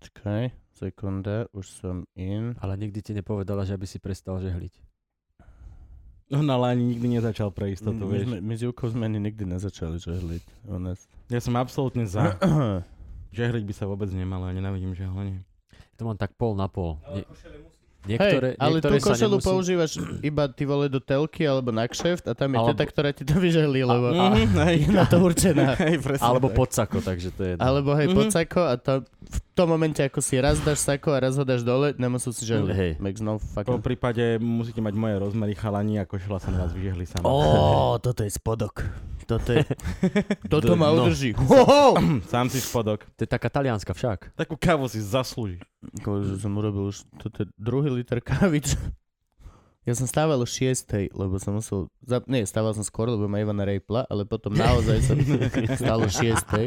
Čakaj, sekunda, už som in. Ale nikdy ti nepovedala, že aby si prestal žehliť. On ale ani nikdy nezačal pre istotu, vieš. My s Júkou sme nikdy nezačali žehliť. Ja som absolútne za. Žehliť by sa vôbec nemal, ja nenávidím žehlenie. To mám tak pol na pol. Hej, ale tú košelu používaš iba ty vole do telky alebo na kšeft a tam je teta, ktorá ti to vyžehlí, lebo je na to určená. Alebo pod sako, takže to je... Alebo hej, pod sako a to v tom momente, ako si raz dáš sako a raz ho dáš dole, nemusíš si žehliť. Hej. Po prípade musíte mať moje rozmery chalani a košela sa na vás vyžehli sama. Toto je spodok. Toto ma udrží. Sám si spodok. To je taká talianska však. Takú kávu si zaslúži. Že som urobil už, toto je 2. liter kávič. Ja som stával o 6, lebo som musel, stával som skôr, lebo ma Ivana rejpla, ale potom naozaj som stál o 6.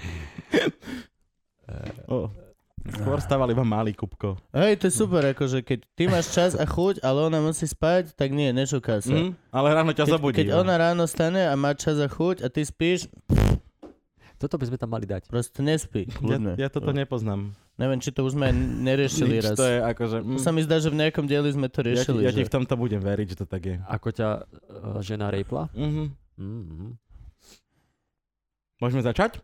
Skôr stával iba malý kubko. Hej, to je super, akože keď ty máš čas a chuť, ale ona musí spať, tak nie, nešuká sa. Ale ráno ťa zabudí. Keď ona ráno stane a má čas a chuť a ty spíš... Toto by sme tam mali dať. Proste nespí. Ja toto nepoznám. Neviem, či to už sme neriešili raz. To je akože... To sa mi zdá, že v nejakom dieli sme to riešili. Ja ti v tomto budem veriť, že to tak je. Ako ťa žena rejpla? Môžeme začať?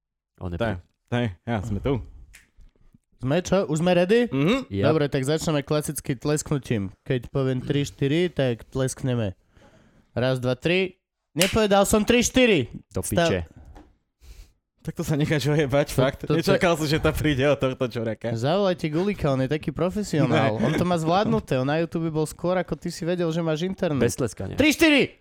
Ja sme tu. Sme čo? Už sme ready? Yep. Dobre, tak začneme klasicky tlesknutím. Keď poviem 3-4, tak tleskneme. 1, 2, 3. Nepovedal som 3-4. Do piče. Tak to sa necháš ojebať, fakt. Nečakal si, že to príde o tohto čureka. Zavolajte Gulika, on je taký profesionál. On to má zvládnuté. On na YouTube bol skôr, ako ty si vedel, že máš internet. Bez tleskania. 3-4!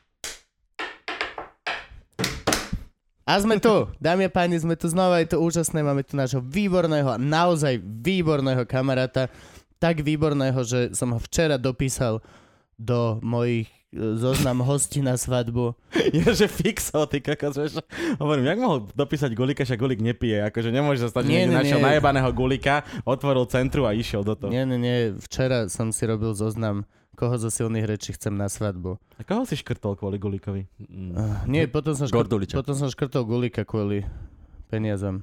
A sme tu, dámy a páni, sme tu znova, je to úžasné, máme tu nášho výborného, naozaj výborného kamaráta, tak výborného, že som ho včera dopísal do mojich zoznam hostí na svadbu. Ježe fixo, ty kakos, vieš. Hovorím, jak mohol dopísať Gulika, že Gulik nepije, akože nemôže sa stať, že našiel najebaného Gulika, otvoril centru a išiel do toho. Nie, včera som si robil zoznam, koho zo silných rečí chcem na svadbu. A koho si škrtol kvôli Gulikovi? Nie, potom som škrtol Gulika kvôli peniazom.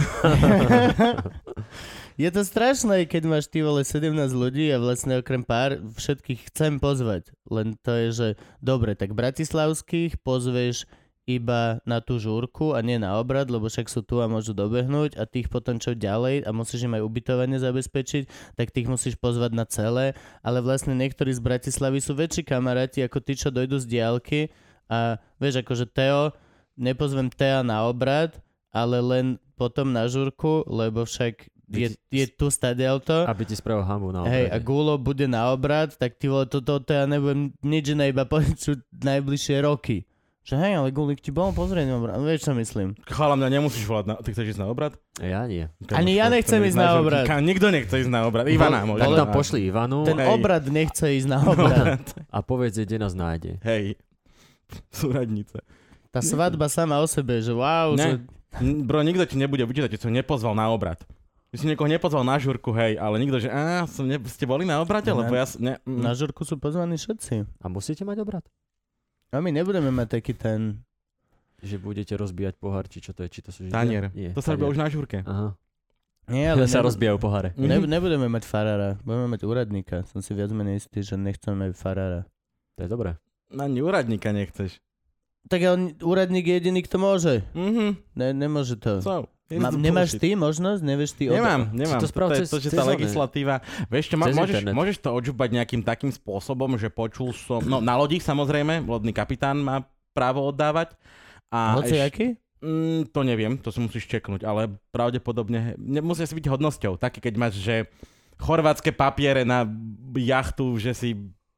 Je to strašné, keď máš ty vole 17 ľudí a vlastne okrem pár všetkých chcem pozvať. Len to je, že dobre, tak bratislavských pozveš iba na tú žúrku a nie na obrad, lebo však sú tu a môžu dobehnúť a tých potom čo ďalej a musíš im aj ubytovanie zabezpečiť, tak tých musíš pozvať na celé, ale vlastne niektorí z Bratislavy sú väčší kamaráti ako tí, čo dojdú z diaľky a vieš, akože nepozvem Tea na obrad, ale len potom na žúrku, lebo však je tu stadielto. Aby ti spravil hambu na obrade. Hej, a Gulo bude na obrad, tak ty vole, toto ja nebudem nič iné iba počuť najbližšie roky. Že hej, ale Gulik ti bol pozrieť na obrad. Vieš, čo myslím? Chala, mňa nemusíš volať. Ty chceš ísť na obrad? Ja nie. Ani ja nechcem ísť na obrad. Nikto nechce ísť na obrad. Ivana môže. Tak tam pošli Ivanu. Ten obrad nechce ísť na obrad. A povedz, kde nás nájde. Hej. Súradnice. Tá svadba sama o sebe, že wow. Ne. Bro, nikto ti nebude vyčítať, že som nepozval na obrad. Ty si niekoho nepozval na žurku, hej, ale nikto, že ste boli na obrade, lebo ja... Na žurku sú pozvaní všetci. A musíte mať obrad? A my nebudeme mať taký ten... Že budete rozbíjať pohár, či čo to je, či to sú... Tanier. To sa robí už na žurke. Aha. Nie, ale sa rozbijajú poháre. Nebudeme mať farára, budeme mať úradníka. Som si viac menej istý, že nechceme mať farára. To je dobré. Ani úradníka nechceš. Tak ale úradník je jediný, kto môže. Nemôže to. Nemáš ty možnosť? Nevieš ty? Nemám. To je to, že tá legislatíva... Vieš čo, môžeš to odžúbať nejakým takým spôsobom, že počul som... No, na lodi samozrejme, lodný kapitán má právo oddávať. Hociaký? To neviem, to si musíš čeknúť, ale pravdepodobne... Musia si byť hodnosťou. Také, keď máš, že chorvátske papiere na jachtu, že si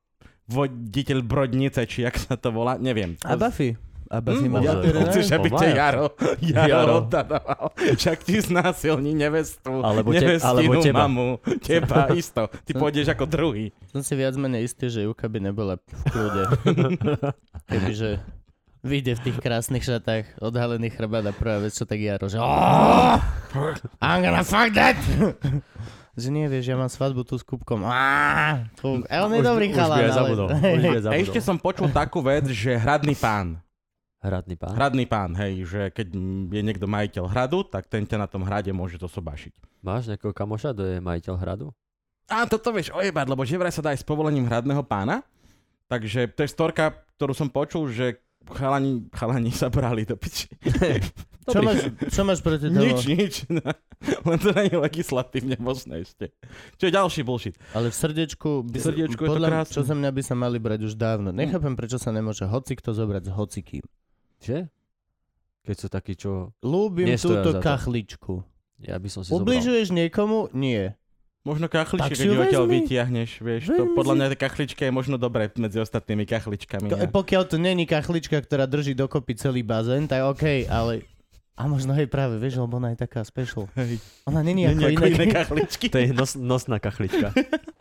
voditeľ brodnice, či jak sa to volá, neviem. A Buffy? A Buffy má chceš, aby ťa Jaro oddával. Však ti znásilní nevestu, nevestinu mamu. Teba isto. Ty pôjdeš ako druhý. Som si viac menej istý, že Juka by nebola v kľude. Kebyže vyjde v tých krásnych šatách, odhalený chrbát a prvá vec, čo tak Jaro, že I'm gonna fuck that! Že nie, vieš, ja mám svadbu tu s Kubkom. On je dobrý chalán. Ešte som počul takú vec, že hradný pán. Hradný pán? Hradný pán, hej, že keď je niekto majiteľ hradu, tak ten ťa na tom hrade môže zosobášiť. Máš nejakého kamoša, kto je majiteľ hradu? A toto vieš ojebať, lebo že vraj sa dá aj s povolením hradného pána. Takže to je storka, ktorú som počul, že chalani sa brali do piči. Čo máš proti tomu? Nič. Len to nie je legislatívne možné ešte. Čo je ďalší bullshit. Ale v srdiečku, V srdiečku je to podľa krásne. čo sa mňa by sa mali brať už dávno. Nechápem, prečo sa nemôže hocikto zobrať s hocikým. Že? Keď sú takí, čo... Ľúbim Nestoja túto za to. kachličku. Ja by som si zobral. Ubližuješ niekomu? Nie. Možno kachličky, Tak si keď ju ju odtiaľ vezmi. vytiahneš, vieš. To, Vezmi podľa si. mňa tá kachlička je možno dobré medzi ostatnými kachličkami. Pokiaľ to není kachlička, ktorá drží dokopy celý bazén, tak okej, ale... A možno hej práve, vieš, lebo ona je taká special. Hej. Ona není Nie ako ako iné iné. kachličky. To je nosná kachlička.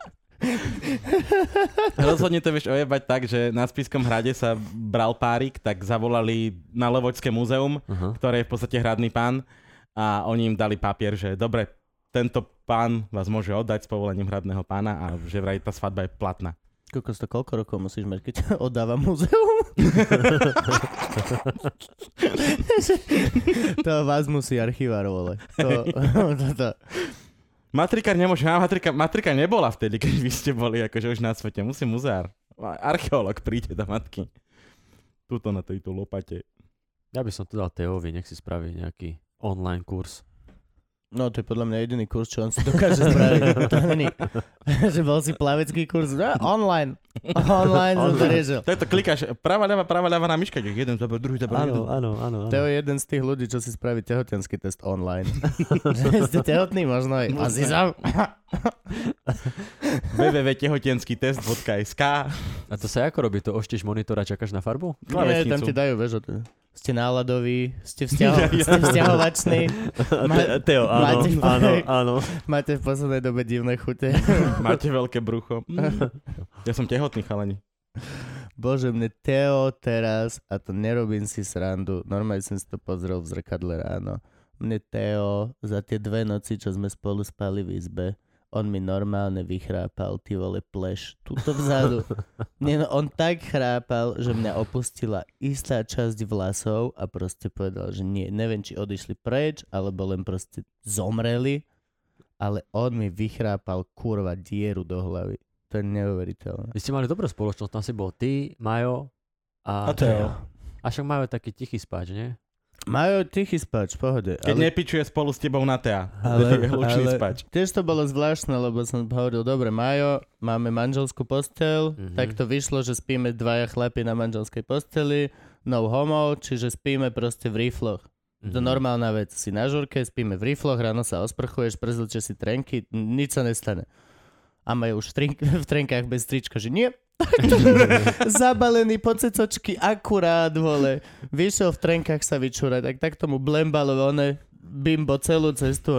Rozhodne to vieš ojebať tak, že na Spišskom hrade sa bral párik, tak zavolali na Levočské múzeum, Aha. ktoré je v podstate hradný pán a oni im dali papier, že dobre, tento pán vás môže oddať s povolením hradného pána a že vraj tá svadba je platná. Koľko rokov musíš mať, keď oddáva múzeum? To vás musí archivár, vole. To. Matrikár nemôže, matrika nebola vtedy, keď vy ste boli akože už na svete, musí muzeár. Archeológ príde do matky. Tuto na tejto lopate. Ja by som to dal Teovi, nech si spraví nejaký online kurz. No, to je podľa mňa jediný kurz, čo on si dokáže spraviť. To není, že bol si plavecký kurz. No, online. Online som to riešil. Takto klikáš práva ľava na myške, jeden zaber, druhý zaber. Áno. To je jeden z tých ľudí, čo si spraví tehotenský test online. Ste tehotný? Možno aj. Asi sám. www.tehotenskýtest.sk A to sa ako robí? To oštiš monitor a čakáš na farbu? Nie, tam ti dajú, vieš, ste náladoví, ste vzťahovační. Teo, áno. Máte v poslednej dobe divné chute. Máte veľké brucho. Ja som tehotný, chalani. Bože, mne Teo teraz, a to nerobím si srandu, normálne som si to pozrel v zrkadle ráno, mne Teo za tie 2 noci, čo sme spolu spali v izbe, on mi normálne vychrápal, ty vole, pleš, tuto vzadu. Nie, no, on tak chrápal, že mňa opustila istá časť vlasov a proste povedal, že nie, neviem, či odišli preč, alebo len proste zomreli, ale on mi vychrápal kurva dieru do hlavy. To je neuveriteľné. Vy ste mali dobrú spoločnosť, tam si bol ty, Majo a Teo. A však Majo je taký tichý spáč, nie? Majú tichý spáč, pohode. Keď nepičuje spolu s tebou na Tea. Ale- je hlučný ale- spač. Tiež to bolo zvláštne, lebo som hovoril, dobre, Majo, máme manželskú posteľ, tak to vyšlo, že spíme 2 chlapi na manželskej posteli, no homo, čiže spíme proste v rifloch. To normálna vec. Si na žurke, spíme v rifloch, ráno sa osprchuješ, prezlečeš si trenky, nič sa nestane. A majú už v trenkách bez trička, že nie. Zabalený po cecočky, akurát, vole. Vyšiel v trenkách sa vyčúrať, tak tomu blembalo, bimbo celú cestu.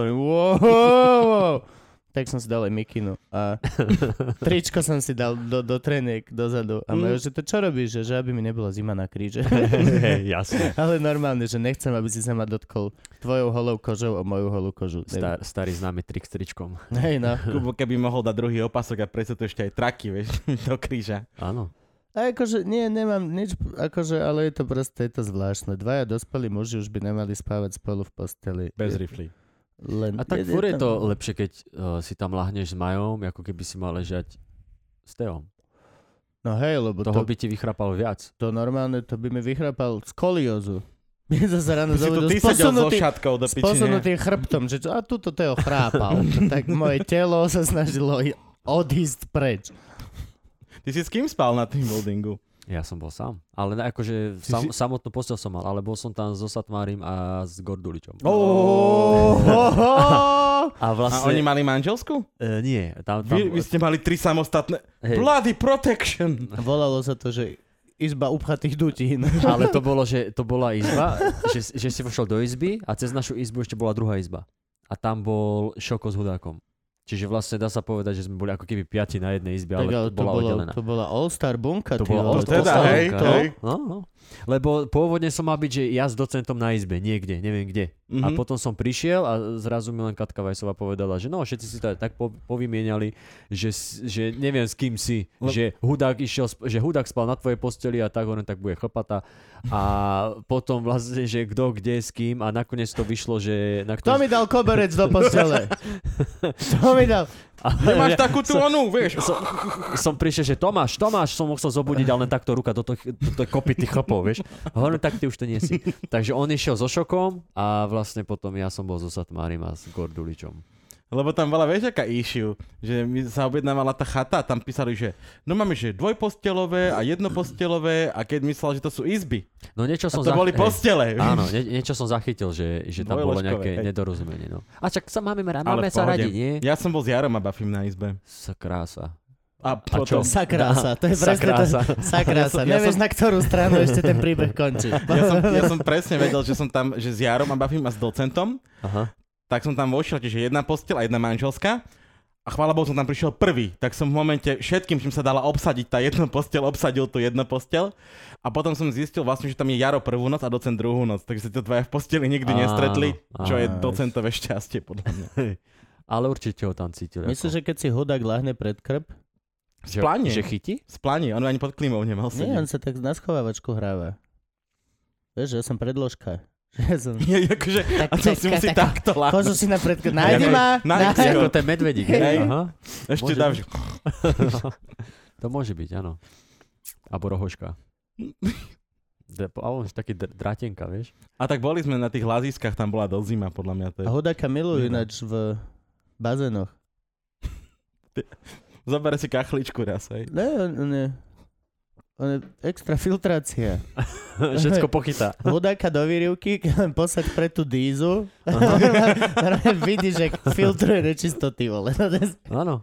Wow. Tak som si dal aj mikinu a tričko som si dal do treniek dozadu a majú, že to čo robíš, že aby mi nebola zima na kríže. Hej, jasne. Ale normálne, že nechcem, aby si sa ma dotkol tvojou holou kožou a moju holú kožu. Starý známy trik s tričkom. Hej, no. Kubo, keby mohol dať druhý opasok a predsa to ešte aj traky, vieš, do kríža. Áno. A akože, nie, nemám nič, akože, ale je to proste, je to zvláštne. 2 dospelí muži už by nemali spávať spolu v posteli. Bez rifly. Len A tak furt je to lepšie, keď si tam lahneš s Majom, ako keby si mal ležať s Teom. No hej, lebo Toho by ti vychrapal viac. to normálne, to by mi vychrapal skoliózu. My zase ráno Si tu zovedú ty sedel so šatkou do s piči, nie? posunutým chrbtom, že a tuto Teo chrápal. Tak moje telo sa snažilo odísť preč. Ty si s kým spal na tým buildingu? Ja som bol sám. Ale akože samotnú posteľ som mal, ale bol som tam so Satmárim a s Gorduličom. A A vlastne... oni mali manželskú? Nie. Tam... Vy ste mali 3 samostatné... Hej. Bloody protection! Volalo sa to, že izba upchatých dutín. Ale to bolo, že to bola izba, že si vošiel do izby a cez našu izbu ešte bola druhá izba. A tam bol Šoko s Hudákom. Čiže vlastne dá sa povedať, že sme boli ako keby 5 na jednej izbe, Tak, ale bola oddelená. To bola All-Star bunka. To bola All-Star bunka. No. Lebo pôvodne som mal byť, že ja s docentom na izbe, niekde, neviem kde. A potom som prišiel a zrazu mi len Katka Vajsová povedala, že no, všetci si to tak povymieniali, že neviem s kým si, že Hudák spal na tvojej posteli a tak bude chlpata. A potom vlastne, že kto kde s kým a nakoniec to vyšlo, že... Kto mi dal koberec do postele? Kto mi dal? Nemáš takú tú onu, vieš. Som prišiel, že Tomáš, som ho chcel zobudiť, ale len takto ruka do tej kopy tých chlpov, vieš. Hovorím, tak ty už to nie si. Takže on išiel so šokom a vlastne potom ja som bol so Satmárim a s Gorduličom. Lebo tam bola, vieš, aká issue, že mi sa objednávala tá chata a tam písali, že no máme, že dvojpostelové a jednopostelové a keď myslel, že to sú izby. No niečo som a to boli postele. Áno, niečo som zachytil, že tam bolo nejaké nedorozumenie. No. A čak máme sa radi, nie? Ja som bol s Jarom a Bafim na izbe. Sakrása. A potom... Sakrása, to je presne to. Sakrása. Nevieš, na ktorú stranu ešte ten príbeh končí. Ja som presne vedel, že som tam, že s Jarom a Bafim a s docentom. Aha. Tak som tam vošiel, čiže jedna posteľ a jedna manželská. A chvála Bohu, som tam prišiel prvý. Tak som v momente všetkým, čím sa dala obsadiť tá jedna posteľ, obsadil tú jednu posteľ. A potom som zistil vlastne, že tam je Jaro prvú noc a docent druhú noc. Takže sa to dvaja v posteli nikdy nestretli, čo je docentové šťastie, podľa mňa. Ale určite ho tam cítil. Myslíš, že keď si Hudák láhne pred krb? Splanie. Že chytí? Splanie, on ani pod klímou nemal sedieť. Nie, on sa tak na schovávačku hráva. Vieš, že ja som predložka. Akože, a to si musí takto láhnuť. Kožu si na predkrb. Nájdi ma. Ako ten medvedík. Aha. Ešte dáš. To môže byť, áno. Abo rohoška. A on je taký drátenka, vieš. A tak boli sme na tých hľadiskách, tam bola dosť zima, podľa mňa. To je... A Hudáka milujú ináč v bazénoch. Zober si kachličku raz, hej. Nie. On je extra filtrácia. Všetko pochytá. Hudáka do výrivky, keď len posaď pre tú dízu. Vidíš, že filtruje nečistoty, vole. Áno.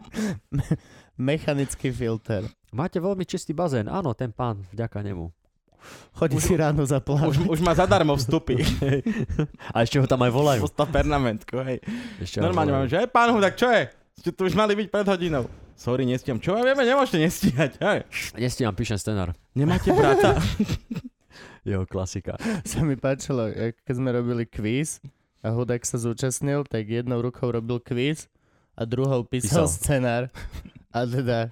Mechanický filter. Máte veľmi čistý bazén. Áno, ten pán, vďaka nemu. Chodí si ráno zaplávať. Už má zadarmo vstupy. A ešte ho tam aj volajú. Postav pernamentku, hej. Normálne máme, že pán Hudák, čo je? Ste tu už mali byť pred hodinou. Sorry, nestíham. Čo vieme, nemôžete nestíhať. Hej. Nestíham, píšem scenár. Nemáte brata? Jeho klasika. Sa mi páčilo, keď sme robili kvíz a Hudák sa zúčastnil, tak jednou rukou robil kvíz a druhou písal scenár. A teda,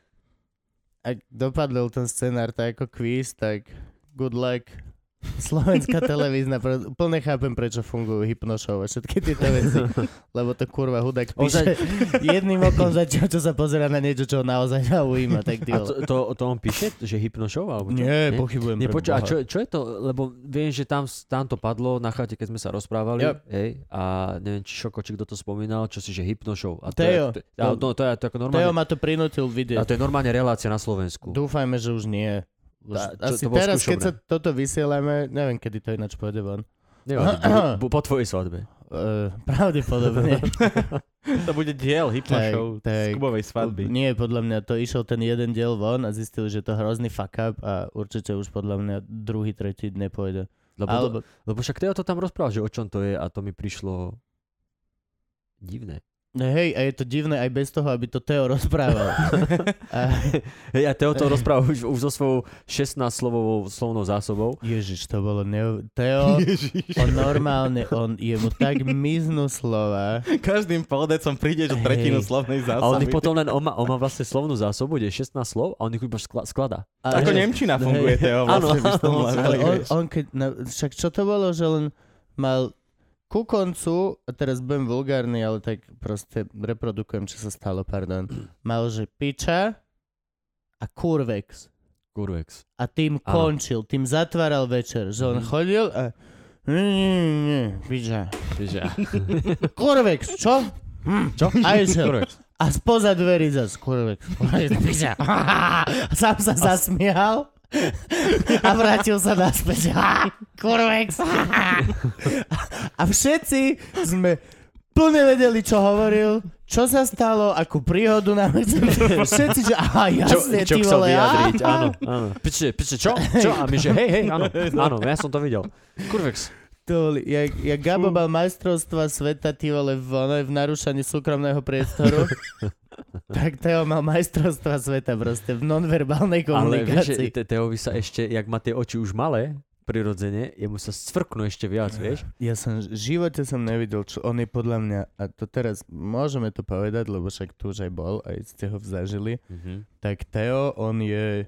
ak dopadol ten scenár tak ako kvíz, tak good luck. Slovenská televízna, úplne chápem, prečo fungujú hypnošov a všetky tieto veci, lebo to kurva Hudák píše jedným okom zatiaľ, čo sa pozerá na niečo, čo ho naozaj zaujíma. Tak a to on píše, že hypnošov? Alebo čo? Nie, pochybujem. A čo je to? Lebo viem, že tam to padlo na chate, keď sme sa rozprávali, a neviem, či Šoko, či kto to spomínal, čo si, že hypnošov. Teo. To je ako normálne. Teo ma to prinútil vidieť. A to je normálne relácia na Slovensku. Dúfajme, že už nie. Asi teraz, keď sa toto vysielame, neviem, kedy to ináč pôjde von. Nevadí, po tvojej svadbe. Pravdepodobne. To bude diel hypnošov z Kubovej svadby. Nie, podľa mňa to išiel ten jeden diel von a zistili, že to hrozný fuck up a určite už podľa mňa druhý, tretí nepôjde. Lebo však Teo to tam rozprával, že o čom to je a to mi prišlo divné. Hej, a je to divné aj bez toho, aby to Teo rozprával. Hej, a Teo to rozprával už so svojou 16-slovou slovnou zásobou. Ježiš, to bolo Teo, on normálne, jemu tak miznú slova. Každým poldecom príde do tretinu slovnej zásoby. A on ich potom len, on má vlastne slovnú zásobu, kde je 16 slov a on ich iba skladá. Ako nemčina funguje Teo vlastne. Však čo to bolo, že len mal ku koncu, a teraz budem vulgárny, ale tak proste reprodukujem, čo sa stalo, pardon. Mal, že piča a kurvex. A tým končil, tým zatváral večer, že on chodil a piča. Kurvex, čo? Čo? A išiel. A spoza dverí zas, kurvex. Piča. A sám sa zasmial. A vrátil sa naspäť. Kurvex. A všetci sme plne vedeli, čo hovoril, čo sa stalo, akú príhodu nám všetci, že jasne, ty vole. Áno. Piče, čo? A my, že hej, áno, ja som to videl. Kurvex. Jak Gabo mal majstrovstva sveta, ty vole, v narúšaní súkromného priestoru, tak Teo mal majstrovstva sveta proste v nonverbálnej komunikácii. Ale vieš, Teovi sa ešte, jak má tie oči už malé, prirodzene, jemu sa scvrknú ešte viac, vieš? Ja v živote som nevidel, čo on je podľa mňa, a to teraz môžeme to povedať, lebo však tu už aj bol, aj ste ho zažili, tak Teo, on je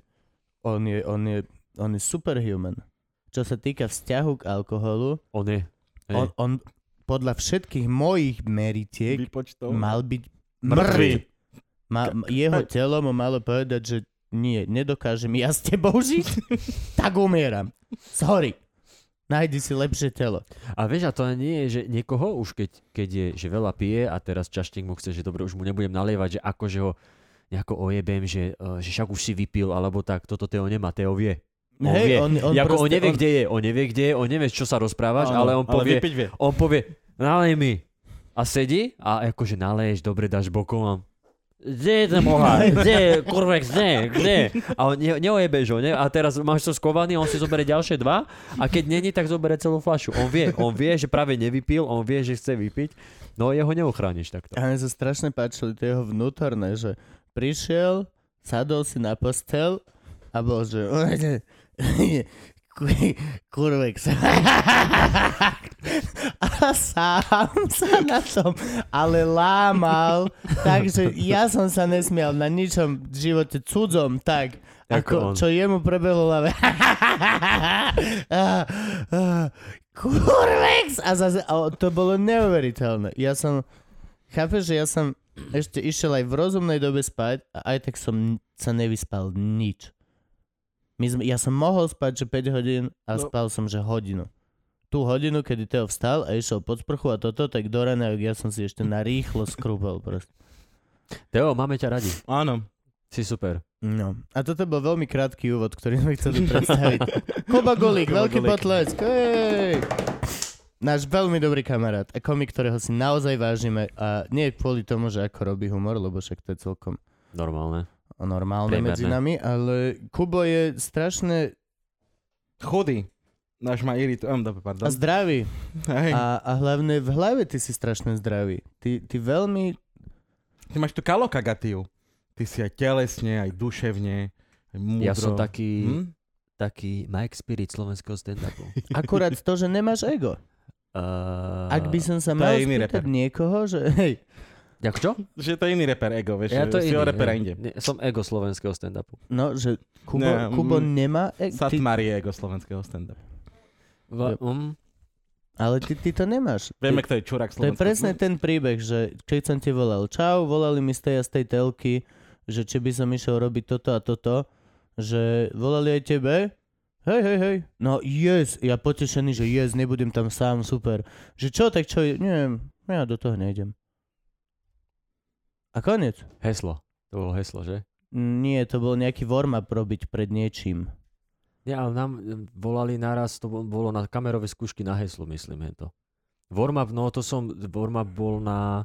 superhuman. Čo sa týka vzťahu k alkoholu, on podľa všetkých mojich meritiek mal byť mŕtvy. Jeho telo mu malo povedať, že nie, nedokážem ja s tebou žiť, tak umieram. Sorry. Nájdi si lepšie telo. A vieš, a to nie je, že niekoho už keď je, že veľa pije a teraz čaštík mu chce, že dobre, už mu nebudem nalievať, že akože ho nejako ojebem, že však už si vypil, alebo tak, toto Teo nemá, Teo vie. On nevie, kde je, on nevie, čo sa rozprávaš, ale on povie, nalej mi. A sedí a akože naleješ, dobre, dáš bokom a kde je ten pohár? Kde? Kurvex, kde? A on neojebeš ho, ne? A teraz máš to skovaný, on si zoberie ďalšie 2 a keď není, tak zoberie celú fľašu. On vie, že práve nevypil, on vie, že chce vypiť, no jeho neuchrániš takto. A mne sa strašne páčili to jeho vnútorné, že prišiel, sadol si na postel a bol, že kurvex. A sám sa na tom ale lámal, takže ja som sa nesmial na ničom v živote cudzom tak, ako čo jemu prebehlo hlave. Kurvex! A to bolo neuveriteľné. Chápeš, že ja som ešte išiel aj v rozumnej dobe spať a aj tak som sa nevyspal nič. Ja som mohol spať, že 5 hodín a spal som, že hodinu. Tú hodinu, kedy Teo vstal a išiel pod sprchu a toto, tak do rana, ja som si ešte narýchlo skrúbal proste. Teo, máme ťa radi. Áno. Si super. No. A toto bol veľmi krátky úvod, ktorý sme chceli predstaviť. Kuba Golík, veľký potlesk. Hej! Náš veľmi dobrý kamarát a komik, ktorého si naozaj vážime a nie kvôli tomu, že ako robí humor, lebo však to je celkom normálne medzi nami, ale Kubo je strašne chudý. Náš ma irituje. A zdravý. A hlavne v hlave ty si strašne zdravý. Ty veľmi... Ty máš tú kalokagatiu. Ty si aj telesne, aj duševne, aj múdro. Ja som taký Mike Spirit slovenského stand-upu. Akurát to, že nemáš ego. Ak by som sa mal spýtať niekoho, že... Hej. Jak čo? Že to je iný reper ego, vieš. Ja to si o repera inde. Som ego slovenského stand-upu. No, že Kubo nemá ego. Satmar je ego slovenského stand-upu. Ale ty to nemáš. Vieme, kto je čurák slovenského. To je presne ten príbeh, že keď som ti volal, čau, volali mi z tej telky, že či by som išiel robiť toto a toto, že volali aj tebe. Hej. No yes, ja potešený, že yes, nebudem tam sám, super. Že čo, tak čo, neviem, ja do toho nejdem. A koniec. Heslo. To bolo heslo, že? Nie, to bol nejaký warm-up robiť pred niečím. Nie, ale nám volali naraz, to bolo na kamerové skúšky na heslo, myslím, je to. Warm-up bol na...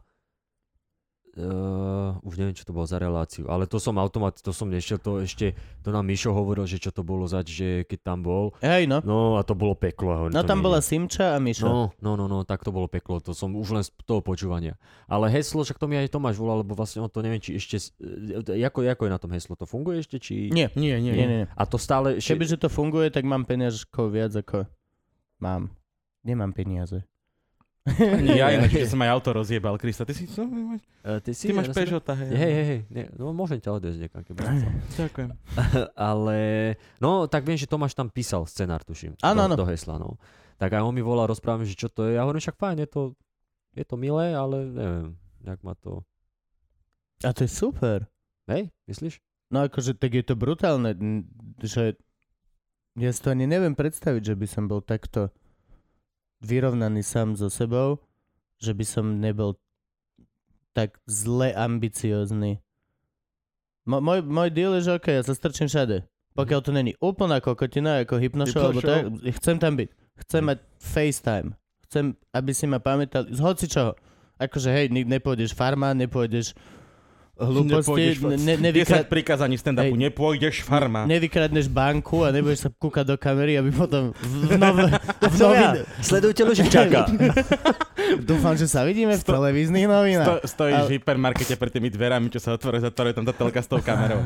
už neviem, čo to bolo za reláciu, ale to som nešiel, to nám Mišo hovoril, že čo to bolo zač, že keď tam bol. Hej, no. No a to bolo peklo. No tam bola Simča a Mišo. No, tak to bolo peklo, to som už len z toho počúvania. Ale heslo, však to mi aj Tomáš volal, lebo vlastne on to neviem, či ešte, ako je na tom heslo, to funguje ešte, či... Nie. A to stále... Kebyže to funguje, tak mám peniažkov viac ako mám. Nemám peniaze. Ja ináč, že som aj auto rozjebal. Krista, ty máš Peugeota, hej. Hej. No môžem ťa odviezť niekam, keby chcel. Ďakujem. Ale, no tak viem, že Tomáš tam písal scenár, tuším. Áno. Do hesla, no. Tak aj on mi volá, rozprávam, že čo to je. Ja hovorím, však fajn, je to milé, ale neviem, nejak ma to... A to je super. Hej, myslíš? No akože tak je to brutálne, že ja si to ani neviem predstaviť, že by som bol takto vyrovnaný sám so sebou, že by som nebol tak zle ambiciózny. Môj deal je, že ja sa strčím všade. Pokiaľ to není úplná kokotina, ako hypnoshow, alebo tak, chcem tam byť. Chcem mať FaceTime. Chcem, aby si ma pamätali z hocičoho. Akože hej, nepôjdeš farma, nepôjdeš hlúposti. 10 prikázaní stand-upu, nepôjdeš farma. Nevykradneš banku a nebudeš sa kúkať do kamery, aby potom Sledujte Luživčáka. Dúfam, že sa vidíme v televíznych novinách. Stojíš v hypermarkete pred tými dverami, čo sa otvorí, zatvorí tam tá telka s tou kamerou.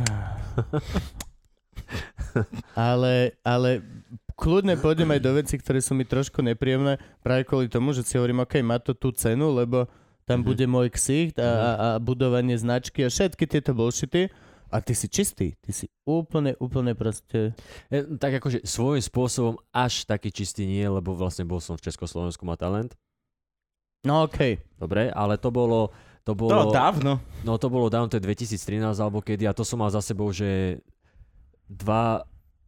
Ale kľudne pôjdem aj do veci, ktoré sú mi trošku nepríjemné, práve kvôli tomu, že si hovorím, OK, má to tú cenu, lebo tam bude môj ksicht a budovanie značky a všetky tieto bullshity. A ty si čistý. Ty si úplne proste... Tak akože svojím spôsobom až taký čistý nie, lebo vlastne bol som v Československu má talent. No okej. Dobre, ale to bolo dávno. No to bolo dávno, to je 2013 alebo kedy a to som mal za sebou, že dva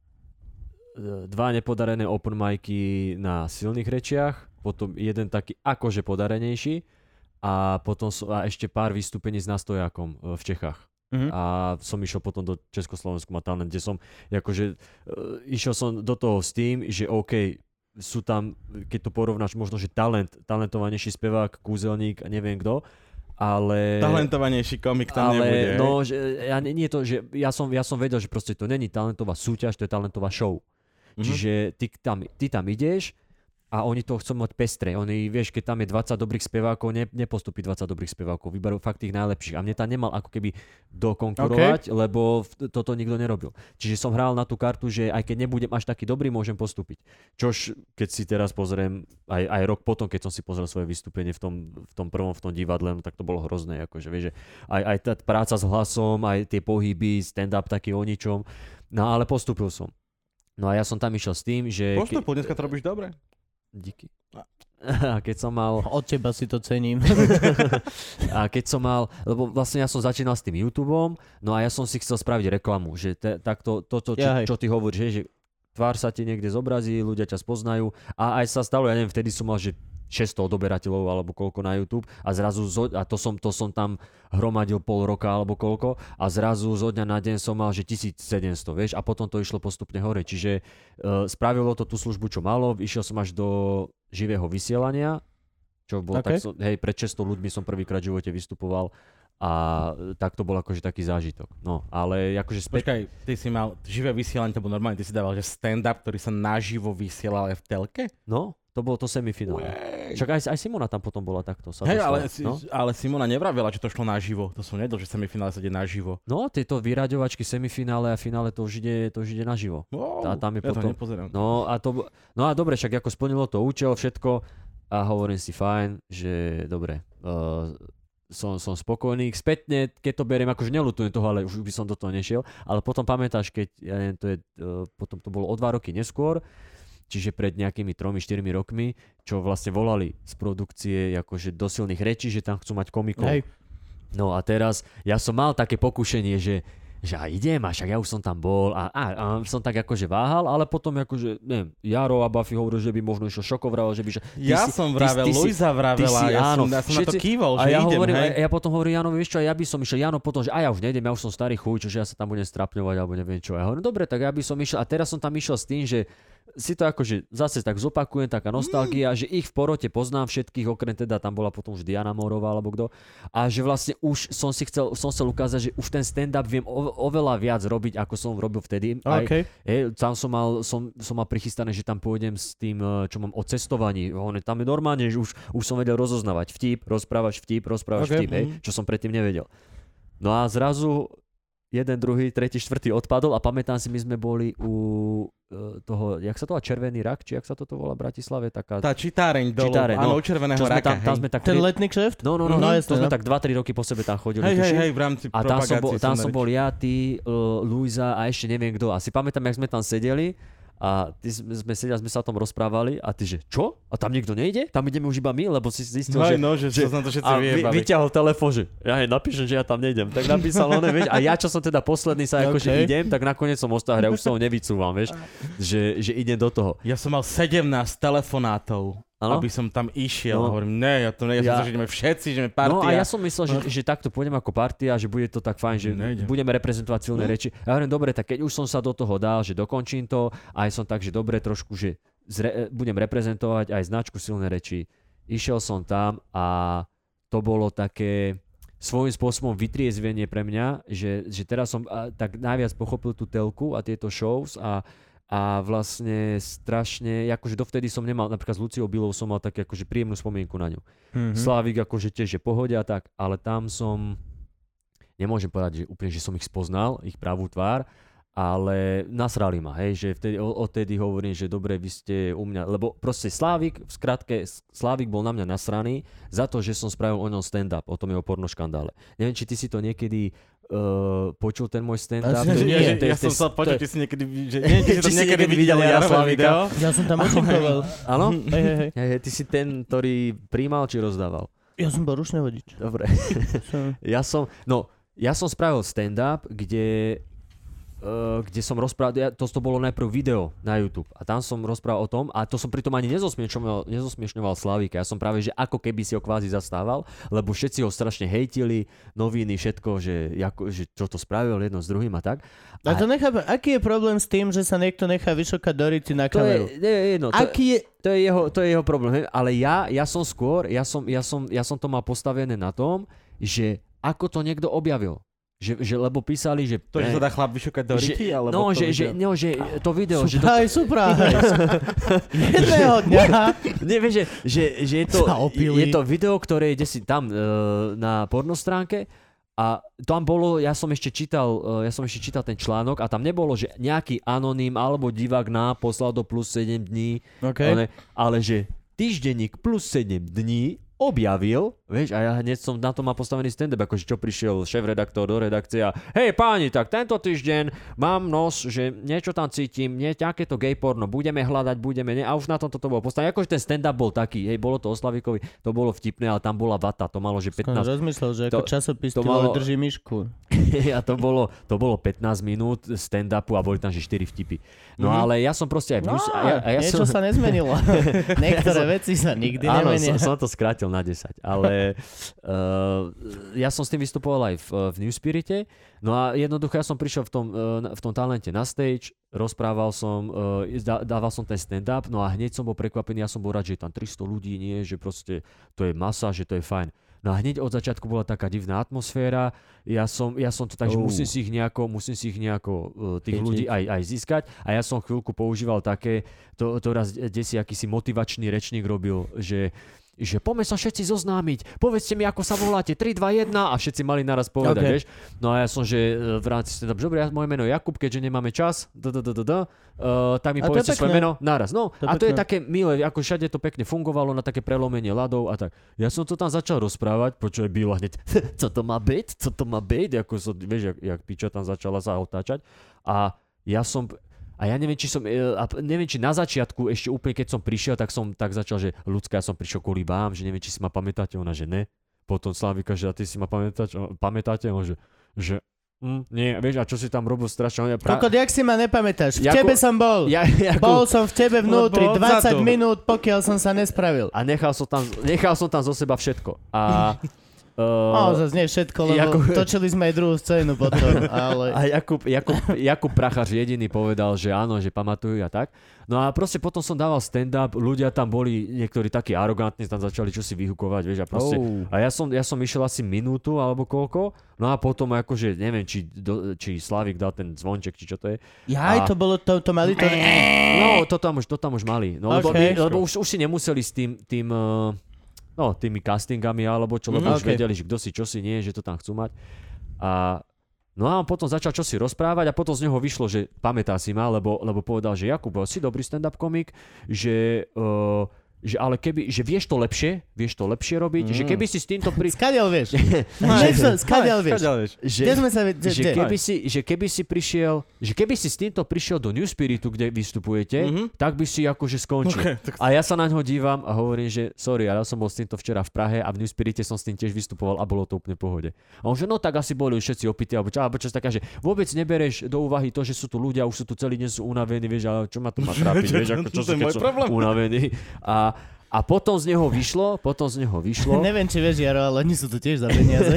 nepodarené open micy na silných rečiach, potom jeden taký akože podarenejší a potom a ešte pár vystúpení s nastojákom v Čechách. A som išiel potom do Československu má talent, kde som akože išiel som do toho s tým, že OK, sú tam, keď to porovnáš, možno, že talentovanejší spevák, kúzelník a neviem kto, ale... Talentovanejší komik tam nebude. No, nie to, že ja som vedel, že proste to není talentová súťaž, to je talentová show. Čiže ty tam ideš a oni to chcú mať pestre. Oni, vieš, keď tam je 20 dobrých spevákov, nepostupí 20 dobrých spevákov, vyberú fakt tých najlepších. A mne tam nemal ako keby dokonkurovať, lebo toto nikto nerobil. Čiže som hral na tú kartu, že aj keď nebudem až taký dobrý, môžem postúpiť. Čož, keď si teraz pozriem, aj rok potom, keď som si pozrel svoje vystúpenie v tom divadle, no, tak to bolo hrozné. Akože, vieš, že aj tá práca s hlasom, aj tie pohyby, stand-up taký o ničom. No ale postúpil som. No a ja som tam išiel s tým, že... Postupil, dneska to robíš dobre. Díky. A keď som mal... Od teba si to cením. A keď som mal... Lebo vlastne ja som začínal s tým YouTubeom, no a ja som si chcel spraviť reklamu, že takto, čo ty hovoríš, že tvár sa ti niekde zobrazí, ľudia ťa spoznajú a aj sa stalo, ja neviem, vtedy som mal, že 600 odoberateľov alebo koľko na YouTube a zrazu, to som tam hromadil pol roka alebo koľko a zrazu zo dňa na deň som mal, že 1700, vieš, a potom to išlo postupne hore, čiže spravilo to tú službu, čo malo, išiel som až do živého vysielania, čo bolo pred 600 ľuďmi som prvýkrát v živote vystupoval a tak to bol akože taký zážitok, no, ale akože Počkaj, ty si mal živé vysielanie, to bolo normálne, ty si dával, že stand-up, ktorý sa naživo vysielal aj v telke? No, to bolo to semifinále. Však aj Simona tam potom bola takto. Hej, ale Simona nevravila, že to šlo naživo. To som nedol, že semifinále sa ide naživo. No, tieto vyraďovačky semifinále a finále to už ide naživo. Wow, a tam je ja potom... to nepozerám. No a dobre, však ako splnilo to účel, všetko a hovorím si fajn, že dobre, som spokojný. Spätne, keď to beriem, akože neľutujem toho, ale už by som do toho nešiel. Ale potom pamätáš, keď, ja neviem, potom to bolo o 2 roky neskôr, čiže pred nejakými 3-4 rokmi, čo vlastne volali z produkcie akože do silných rečí, že tam chcú mať komikov. Hej. No a teraz ja som mal také pokušenie, že aj idem, a však ja už som tam bol a som tak akože váhal, ale potom akože, neviem, Jaro a Buffy hovoril, že by možno išlo Šoko vravel, že by... Ja som vravel, Luisa vravela, ja som na to kývol, že ja idem, hovorím, hej. Ja potom hovorím Janovi, vieš čo, ja by som išiel, Jano potom, že ja už nejdem, ja už som starý chuj, že ja sa tam budem strapňovať, alebo neviem čo. Ja hovorím, dobre, tak ja by som išiel a teraz som tam išiel s tým, že si to akože zase tak zopakujem, taká nostalgia, že ich v porote poznám všetkých, okrem teda tam bola potom už Diana Morová alebo kto. A že vlastne už som chcel ukázať, že už ten stand-up viem oveľa viac robiť, ako som robil vtedy. Okay. Tam som mal prichystané, že tam pôjdem s tým, čo mám o cestovaní. Tam je normálne, že už som vedel rozoznávať vtip, rozprávať vtip, čo som predtým nevedel. No a zrazu 1, 2, 3, 4 odpadol a pamätám si, my sme boli u toho, jak sa to volá, Červený rak, či jak sa toto volá v Bratislave, taká... Tá čitáreň dolu, áno, u Červeného raka, tam sme tak... Ten letný kšeft? No, to sme tak 2-3 roky po sebe tam chodili. Hej, v rámci propagácie. A tam som bol ja, ty, Luisa a ešte neviem kto. A si pamätám, jak sme tam sedeli a sme sa o tom rozprávali a ty, že čo? A tam nikto nejde? Tam ideme už iba my, lebo si zistil, že sa na to všetci vyjebali. Vyťahol telefón, že ja napíšem, že ja tam nejdem. Tak napísal on, vieš, a ja, čo som teda posledný sa akože idem, tak nakoniec som ostal hre, už som ho nevycúvam, vieš, že idem do toho. Ja som mal 17 telefonátov. Ano? Aby som tam išiel. No. Hovorím, ja som že ideme všetci, že ideme partia. No a ja som myslel, že takto pôjdem ako partia, že bude to tak fajn, že budeme reprezentovať silné reči. Ja hovorím, dobre, tak keď už som sa do toho dal, že dokončím to, a aj som tak, že dobre trošku, že budem reprezentovať aj značku silné reči. Išiel som tam a to bolo také svojím spôsobom vytriezvenie pre mňa, že teraz som tak najviac pochopil tú telku a tieto shows a vlastne strašne, akože dovtedy som nemal, napríklad s Luciou Bilou som mal tak akože príjemnú spomienku na ňu. Slávik akože tiež je pohode a tak, ale tam som, nemôžem povedať, že úplne, že som ich spoznal, ich pravú tvár, ale nasrali ma, hej, že odtedy hovorím, že dobre, vy ste u mňa, lebo proste Slávik, v skratke, Slávik bol na mňa nasraný za to, že som spravil o ňom stand-up, o tom jeho pornoškandále. Neviem, či ty si to niekedy počul ten môj stand-up. Ja som sa počul, či si niekedy videl Jarova video. Ja som tam účinkoval. Áno? Hej. Ty si ten, ktorý príjmal, či rozdával? Ja som bol ručný vodič. Dobre. Ja som spravil stand-up, kde som rozprával, to bolo najprv video na YouTube a tam som rozprával o tom a to som pritom ani nezosmiešňoval Slávika, ja som práve, že ako keby si ho kvázi zastával, lebo všetci ho strašne hejtili, noviny, všetko, že čo to spravil jedno s druhým a tak. A to nechápem, aký je problém s tým, že sa niekto nechá vyšokať do ryti na kameru? To je jeho problém, ale ja som to mal postavené na tom, že ako to niekto objavil. Že lebo písali, že... To, že sa dá chlap vyšukať do ryti? Že to video... Super. Jedného dňa. Nie, vieš, že je to video, ktoré je desi tam na pornostránke a tam bolo, ja som ešte čítal ten článok a tam nebolo, že nejaký anonym alebo divák poslal do plus 7 dní, ale že týždenník plus 7 dní objavil, vieš, a ja hneď som na to mal postavený stand-up, akože čo prišiel šéf-redaktor do redakcie a hej páni, tak tento týždeň mám nos, že niečo tam cítim, nejaké to gay porno, budeme hľadať, a už na tomto to bolo postavené, akože ten stand-up bol taký, hej, bolo to o Slavikovi, to bolo vtipné, ale tam bola vata, to malo, že 15... Rozmyslel, že ako časopis ty drží myšku. A to bolo 15 minút stand-upu a boli tam, že 4 vtipy. No ale ja som proste aj... Niečo sa nezmenilo. Niektoré veci sa nikdy nemenia. Áno, som to skrátil na 10, ale ja som s tým vystupoval aj v New Spirite, no a jednoducho ja som prišiel v tom talente na stage, rozprával som, dával som ten stand-up, no a hneď som bol prekvapený, ja som bol rád, že je tam 300 ľudí, nie, že proste to je masa, že to je fajn. No a hneď od začiatku bola taká divná atmosféra, ja som to tak, že musím si ich nejako tých ľudí aj získať a ja som chvíľku používal také, to raz desi akýsi motivačný rečník robil, že poďme sa všetci zoznámiť, povedzte mi, ako sa voláte, 3, 2, 1 a všetci mali naraz povedať, vieš. No a ja som, že v rámci stand-up, dobre, moje meno je Jakub, keďže nemáme čas, tak mi povedzte svoje meno naraz. No a to je také milé, ako všade to pekne fungovalo na také prelomenie ľadov a tak. Ja som to tam začal rozprávať, počuj, Bila hneď, co to má byť, ako som, vieš, jak piča tam začala sa otáčať a ja neviem, či na začiatku, ešte úplne keď som prišiel, tak som tak začal, že ľudská, ja som prišiel kvôli vám, že neviem, či si ma pamätáte, ona, že ne. Potom Slávika, že a ty si ma pamätáte, on, že nie, vieš, a čo si tam robil strašne? Jak si ma nepamätáš? V tebe som bol. Bol som v tebe vnútri 20 minút, pokiaľ som sa nespravil. A nechal som tam zo seba všetko. A... zase nie všetko, lebo točili sme aj druhú scénu potom, ale... A Jakub Prachař jediný povedal, že áno, že pamatujú a tak. No a proste potom som dával stand-up, ľudia tam boli niektorí takí arogantní, tam začali čosi vyhukovať, vieš, a proste... A ja som išiel asi minútu alebo koľko, no a potom akože, neviem, či Slavik dal ten zvonček, či čo to je. To bolo, to mali to... No, to tam už mali, no, lebo už si nemuseli s tými castingami alebo čo, lebo už vedeli, že kto si, čo si nie, že to tam chcú mať. No a potom začal čosi rozprávať a potom z neho vyšlo, že pamätá si ma, lebo povedal, že Jakub, si dobrý stand-up komik, že ale že vieš to lepšie robiť, že keby si s týmto Skadiaľ vieš. Skadiaľ vieš. Že keby si s týmto prišiel do New Spiritu, kde vystupujete, tak by si akože skončil. A ja sa na ňo dívam a hovorím, že sorry, ale ja som bol s týmto včera v Prahe a v New Spirite som s tým tiež vystupoval a bolo to úplne v pohode. A on že no tak asi boli už všetci opití alebo čo taká, že vôbec nebereš do úvahy to, že sú tu ľudia, už sú tu celý deň sú unavení, vieš, ale čo ma to má trápiť, vieš, ako čo sú, keď sú unavení. A potom z neho vyšlo... Neviem, či vieš, Jaro, ale oni sú tu tiež za peniaze.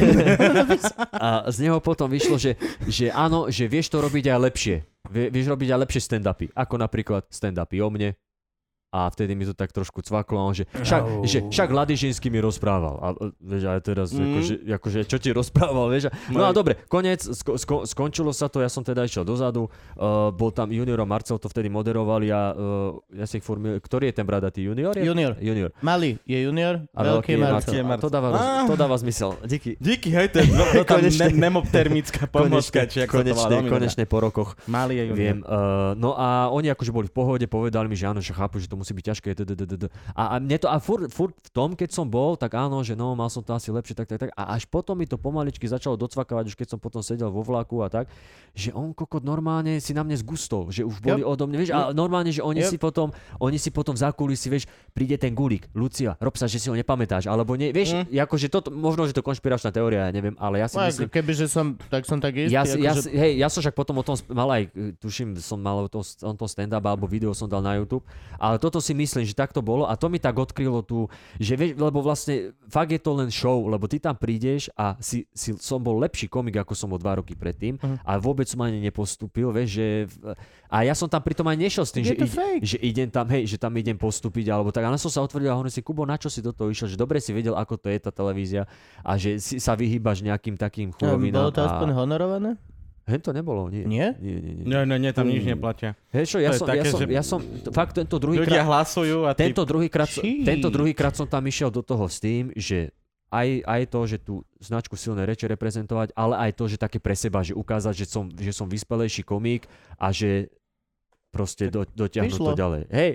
A z neho potom vyšlo, že áno, že vieš to robiť aj lepšie. Vieš robiť aj lepšie stand-upy. Ako napríklad stand-upy o mne. a vtedy mi to tak trošku cvaklo, že však Ladyžinský mi rozprával. A vieš, aj teraz, akože, čo ti rozprával, vieš. No a dobre, koniec, skončilo sa to, ja som teda išiel dozadu, bol tam junior a Marcel to vtedy moderovali a ja si ich formil, ktorý je ten bradatý junior? Junior. Malý je junior, a veľký je Marcel. To dáva zmysel. Díky, hej, to je nemoptermická pomočka, či ako to volá. Konečne po rokoch. Malý je junior. Viem. No a oni akože boli v pohode, povedali mi, že áno, že chápu, že to musí byť ťažké. A mne to, a furt v tom, keď som bol, tak áno, že no, mal som to asi lepšie, tak. A až potom mi to pomaličky začalo docvakávať, už keď som potom sedel vo vlaku a tak, že on kokot normálne si na mne zgustol, že už boli odo mňa, vieš, a normálne, že oni si potom v zákulisí, vieš, príde ten Gulík, Lucia, rob sa, že si ho nepamätáš, alebo nie, vieš, akože toto, možno, že to konšpiračná teória, ja neviem, ale ja si myslím... Kebyže som tak istý. Ja som však potom o tom mal aj, tuším, som mal o tom stand-up alebo video som dal na YouTube, ale toto si myslím, že tak to bolo a to mi tak odkrylo tu, že vieš, lebo vlastne fakt je to len show, lebo ty tam prídeš a som bol lepší komik, ako som o 2 roky predtým a vôbec som ani nepostúpil, vieš, že a ja som tam pritom aj nešiel s tým, že idem tam, že tam idem postúpiť alebo tak, ale som sa otvoril a hovorím si, Kubo, na čo si do toho išiel, že dobre si vedel, ako to je tá televízia a že si sa vyhýbaš nejakým takým chulovinám. Bolo to aspoň honorované? To nebolo, nie. Nie? Nie, tam nič neplatia. Hej čo, ja som fakt tento druhýkrát... Ľudia hlasujú a tento druhýkrát som tam išiel do toho s tým, že aj to, že tú značku silné reče reprezentovať, ale aj to, že také pre seba, že ukázať, že som vyspelejší komik a že proste dotiahnuť to ďalej. Hej.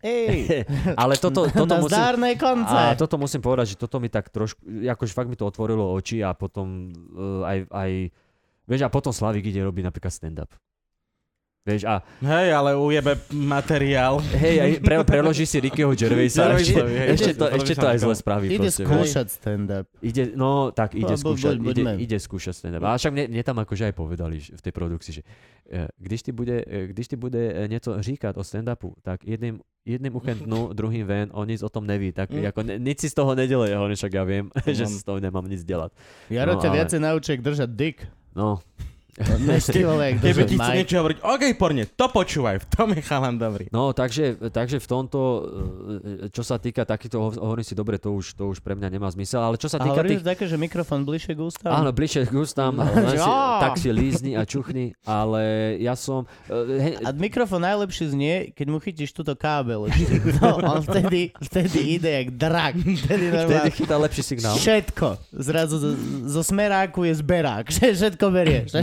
Ale toto musím povedať, že toto mi tak trošku, akože fakt mi to otvorilo oči a potom aj vieš, a potom Slavík ide robiť napríklad stand-up. Vieš, a... Hej, ale ujebe materiál. Hej, preloží si Rickyho Gervaisa. Ešte to aj zle spraví. Ide skúšať stand-up. Ide skúšať stand-up. A však mne tam akože aj povedali v tej produkcii, že když ti bude něco říkat o stand-upu, tak jedným uchem dnu, druhým ven, on nic o tom neví. Tak ako nic si z toho nedelej, však ja viem, že z toho nemám nic delať. Jaro ťa viacej naučí, jak držať dick. No. Keby ti chce niečo hovoriť, porne, to počúvaj, v tom je chalan dobrý. No, takže v tomto, čo sa týka takýchto, hovorím si, dobre, to už pre mňa nemá zmysel, ale čo sa týka tých... také, že mikrofón bližšie k ústam? Áno, bližšie k ústam, tak si lízni a čuchni, ale ja som... A mikrofón najlepšie znie, keď mu chytíš túto kábel. No, on vtedy ide jak drak. Vtedy chytá lepší signál. Všetko. Zrazu zo smeráku je zberák. Všetko berieš.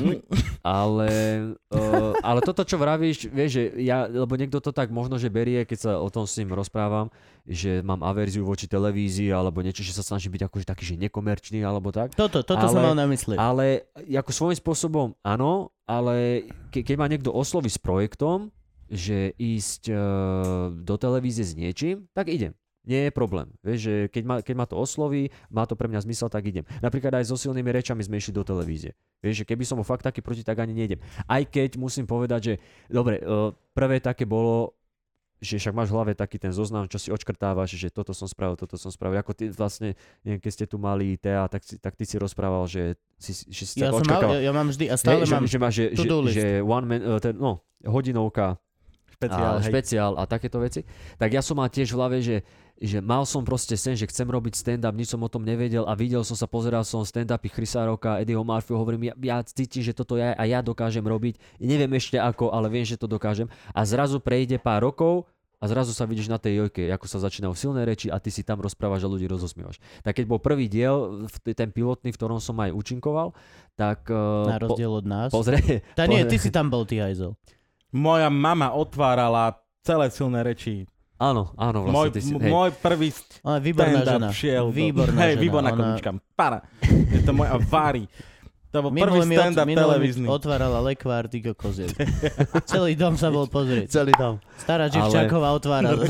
Ale toto, čo vravíš, vieš, že lebo niekto to tak možno, že berie, keď sa o tom s ním rozprávam, že mám averziu voči televízii, alebo niečo, že sa snažím byť akože taký, že nekomerčný, alebo tak. Toto som mal na mysli. Ale ako svojím spôsobom, áno, ale keď ma niekto osloví s projektom, že ísť do televízie s niečím, tak idem. Nie je problém. Vieš, že keď ma to osloví, má to pre mňa zmysel, tak idem. Napríklad aj so silnými rečami sme išli do televízie. Vieš, že keby som bol fakt taký proti, tak ani nejdem. Aj keď musím povedať, že dobre, prvé také bolo, že však máš v hlave taký ten zoznam, čo si odškrtávaš, že toto som spravil. Ako ty vlastne, neviem, keď ste tu mali Tea, tak ty si rozprával, že si tak odškrtával. Ja mám vždy a stále mám že one man, hodinovka, špeciál a takéto veci. Tak ja som mal tiež v hlave, že mal som proste sen, že chcem robiť stand-up, nič som o tom nevedel a videl som sa, pozeral som stand-upy Chrisa Rocka, Eddieho Murphyho, hovorím, ja cítim, že toto ja dokážem robiť. Neviem ešte ako, ale viem, že to dokážem. A zrazu prejde pár rokov a zrazu sa vidíš na tej jojke, ako sa začínajú silné reči a ty si tam rozprávaš a ľudí rozosmievaš. Tak keď bol prvý diel, ten pilotný, v ktorom som aj účinkoval, tak... Na rozdiel od nás. Nie, ty si tam bol, ty hajzel. Moja mama otvárala celé silné reči. Áno, vlastne. Môj prvý stand-up šiel. Výborná komička. Para. Je to moja Vári. To bol prvý stand-up televízny. Otvárala lekvár, ty kokoziek. Celý dom sa bol pozrieť. Celý dom. Stará Živčáková otvárala.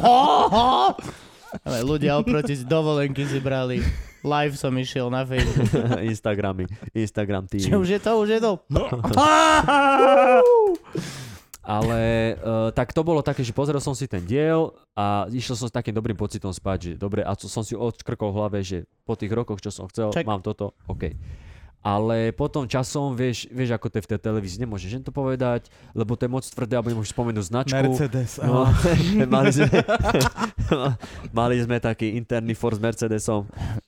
Ľudia oproti dovolenky si brali. Live som išiel na Facebook. Instagram tým. Čo, už je to? Ale tak to bolo také, že pozrel som si ten diel a išiel som s takým dobrým pocitom spať, že dobre, a som si odškrkol v hlave, že po tých rokoch, čo som chcel, mám toto, OK. Ale potom časom, vieš ako to je v tej televízii, nemôžeš to povedať, lebo to je moc tvrdé, alebo nemôžeš spomenúť značku. Mercedes. No, mali sme taký interný for s Mercedesom.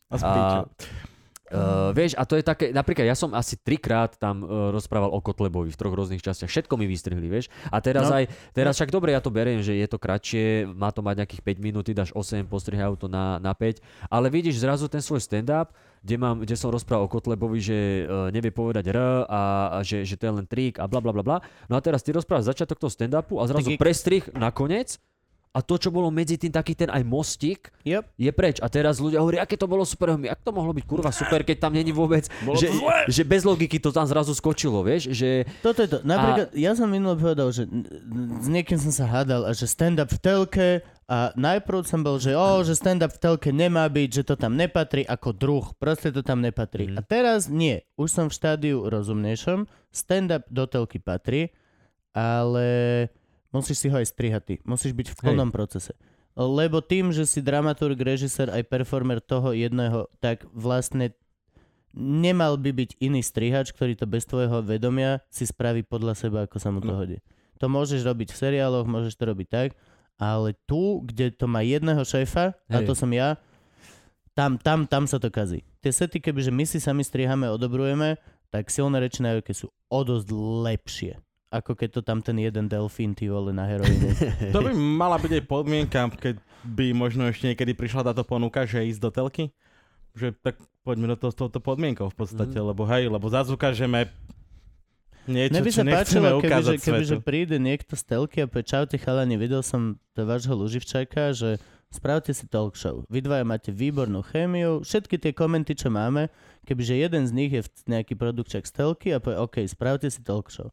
Vieš, a to je také, napríklad ja som asi 3-krát tam rozprával o Kotlebovi v 3 rôznych častiach, všetko mi vystrihli, vieš. A teraz však dobre, ja to beriem, že je to kratšie, má to mať nejakých 5 minút, ty dáš 8, postrihajú to na 5, ale vidíš zrazu ten svoj stand-up, kde som rozprával o Kotlebovi, že nevie povedať R a že to je len trik a bla bla bla bla. No a teraz ty rozprávaš začiatok toho stand-upu a zrazu prestrih nakoniec. A to, čo bolo medzi tým taký ten aj mostík, je preč. A teraz ľudia hovorí, aké to bolo super. Jak to mohlo byť kurva super, keď tam není vôbec. Že bez logiky to tam zrazu skočilo, vieš. Že... Toto je to. Napríklad, ja som minulé povedal, že s niekým som sa hádal a že stand-up v telke a najprv som bol, že stand-up v telke nemá byť, že to tam nepatrí ako druh. Proste to tam nepatrí. A teraz nie. Už som v štádiu rozumnejšom. Stand-up do telky patrí, ale... musíš si ho aj strihať. Musíš byť v plnom procese. Lebo tým, že si dramaturg, režisér aj performer toho jedného, tak vlastne nemal by byť iný strihač, ktorý to bez tvojho vedomia si spraví podľa seba, ako sa mu to hodí. To môžeš robiť v seriáloch, môžeš to robiť tak, ale tu, kde to má jedného šéfa, a to som ja, tam sa to kazí. Tie sety, kebyže my si sami strihame, odobrujeme, tak silné reči na jojke sú o dosť lepšie. Ako keď to tam ten jeden delfín, ty vole, na heroíne. To by mala byť aj podmienka, keď by možno ešte niekedy prišla táto ponuka, že ísť do telky. Že tak poďme do toho podmienkou v podstate, lebo zás ukážeme niečo, čo nechceme ukázať svetu. Kebyže príde niekto z telky a povie, čaute chalani, videl som vášho Luživčáka, že spravte si talk show. Vy dvaja máte výbornú chémiu, všetky tie komenty, čo máme, kebyže jeden z nich je nejaký produkčák z telky a povie, OK, spravte si talk show.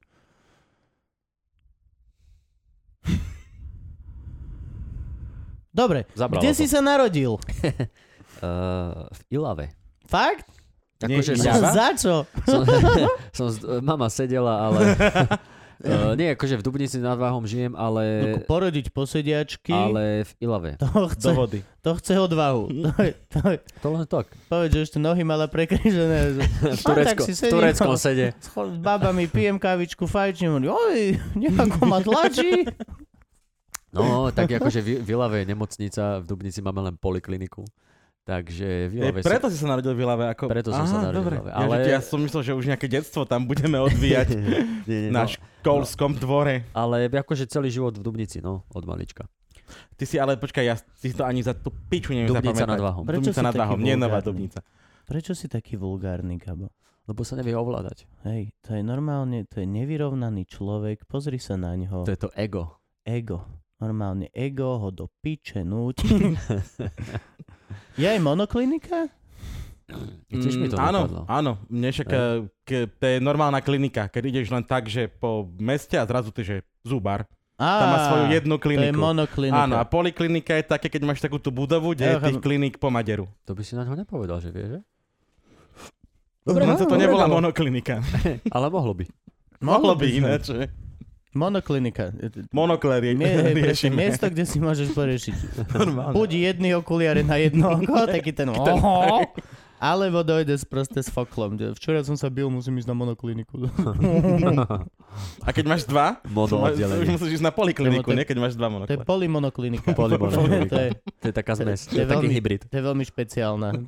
Dobre, zabralo kde to. si sa narodil? V Ilave. Fakt? Akože Za čo? Mama sedela, ale... nie, akože v Dubnici nad Váhom žijem, ale... Porodiť posediačky. Ale v Ilave. To chce odvahu. To len tak. Povedz, že ešte nohy mala prekrížené. V tureckom sede. S babami pijem kávičku, fajčím. Oj, nejako ma tlačí. No, tak akože v Ilave je nemocnica, v Dubnici máme len polikliniku. Takže v Ilave preto si sa narodil v Ilave? Preto som sa narodil v Ilave. Ale... Ja som myslel, že už nejaké detstvo tam budeme odvíjať na školskom dvore. Ale akože celý život v Dubnici, no, od malička. Ty si ale, počkaj, ja si to ani za tú piču neviem Dubnica zapamätať. nad Váhom. Dubnica nad Váhom, nie Nová Dubnica. Prečo si taký vulgárny, Gabo? Lebo sa nevie ovládať. Hej, to je normálne, to je nevyrovnaný človek, pozri sa na ňo. To je to ego. Ego. Normálne ego ho do piče núti. Je aj monoklinika? Tiež mi to napadlo. Áno. Mne však to je normálna klinika, keď ideš len tak, že po meste a zrazu ty, že zubar. Tam má svoju jednu kliniku. To je monoklinika. Áno, a poliklinika je také, keď máš takú tú budovu, kde je tých kliník po Maderu. To by si na ňo nepovedal, že vie, že? Dobre, to nebola monoklinika. Ale mohlo by. Mohlo by ináč. Monoklinika. Monokler riešime. Miesto, kde si môžeš poriešiť. Buď jedny okuliare na jedno oko, taký ten alebo dojde proste s foklom. Včera som sa bil, musím ísť na monokliniku. A keď máš dva, musíš ísť na polikliniku, nie? Keď máš dva monokler. To je polymonoklinika. To je taká zmes. To je taký hybrid. To je veľmi špeciálna.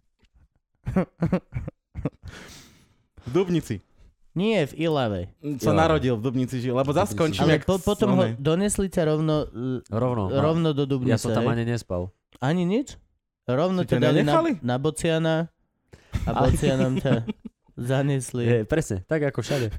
V Dubnici. Nie, v Ilave. Sa narodil v Dubnici, žil, lebo zase skončím. Ale potom ho donesli ťa rovno do Dubnice. Ja som tam ani nespal. Ani nič? Rovno ťa dali na Bociana a Bocianom ťa zaniesli. Presne, tak ako všade.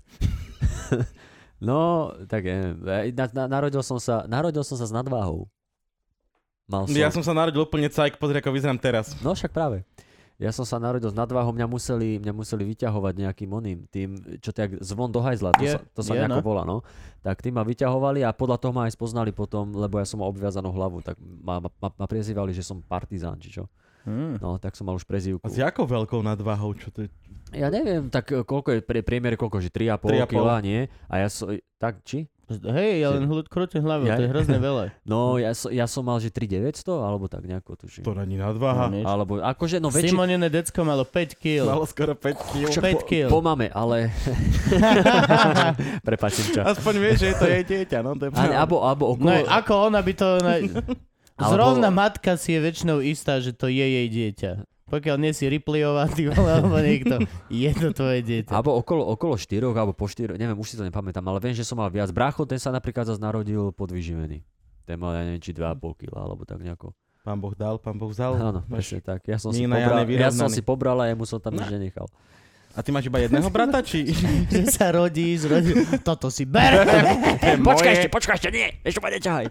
No, tak narodil som sa s nadváhou. Ja som sa narodil úplne cajk, pozri, ako vyzerám teraz. No však práve. Ja som sa narodil s nadváhou, mňa museli vyťahovať nejakým oným, tým, čo to je zvon do hajzla, to sa nejako volá, no. Tak tým ma vyťahovali a podľa toho ma aj spoznali potom, lebo ja som mal obviazanú hlavu, tak ma prezývali, že som partizán, či čo. No, tak som mal už prezývku. A s jakou veľkou nadváhou, čo to je? Ja neviem, tak koľko je priemer, že 3,5 kg, nie? A ja som, tak, či? Hej, ja len krútim hlavu, to je hrozne veľa. No, ja som mal, že 3,900, alebo tak nejako tuším. To není nadváha. No, Alebo akože, no väčšie... Simonine decko malo 5 kg. Malo skoro 5 kg. 5 kg. Po mame, ale... Prepačím ťa. Aspoň vieš, že je to jej dieťa, no to je Alebo okolo... No ako ona by to... Zrovna matka si je väčšinou istá, že to je jej dieťa. Pokiaľ nie si Ripleyová, ty vole, alebo niekto, je to tvoje dieťa. Alebo okolo 4, alebo po 4, neviem, už si to nepamätám, ale viem, že som mal viac. Brácho, ten sa napríklad zase narodil podvyživený. Ten mal, ja neviem, či 2,5 kg, alebo tak nejako. Pán Boh dal, pán Boh vzal. Áno, presne tak. Ja som Vyrovnaný. si pobral a jemu som tam nič nenechal. A ty máš iba jedného brata, či... Že sa rodíš, toto si ber. Počkaj ešte, nie, ešte ma neťahaj.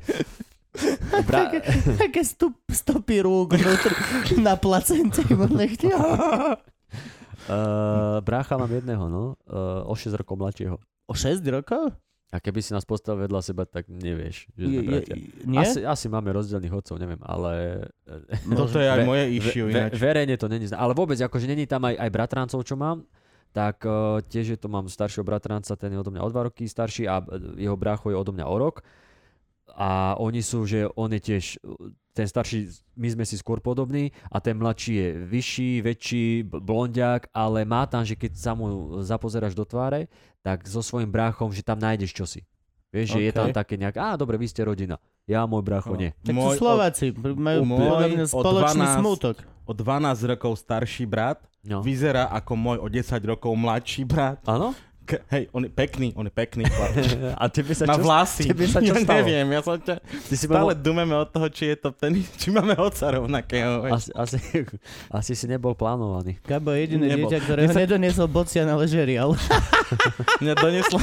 Také stopy rúk na placente. Brácha mám jedného, no. O 6 rokov mladšieho. O 6 rokov? A keby si nás postavil vedľa seba, tak nevieš, že sme bratia. Nie? Asi máme rozdielných otcov, neviem, ale... Toto je aj moje issue ináč. Verejne to není, ale vôbec, akože není tam aj bratrancov, čo mám, tak tiež je to, mám staršieho bratranca, ten je odo mňa o 2 roky starší a jeho brácho je odo mňa o rok. A oni sú, že on je tiež, ten starší, my sme si skôr podobní a ten mladší je vyšší, väčší, blondiak, ale má tam, že keď sa mu zapozeráš do tváre, tak so svojím bráchom, že tam nájdeš čosi. Vieš, že je tam také nejak, dobre, vy ste rodina, ja môj brácho nie. Tak sú Slováci, majú spoločný smútok. O 12 rokov starší brat vyzerá ako môj o 10 rokov mladší brat. Áno? Hej, on je pekný. A tebe sa má vlasy. Tebe sa čo stalo? Neviem, ja som stále dumeme od toho, či je to ten, či máme oca rovnakého. Asi si nebol plánovaný. Gabo je jediné dieťa, ktorého nedoniesol Bocian, ale žerial. Mňa doniesla...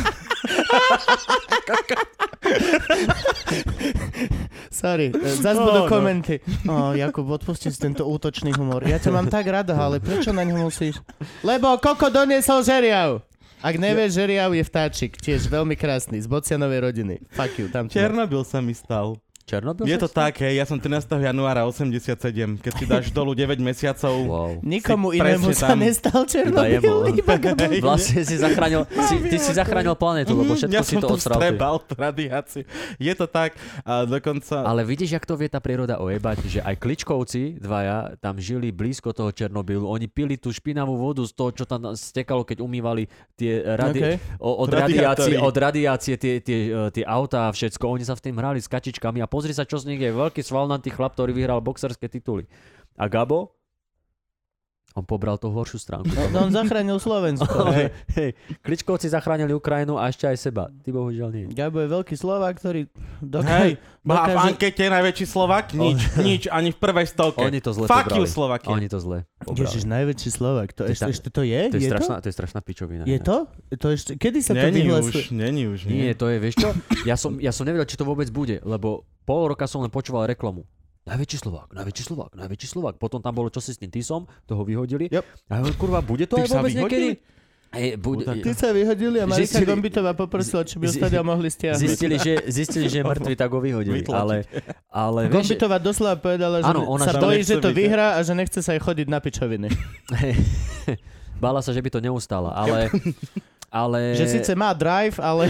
Sorry, zás budú komenty. Jakub, odpusti si tento útočný humor. Ja ťa mám tak rada, ale prečo na ňo musíš? Lebo Koko doniesol žeriav. Ak nevieš, žeriav je vtáčik, tiež veľmi krásny, z Bocianovej rodiny. Fuck you, tam Černobyl sa mi stal. Černobyl? Je to tak, hej, ja som 13. januára 87, keď si dáš dolu 9 mesiacov. Wow. Nikomu inému sa nestal Černobyl. Vlastne si zachránil, ty si zachránil planetu, lebo všetko si to odstral. Ja som tu vstrebal radiáciu. Je to tak a dokonca... Ale vidíš, jak to vie tá príroda ojebať, že aj Kličkovci dvaja tam žili blízko toho Černobylu. Oni pili tú špinavú vodu z toho, čo tam stekalo, keď umývali tie od radiácie tie autá a všetko. Oni sa v tým hrali s kačičkami a pozri sa, čo z nich je. Veľký svalnatý chlap, ktorý vyhral boxerské tituly. A Gabo? On pobral tú horšiu stránku. No, on zachránil Slovensko. Hej, Kličkovci zachránili Ukrajinu a ešte aj seba. Ty bohužiaľ nie. Gabo je veľký Slovák, ktorý dokáže... Má v ankete najväčší Slovák? Nič, ani v prvej stovke. Oni to zle Fuck pobrali. you, Slovakia. Oni to zle pobrali. Ježiš, najväčší Slovák. To ešte to je? To je strašná pičovina. Je to? To ešte, kedy sa to vyhlasuje? Není už. Nie, to je, vieš čo? Ja som nevedel, či to vôbec bude, lebo pol roka som len počúval reklamu. Najväčší Slovák. Potom tam bolo čosi s tým Tisom, toho vyhodili. Yep. A kurva, bude to aj vôbec niekedy? Ty sa vyhodili a Marika Gombitová poprosila, či by ho mohli stiahnuť. Zistili, že je mŕtvy, tak ho vyhodili. Ale Gombitová doslova povedala, že sa bojí, že to vyhrá a že nechce sa aj chodiť na pičoviny. Bála sa, že by to neustála, ale... Že síce má drive, ale...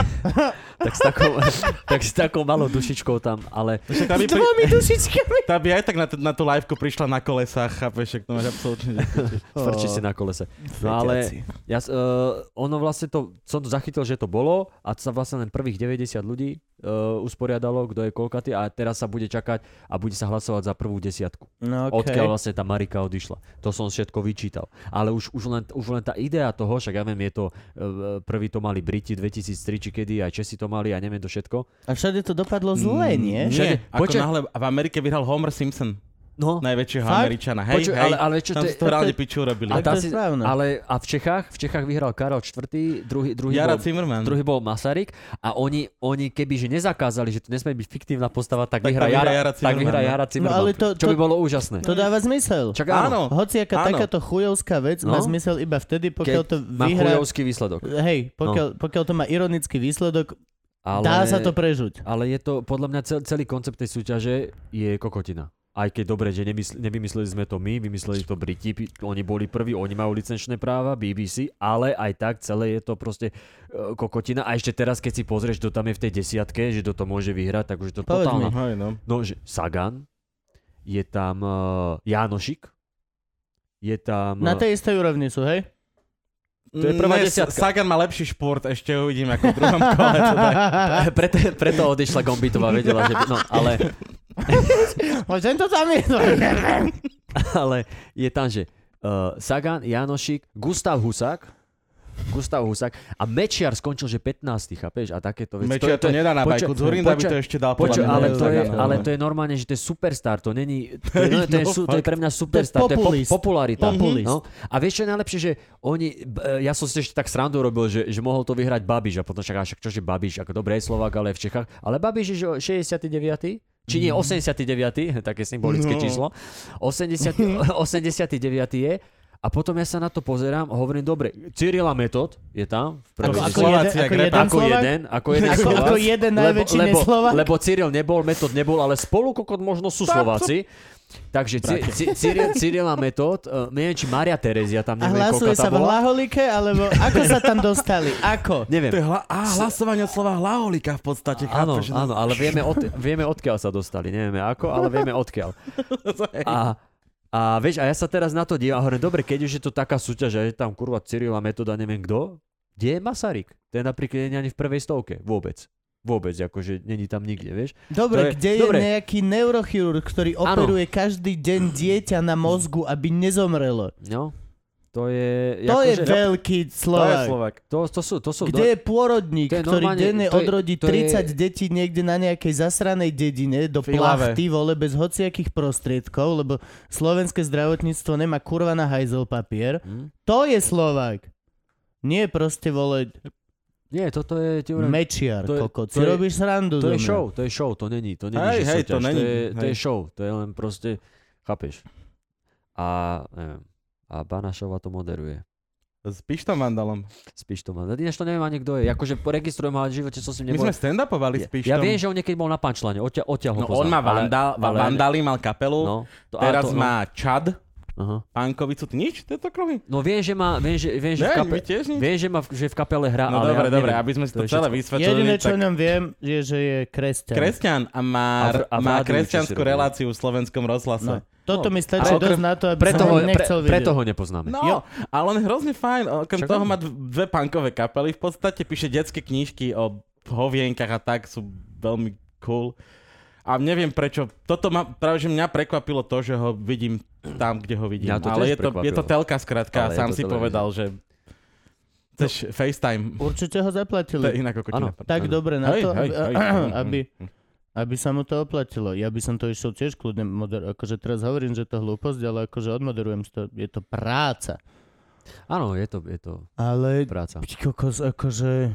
tak s takou malou dušičkou tam, ale... S dvomi dušičkami. Tá by aj tak na tú liveku prišla na kolesách, chápeš, že to máš absolútne... Frčí si na kolese. No ale ono vlastne som to zachytil, že to bolo a sa vlastne len prvých 90 ľudí usporiadalo, kto je koľkatý a teraz sa bude čakať a bude sa hlasovať za prvú 10. No, okay. Odkiaľ vlastne tá Marika odišla. To som všetko vyčítal. Ale už len tá idea toho, však ja viem, je to prvý to mali Briti 2003, či kedy, aj Česi to mali, a neviem to všetko. A všade to dopadlo zle, nie? Nie, ako náhle v Amerike vyhral Homer Simpson. No. Najväčšieho Američana. Hej, ale čo tam to reálne piču robili. A v Čechách vyhral Karol IV, druhý bol Masaryk a oni kebyže nezakázali, že to nesmie byť fiktívna postava, tak vyhrá Jara Cimrman. No, čo by bolo úžasné. To dáva zmysel. Čak áno. Hociaká takáto chujovská vec má zmysel iba vtedy, pokiaľ to vyhrá... Má chujovský výsledok. Hej, pokiaľ to má ironický výsledok, dá sa to prežuť. Ale je to, podľa mňa celý koncept tej súťaže je kokotina. Aj keď dobre, že nevymysleli sme to my, vymysleli to Briti, oni boli prví, oni majú licenčné práva, BBC, ale aj tak celé je to proste kokotina. A ešte teraz, keď si pozrieš, kto tam je v tej desiatke, že to môže vyhrať, tak už to totálne. No, že Sagan, je tam Jánošik, je tam... Na tej istej úrovni sú, hej? To je prvá desiatka. Sagan má lepší šport, ešte uvidím ako v druhom kole. Preto odišla Gombitová, vedela, že... No, ale... Možno to tam je. Ale je tam, že Sagan, Jánošik, Gustav Husák a Mečiar skončil, že 15, chápeš? A takéto veci. Mečiar to nedá na bajku, Dzurinda by to ešte dal. Ale to je normálne, že to je superstar, to není... To je pre mňa superstar, to je popularita. No? A vieš, čo je najlepšie, že oni... Ja som si ešte tak srandu robil, že mohol to vyhrať Babiš a potom však čože Babiš, ako dobrý Slovák, ale v Čechách. Ale Babiš je 69. Či nie, 89. Také symbolické číslo. 89. je. A potom ja sa na to pozerám a hovorím, dobre, Cyrila Metod je tam. Ako jeden najväčší neslovák. Lebo Cyril nebol, Metod nebol, ale spolu kokot možno sú Slováci. Takže Cyrila Metod, neviem, či Mária Terezia tam neviem, koľko tam bola. A hlasuje sa v Hlaholike, alebo ako sa tam dostali? Ako? Neviem. To je hlasovanie od slova Hlaholika v podstate. Áno, ale vieme odkiaľ sa dostali. Nevieme ako, ale vieme odkiaľ. A vieš, a ja sa teraz na to dívam a hovorím, dobre, keď už je to taká súťaž, že je tam kurva Cyrila Metoda, neviem kto, kde je Masaryk? Ten napríklad nie ani v prvej stovke, vôbec, akože není tam nikde, vieš. Dobre, kde je nejaký neurochirurg, ktorý operuje každý deň dieťa na mozgu, aby nezomrelo? No. To je veľký Slovák. To sú kde je pôrodník, ktorý denne odrodí 30 detí niekde na nejakej zasranej dedine do plachty, vole, bez hociakých prostriedkov, lebo slovenské zdravotníctvo nemá kurva na hajzel papier. To je Slovák. Nie proste, vole... Nie, toto je... Mečiar, kokot. Si robíš srandu. To je show, to není súťaž. To je show, to je len proste... Chápeš? A neviem. A Banašova to moderuje. S Pištom Vandalom. Ináč to neviem ani kto je. Akože registrujem, ale v živote som si nebol... My sme stand-upovali s Pištom. Ja viem, že on niekedy bol na Punchline. Odtiaľ ho poznám. On má Vandali, mal kapelu. Teraz má Čad. Pánkovicu. Ty nič? Tieto kruhy? No viem, že v kapele hrá. No dobre, aby sme si to celé vysvetlili. Jediné, čo o ňom viem, je, že je kresťan. Kresťan a má kresťanskú reláciu v slovenskom rozhlase. Toto mi stačí dosť na to, aby som ho nechcel vidieť. Preto ho nepoznáme. No, ale on je hrozne fajn. Okrem toho má dve punkové kapely. V podstate píše detské knížky o hovienkach a tak, sú veľmi cool. A neviem prečo. Toto práve že mňa prekvapilo to, že ho vidím tam, kde ho vidím. Ale je to telka skrátka. Sám si povedal, že chceš FaceTime. Určite ho zaplatili. To je inak ako tak dobre na to, aby sa mu to oplatilo. Ja by som to išiel tiež kľudne akože teraz hovorím, že to je hlúposť, ale akože odmoderujem to. Je to práca. Áno, je to ale práca. Akože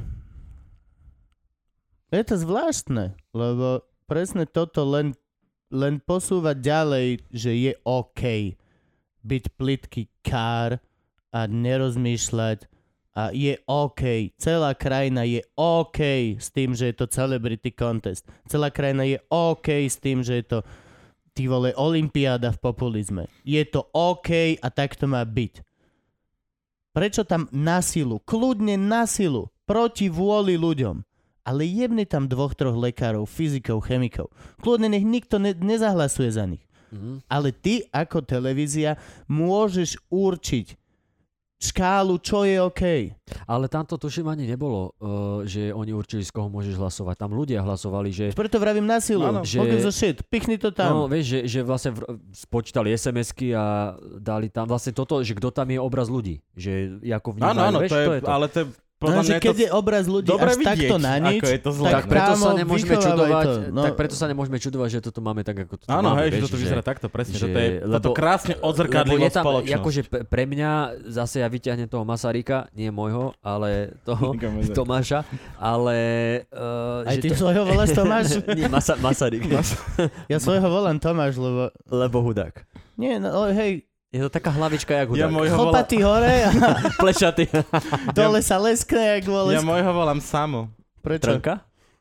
je to zvláštne, lebo presne toto len posúvať ďalej, že je OK byť plytký kár a nerozmýšľať a je OK. Celá krajina je OK s tým, že je to celebrity contest. Celá krajina je OK s tým, že je to ty vole olympiáda v populizme. Je to OK a tak to má byť. Prečo tam na silu? Kľudne na silu. Proti vôli ľuďom. Ale jebni tam 2-3 lekárov, fyzikov, chemikov. Kľudne nech nikto nezahlasuje za nich. Ale ty ako televízia môžeš určiť škálu, čo je OK. Ale tamto tuším ani nebolo, že oni určili, z koho môžeš hlasovať. Tam ľudia hlasovali, že... Preto vravím na silu. Pichni to tam. No, vieš, že vlastne spočítali SMS-ky a dali tam vlastne toto, že kto tam je obraz ľudí. Že ako vnímajú, áno, vieš, to je to. Ale to je... že keď je obraz ľudí až vidieť, takto na nič, tak preto sa nemôžeme čudovať, tak preto sa nemôžeme čudovať, že toto máme tak, ako to áno, máme. Áno, že toto vyzerá takto, presne. Toto krásne odzrkadlilo spoločnosť. Akože pre mňa, zase ja vyťahnem toho Masaryka, nie môjho, ale toho Tomáša, ale... Aj ty svojho voláš Tomáš? Nie, Masaryk. Ja svojho volám Tomáš, lebo hudák. Nie, no hej, je to taká hlavička, jak hudák. Chlpatý hore a plešatý. Dole sa leskne, jak volesky. Ja môjho volám Samo. Prečo? Trnka?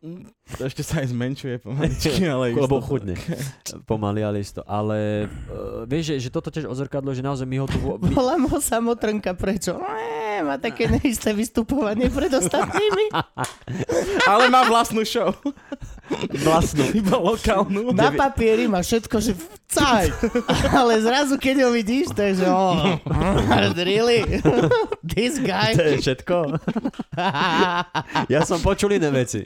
To ešte sa aj zmenšuje pomaličky, ale isto. Lebo chudne. Pomaly, ale isto. Ale vieš, že toto tiež odzrkadlo, že naozaj my ho tu... Volám ho samotrnka, prečo? Má také neisté vystupovanie pred ostatnými. Ale má vlastnú show. Vlastnú. Iba lokálnu. Na papieri má všetko, že vcaj. Ale zrazu, keď ho vidíš, to je, že really? This guy? To je všetko. Ja som počul iné veci.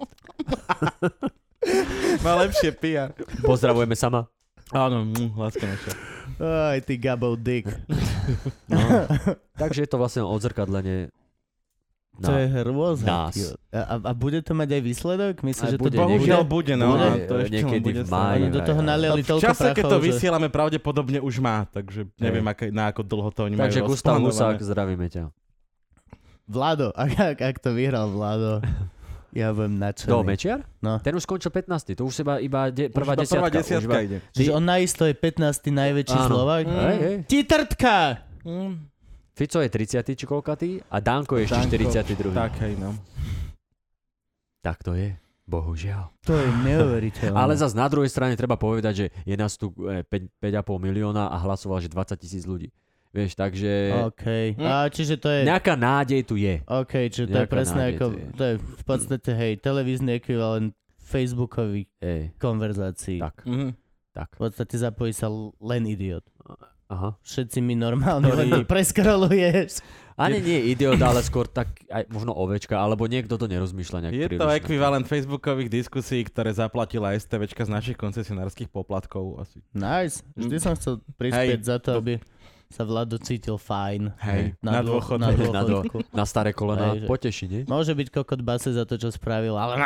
Má lepšie PR. Pozdravujeme sama. Áno, láska naša. Aj, ty Gabo dick. No. Takže je to vlastne odzrkadlenie To je hrôza. nás. A bude to mať aj výsledok? Myslíš, že to bude, Bohužiaľ bude, no. Bude, To ešte niekedy bude v máji. Oni do toho naliali v toľko čase, keď to prachov, že... vysielame, pravdepodobne už má, takže neviem, na ako dlho to oni majú Takže Gustav Husák, rozplánované. zdravíme ťa. Vlado, ak to vyhral Vlado, ja budem nadšený. Kto, Mečiar? No. Ten už skončil 15. To už seba iba prvá Už desiatka. prvá desiatka ide. Čiže on najisto je 15. najväčší Áno. Slovák. Hej. Titrtka! Fico je 30. či koľkatý a Danko je ešte 42. Tak, hej, no. Tak to je. Bohužiaľ. To je neuveriteľné. Ale zase na druhej strane treba povedať, že je nás tu 5,5 milióna a hlasoval, že 20,000 ľudí. Vieš, takže OK. A čiže to je... nejaká nádej tu je. OK, čiže to je Nejaká presne nádej ako... to je. To je v podstate, hej, televízny ekvivalent Facebookových Ej, konverzácií. tak, tak. V podstate zapojí sa len idiot. Aha. Všetci my normálne len to preskroluješ. Ani nie idiot, ale skôr tak aj možno ovečka, alebo niekto to nerozmýšľa nejak Je príliš. to ekvivalent facebookových diskusí, ktoré zaplatila STVčka z našich koncesionárskych poplatkov. Asi. Nice. Vždy som chcel prispieť za to, aby sa Vlado cítil fajn. Hej, Na na dôchodku. dôchodku. Na staré kolena Hej, že- poteší, nie? Môže byť kokot base za to, čo spravil, ale...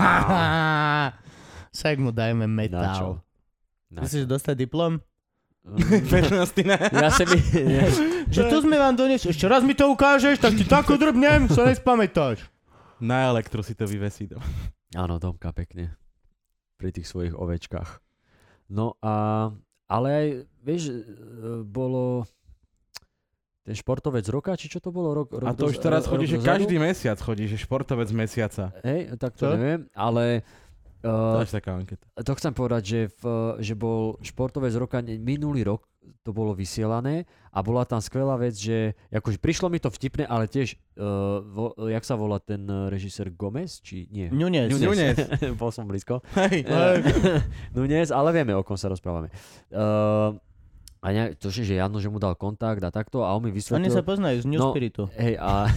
Však mu dajme Na čo? metal. Myslíš dostať diplom? 15. ne? Ja si mi... Že tu sme vám doniesli. Ešte raz mi to ukážeš, tak ti tak udrbnem, sa nespamätáš. Na elektru si to vyvesí. Áno, Domka, pekne. Pri tých svojich ovečkách. No a... Ale aj, vieš, bolo... Ten športovec roka, či čo to bolo? Rok A to už teraz chodí, že dozadu? každý mesiac chodí, že športovec mesiaca. Hej, tak to Čo? neviem, ale... To je taká anketa. To chcem povedať, že bol športovec roka minulý rok, to bolo vysielané a bola tam skvelá vec, že akože prišlo mi to vtipné, ale tiež, jak sa volá ten režisér Gomez, či nie? Nunes. Nunes. Bol som blízko. Hej. Nunes, ale vieme, o kom sa rozprávame. A to, že Jano, že mu dal kontakt a takto a on mi Oni vysvetlil... sa poznajú z New No, Spiritu. Hej, a...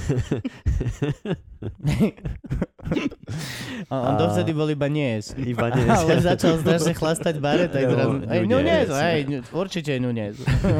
On dovtedy bol iba Nies. Iba nie. Ale začal strašne chlastať bare, tak Jo, zrazu... Hej, Nunes. Nunes, hej, určite Nunes.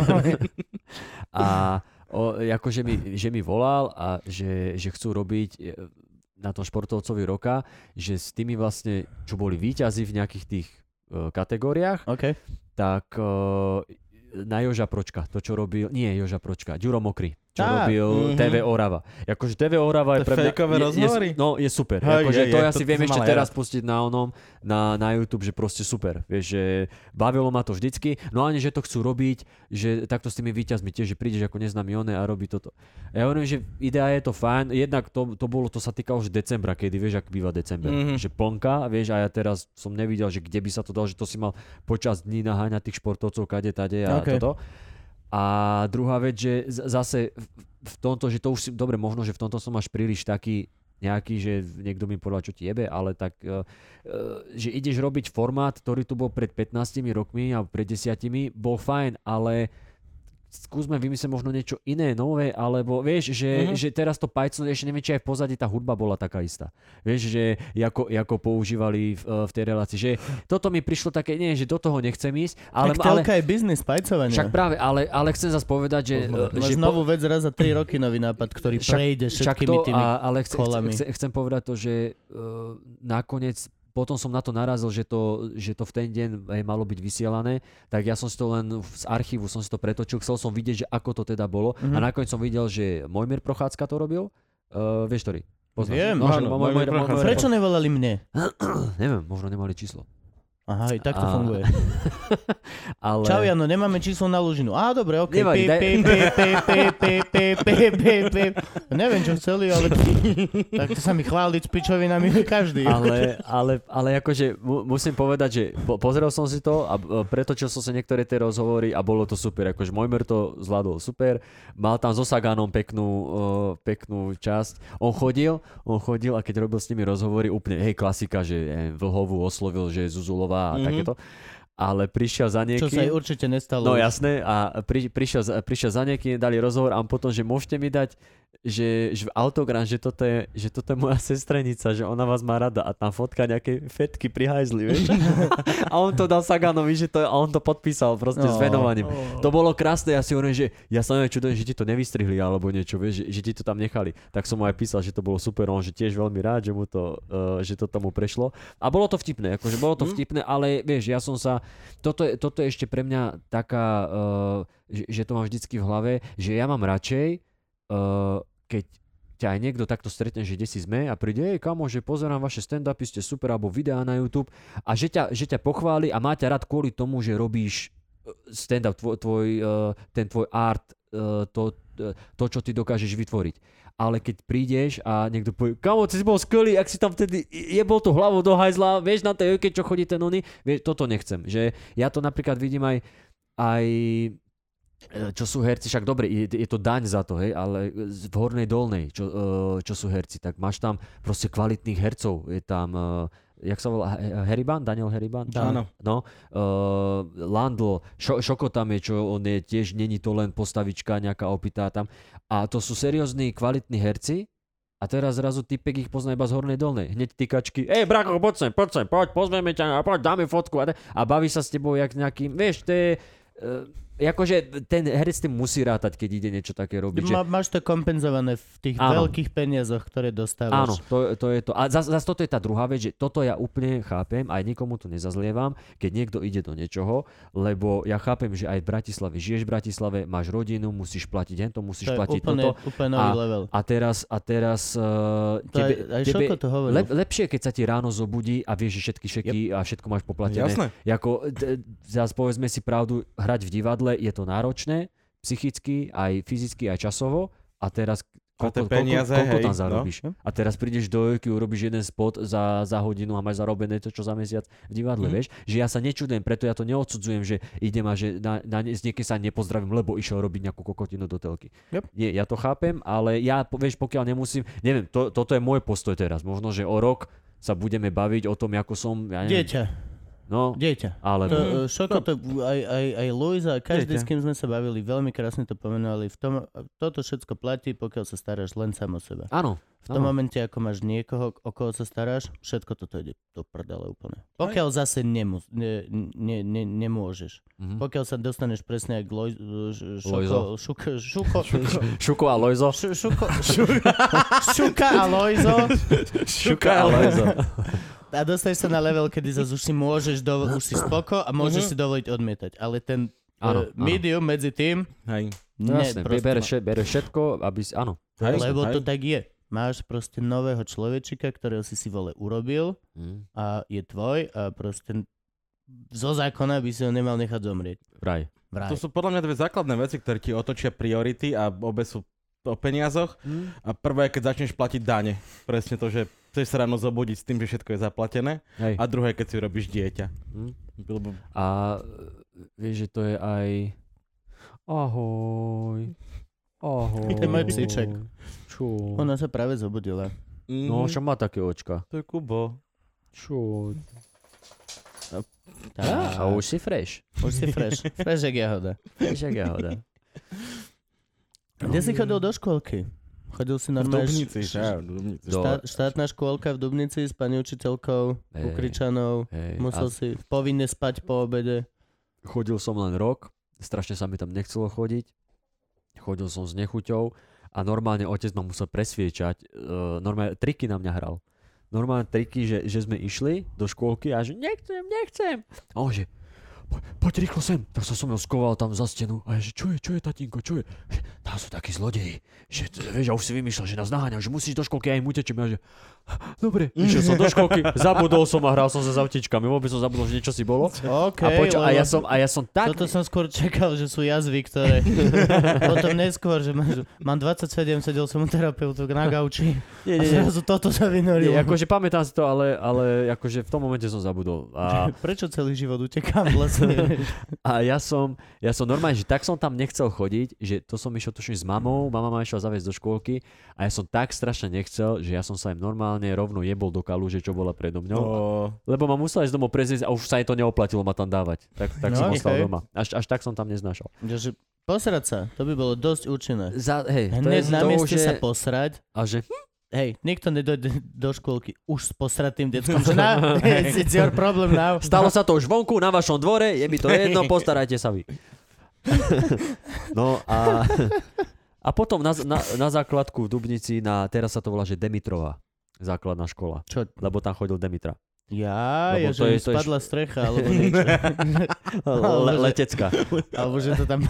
A akože že mi volal a že chcú robiť na tom športovcovi roka, že s tými vlastne, čo boli víťazi v nejakých tých kategóriách, OK. tak na Joža Pročka, to čo robil, nie Joža Pročka, Ďuro Mokry, čo Á, robil TV Orava. Akože TV Orava je To pre mňa... fejkové rozhovory? Je super. Hej, Akože je, to je, ja si to viem som ešte mal aj teraz rád. pustiť na YouTube, že proste super. Vieš, že bavilo ma to vždycky, no ani že to chcú robiť, že takto s tými víťazmi tiež, že prídeš ako neznámy oné a robí toto. Ja hovorím, že idea je to fajn, jednak to sa týka už decembra, kedy vieš, ak býva december. Že plnka, vieš, a ja teraz som nevidel, že kde by sa to dalo, že to si mal počas dní naháňať tých športovcov kade, tade a Okay. toto. A druhá vec, že zase v tomto, že to už si, dobre, možno, že v tomto som až príliš taký nejaký, že niekto mi povedal, čo ti jebe, ale tak, že ideš robiť formát, ktorý tu bol pred 15 rokmi a pred 10, bol fajn, ale skúsme vymyslieť možno niečo iné, nové, alebo vieš, že teraz to pajcno, ešte neviem, či aj v pozadí tá hudba bola taká istá. Vieš, že ako používali v tej relácii, že toto mi prišlo také, nie, že do toho nechcem ísť, ale... Tak telka je biznis, pajcovanie. Však práve, ale chcem zase povedať, že... Máš novú vec raz za 3 roky, nový nápad, ktorý prejde všetkými tými ale kolami. chcem povedať to, že nakoniec potom som na to narazil, že to v ten deň malo byť vysielané, tak ja som si to len z archívu som si to pretočil, chcel som vidieť, že ako to teda bolo a nakoniec som videl, že Mojmír Prochádzka to robil. Vieš, ktorý? Poznáš? Viem, že áno, Mojmír Prochádzka. Prečo nevolali mne? Neviem, možno nemali číslo. Aha, i tak to funguje. Ale... Čau, Jano, nemáme číslo na Lužinu. Á, dobre, okej. Nevadí, Neviem, čo chceli, ale tak to sa mi chváliť s pičovinami každý. Ale akože musím povedať, že pozrel som si to a pretočil som si niektoré tie rozhovory a bolo to super. Akože Mojmer to zvládol super. Mal tam so Saganom peknú časť. On chodil a keď robil s nimi rozhovory, úplne, klasika, že Vlhovú oslovil, že je Zuzulová a takéto. Ale prišiel za niekým. Čo sa jej určite nestalo. No jasné. A prišiel za niekým, dali rozhovor a potom, že môžete mi dať že v autogram, že toto je moja sestrenica, že ona vás má rada a tam fotka nejaké fetky pri hajzli, vieš. A on to dal Saganovi, a on to podpísal proste s venovaním. To bolo krásne, ja si hovorím, že ja sa neviem čudujem, že ti to nevystrihli alebo niečo, vieš, že ti to tam nechali. Tak som mu aj písal, že to bolo super, on že tiež veľmi rád, že to tomu prešlo. A bolo to vtipné, ale vieš, ja som sa, toto je ešte pre mňa taká, že to mám vždycky v hlave, že ja mám radšej, keď ťa aj niekto takto stretne, že kde si sme a príde, kamo, že pozerám vaše stand-upy, ste super, alebo videá na YouTube a že ťa pochváli a má ťa rád kvôli tomu, že robíš stand-up, ten tvoj art, to, čo ty dokážeš vytvoriť. Ale keď prídeš a niekto povie, kamo, ty si bol skvelý, ak si tam vtedy jebol tú hlavu do hajzla, vieš, na tej ojke, čo chodí ten oný, vieš, toto nechcem. Že ja to napríklad vidím aj čo sú herci, však dobre, je to daň za to, hej, ale v Hornej Dolnej, čo sú herci, tak máš tam proste kvalitných hercov, je tam, jak sa volá, Daniel Heriban? Áno. No, Landl, Šoko tam je, čo on je tiež, není to len postavička nejaká opitá tam, a to sú seriózni, kvalitní herci. A teraz zrazu typek ich pozná iba z Hornej Dolnej. Hneď tykačky, Brako, poď sem, poď, pozveme ťa, poď, dáme fotku a baví sa s tebou jak nejakým, vieš, to je... akože ten herec tým musí rátať, keď ide niečo také robiť. Máš to kompenzované v tých veľkých peniazoch, ktoré dostávaš. Áno, to je to. A zase toto je tá druhá vec, že toto ja úplne chápem, aj nikomu to nezazlievam, keď niekto ide do niečoho, lebo ja chápem, že aj v Bratislave, žiješ v Bratislave, máš rodinu, musíš platiť hento, musíš platiť toto. To je úplne nový level. A teraz aj Šoko to hovoril. Lepšie, keď sa ti ráno zobudí a vieš, že všetky šeky a všetko máš poplatené. Jasné. Zás povedzme si pravdu, hrať v divadle je to náročné, psychicky, aj fyzicky, aj časovo a teraz koľko tam zarobíš. No? A teraz prídeš do Jojky, urobíš jeden spot za hodinu a máš zarobené to, čo za mesiac v divadle, vieš? Že ja sa nečudujem, preto ja to neodsudzujem, že idem a že z niekým sa nepozdravím, lebo išiel robiť nejakú kokotinu do telky. Yep. Nie, ja to chápem, ale ja, vieš, pokiaľ nemusím, neviem, toto je môj postoj teraz. Možno, že o rok sa budeme baviť o tom, ako som, ja neviem. Dieťa. No, dieťa. Alebo... Šoko, aj Luisa, každý, s kým sme sa bavili, veľmi krásne to pomenovali. Toto všetko platí, pokiaľ sa staráš len sám o seba. Áno. V tom momente, ako máš niekoho, o koho sa staráš, všetko toto ide do prdele úplne. Pokiaľ zase nemôžeš. Mm-hmm. Pokiaľ sa dostaneš presne jak Šuko a Lojzo. Šuka a Lojzo. Šuka a Lojzo. A dostaneš sa na level, kedy zase už si môžeš už si spoko a môžeš si dovoliť odmietať. Ale ten medium medzi tým... Hej. Jasne, bere všetko, aby si... Áno. Lebo to tak je. Máš proste nového človečika, ktorého si vole urobil a je tvoj a proste zo zákona by si ho nemal nechať zomrieť. Vraj. To sú podľa mňa dve základné veci, ktoré ti otočia priority a obe sú o peniazoch. A prvé, keď začneš platiť dane. Presne to, že chceš sa ráno zobudiť s tým, že všetko je zaplatené. Hej. A druhé, keď si robíš dieťa. A vieš, že to je aj... Ahoj. To je môj psíček. Čo? Ona sa práve zobudila. No, čo má také očka? To je Kubo. Čo? A už si fresh. Už si fresh. Fresh jak jahoda. Fresh jak jahoda. Kde si chodil do škôlky? Chodil si normálne... V Dubnici. Štátna škôlka v Dubnici s pani učiteľkou, Ukričanou. Musel si povinne spať po obede. Chodil som len rok. Strašne sa mi tam nechcelo chodiť. Chodil som s nechuťou a normálne otec ma musel presviečať. Normálne triky na mňa hral. Normálne triky, že sme išli do škôlky a že nechcem. A on že, poď rýchlo sem. Tak som ho skoval tam za stenu. A ja že, čo je, tatínko, čo je? Že, tam sú takí zlodeji. Že, vieš, ja už si vymýšľal, že nás naháňam, že musíš do škôlky, aj im utečím. A že, Dobre, išiel som do školky, zabudol som a hral som sa s autičkami, vôbec som zabudol, že niečo si bolo. Okay, a ja som tak... Toto som skôr čakal, že sú jazvy, ktoré... Potom neskôr, že mám 27, sedel som u terapeutu na gauči a zrazu toto sa vynorilo. Nie, akože pamätám si to, ale akože v tom momente som zabudol. A... Prečo celý život utekám vlastne? A ja som normálne, že tak som tam nechcel chodiť, že to som išiel tuším s mamou, mama ma išla zaviesť do škôlky a ja som tak strašne nechcel, že ja som sa im normálne rovno jebol do kaluže, čo bola predo mňou. Lebo ma musela ísť domov prezrieť a už sa jej to neoplatilo ma tam dávať. Tak som ostal doma. Až tak som tam neznášal. Že posrať sa, to by bolo dosť účinné. Hneď na mieste sa posrať. A že... Hej, nikto nedojde do škôlky už s posratým deckom, že it's your problem now. Stalo sa to už vonku, na vašom dvore, je mi to jedno, postarajte sa vy. No a potom na základku v Dubnici, teraz sa to volá, že Demitrová základná škola. Čo? Lebo tam chodil Demitra. Že im spadla strecha, alebo niečo. Letecká. Alebo že to tam...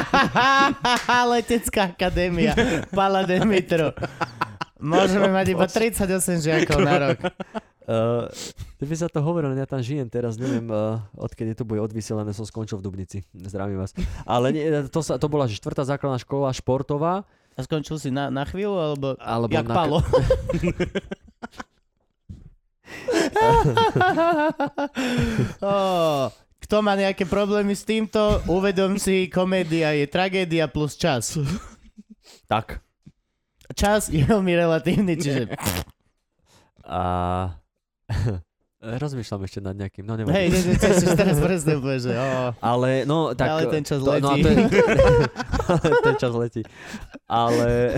Letecká akadémia. Pala Demitro. Môžeme mať iba 38 žiakov na rok. By sa to hovorilo, ja tam žijem teraz, neviem, odkedy to bude odvysielané, som skončil v Dubnici. Zdravím vás. Ale to bola, že 4. základná škola športová. A skončil si na chvíľu, alebo jak na... Palo? Kto má nejaké problémy s týmto, uvedom si, komédia je tragédia plus čas. Tak. Čas je veľmi relatívny, čiže... Rozmýšľam ešte nad nejakým, no neviem. Hej, teraz presne povie, že ale, no, tak... Ale ten čas letí. Ten čas letí. Ale...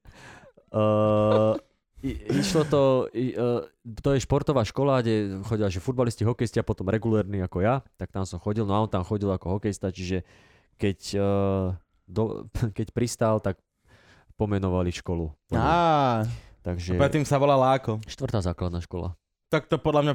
išlo to... to je športová škola, kde chodila, že futbalisti, hokejisti a potom regulérni ako ja, tak tam som chodil, no a on tam chodil ako hokejista, čiže keď pristal, tak pomenovali školu. Takže... A predtým sa volala ako? 4. základná škola. Tak to podľa mňa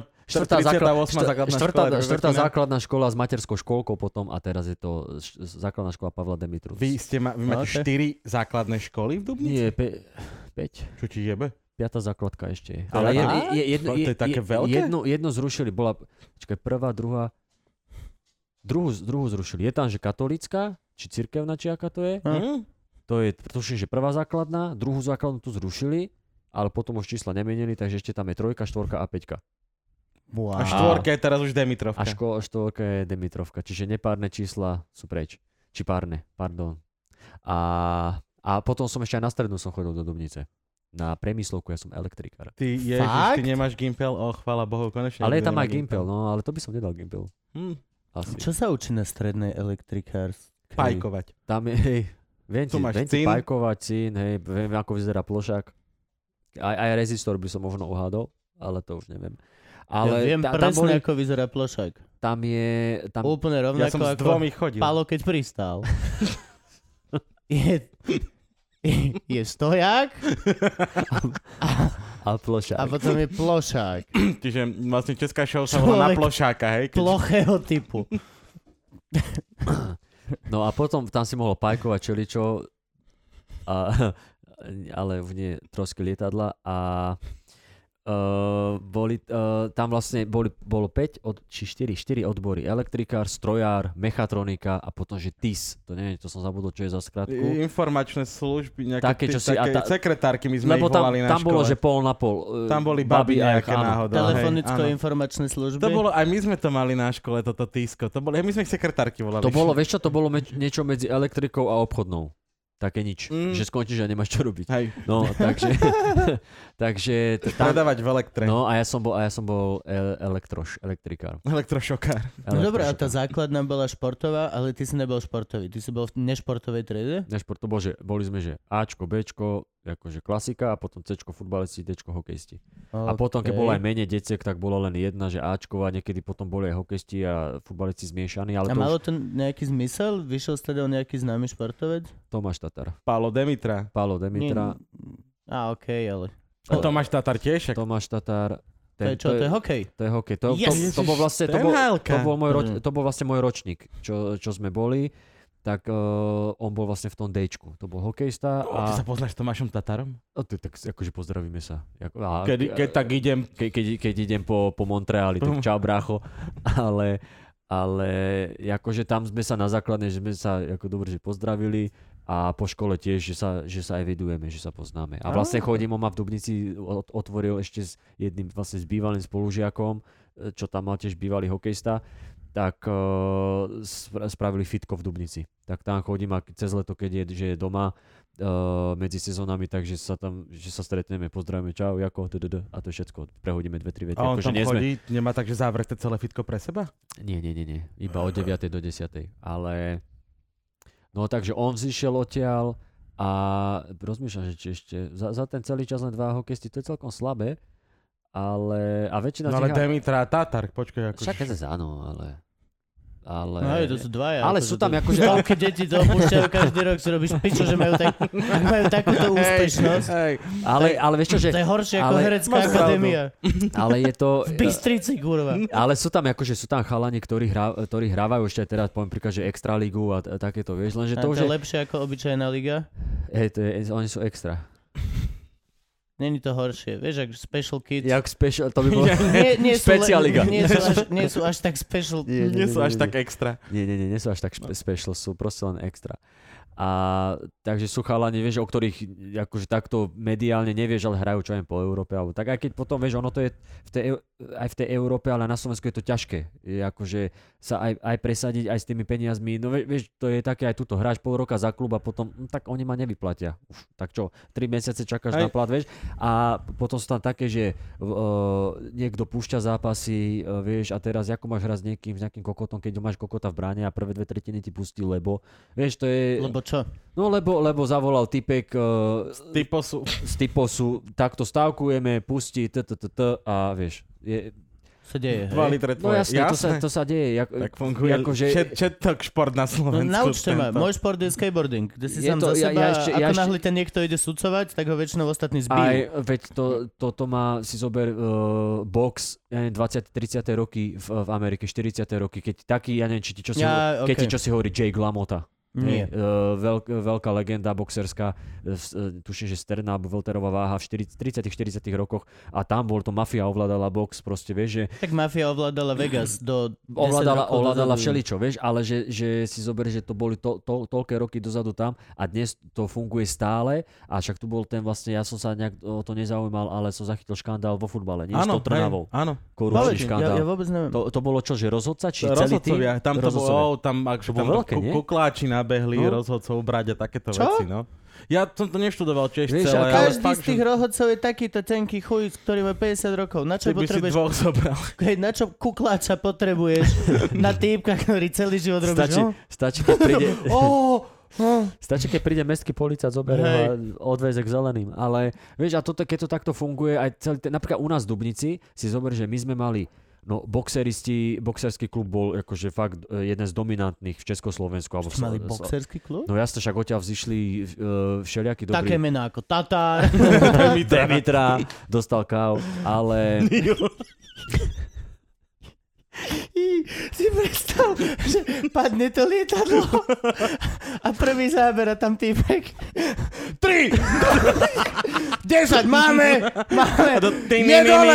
4. základná škola s materskou škôlkou potom a teraz je to základná škola Pavla Demitru. Vy máte 4 základné školy v Dubnici? Nie, 5. Čo ti jebe? 5. základka ešte je. Ale to je také veľké? Jednu zrušili, bola, prvá, druhá, druhú zrušili. Je tam, že katolícka, či cirkevná, či aká to je. To je, tuším, že 1. základná, druhú základnú tu zrušili, ale potom už čísla nemenili, takže ešte tam je 3, 4 a 5. Wow. A 4 je teraz už Demitrovka. A 4 je Demitrovka, čiže nepárne čísla sú preč. Či párne, pardon. A potom som ešte aj na strednú som chodil do Dubnice. Na Premyslovku, ja som elektrikár. Ty nemáš Gimpel? Chvála Bohu, konečne. Ale je tam aj Gimpel, no, ale to by som nedal Gimpel. Asi. Čo sa učí na strednej elektrikárskej? Pajkovať. Tam je, hej, viem ti pajkovať, cín, hej, viem, ako vyzerá plošák. Aj rezistor by som možno uhádol, ale to už neviem. Ale ja viem presne, ako vyzerá plošák. Tam je... Úplne rovnako ja som s dvomi chodil. Palo, keď pristál. je stoják a plošák. A potom je plošák. Čiže vlastne česká show sa volá na plošáka, hej? Plochého typu. No a potom tam si mohol pajkovať čeličo, ale nie trosky lietadla a tam vlastne bolo 5 či 4 odbory. Elektrikár, strojár, mechatronika a potom, že TIS. To neviem, to som zabudol, čo je za skratku. Informačné služby, nejaké také, sekretárky my sme ich volali na škole. Lebo tam bolo, že pol na pol. Tam boli baby nejaké náhodou. Telefonicko-informačné služby. To bolo, aj my sme to mali na škole, toto TISko. My sme ich sekretárky volali. To bolo, vieš čo, to bolo niečo medzi elektrikou a obchodnou. Také nič, že skončíš a nemáš čo robiť. Hej. No, takže predávať v elektre. No a ja som bol elektrikár. Elektrošokár. No dobré, a tá základná bola športová, ale ty si nebol športový. Ty si bol v nešportovej triede? Boli sme, že Ačko, Bčko, akože klasika a potom Cčko futbalisti, Dčko hokejisti. Okay. A potom, keď bolo aj menej deciek, tak bola len jedna, že Ačková, niekedy potom boli aj hokejisti a futbalisti zmiešaní. Ale a malo to nejaký zmysel? Vyšiel stadiaľ nejaký známy športovec? Tomáš Tatar. Pálo Demitra. Okej, ale... A Tomáš Tatar tiež? To Tomáš Tatar. je čo? To je hokej? To je hokej. To bol vlastne, to bol vlastne môj ročník, čo sme boli. tak on bol vlastne v tom Dčku. To bol hokejista. Ty sa poznáš s Tomášom Tatarom? Tak akože pozdravíme sa. Keď tak idem... Keď idem po Montreali, tak čau brácho. Ale akože tam sme sa na základne, že sme sa ako dobre, že pozdravili a po škole tiež, že sa evidujeme, že sa poznáme. A vlastne chodím, on ma v Dubnici otvoril ešte s jedným vlastne s bývalým spolužiakom, čo tam mal tiež bývalý hokejista, tak spravili fitko v Dubnici. Tak tam chodím a cez leto, keď je doma medzi sezónami, takže sa stretneme, pozdravíme, čau, Jako, a to je všetko. Prehodíme 2-3 vety. A on tam chodí, nemá tak, že zavreté celé fitko pre seba? Nie. Iba od 9. do 10. Ale no takže on zišiel odtiaľ a rozmýšľam, že či ešte za ten celý čas len 2 hokejisti, to je celkom slabé. Ale väčšina... No ale Demitra a Tatar, počkaj. Však áno, ale... No to sú dvaja. Ale sú tam akože... Toľké deti to opúšťajú každý rok, si robíš piču, že majú takúto úspešnosť. Ale vieš čo, že... To je horšie ako herecká akadémia. Ale je to... V Bystrici, kurva. Ale sú tam chalani, ktorí hrávajú ešte teraz, poviem príklad, že Extraligu a takéto, vieš, lenže to už je... lepšie ako obyčajná liga? Oni sú extra. Není to horšie, vieš, ako Special Kids. Jak special, to by bolo Specialiga. Nie sú až tak special. Nie sú až tak extra. Nie sú až tak special, sú proste len extra. A takže sú chalani, vieš, o ktorých akože takto mediálne nevieš, ale hrajú čo aj po Európe. Alebo tak aj keď potom, vieš, ono to je aj v tej Európe, ale na Slovensku je to ťažké. Je akože sa aj presadiť aj s tými peniazmi. No vieš, to je také aj tuto. Hráš pol roka za klub a potom, tak oni ma nevyplatia. Tak čo, 3 mesiace čakáš na plat, vieš. A potom sú tam také, že niekto púšťa zápasy, vieš, a teraz ako máš hrať s nejakým kokotom, keď máš kokota v bráne a prvé 2/3 ti pustí, lebo, vieš, to je... Čo? No lebo zavolal typek z Typosu, takto stávkujeme, pustí a vieš, sa deje, hej? 2 litre tvoje. No jasne, to sa deje. Tak funguje všetok šport na Slovensku. No naučte ma, môj šport je skateboarding, kde si sám za seba, ako náhle ten niekto ide sudcovať, tak ho väčšinou ostatní zbijú. Veď toto má, si zober box, ja neviem, 20-30 roky v Amerike, 40 roky, keď taký, ja neviem, či ti čo si hovorí Jake LaMotta. Nie. Veľká legenda boxerská, tuším, že sterná alebo welterová váha v 30-40 rokoch a tam to mafia ovládala box, proste vieš, že... Tak mafia ovládala Vegas do 10 ovládala všeličo, vieš, ale že si zober, že to boli toľké roky dozadu tam a dnes to funguje stále a však tu bol ten vlastne, ja som sa nejak o to nezaujímal, ale som zachytil škandál vo futbale, nie s tou Trnavou. Áno. Korupčný škandál. Ja vôbec neviem. To bolo čo, že rozhodca, či celý tým? Tam to bolo, tam kukláči nabehli, rozhodcov brať a takéto veci, no. Ja som to neštudoval tiež celé, ale každý z tých rozhodcov je takýto tenký chuj, ktorý má 50 rokov. Na čo potrebuješ? Si dvoch zobral. Na čo kukláča potrebuješ na týpka, ktorý celý život robíš? Stačí, keď príde... Stačí, keď príde mestský policajt, zoberie ho a odveze k zeleným. Ale vieš, a toto, keď to takto funguje, aj celý napríklad u nás v Dubnici, si zober, že my sme mali boxerský klub bol akože fakt jeden z dominantných v Československu. Mali boxerský klub? No jasne, však odtiaľ vzýšli všelijakí dobrí. Také mená ako Tatar. Demitra, dostal káv, ale... Si predstav, že padne to lietadlo a prvý záber a tam týpek 3 10 máme nie dole.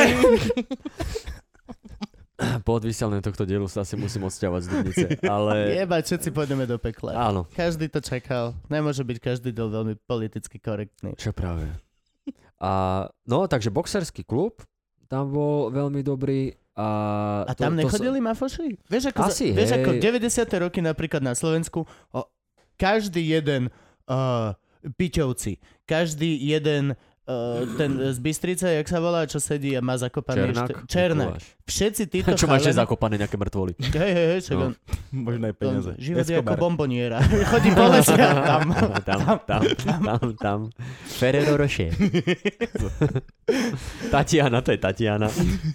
Po odvysielaní tohto dielu sa asi musím odsťahovať z Dubnice, ale... Jebať, všetci pôjdeme do pekla. Áno. Každý to čakal. Nemôže byť každý diel veľmi politicky korektný. Čo práve. Takže boxerský klub, tam bol veľmi dobrý. A tam nechodili mafoši? Vieš, ako 90. roky napríklad na Slovensku každý jeden piťovci, každý jeden ten z Bystrice, jak sa volá, čo sedí a má zakopaný Černák. Všetci títo čo máš zakopané nejaké mŕtvoly? Hej, no. Možno aj peniaze. Život je ako bomboniera. Chodí po lese a tam. Ferrero Rocher. Tatiana, to je Tatiana.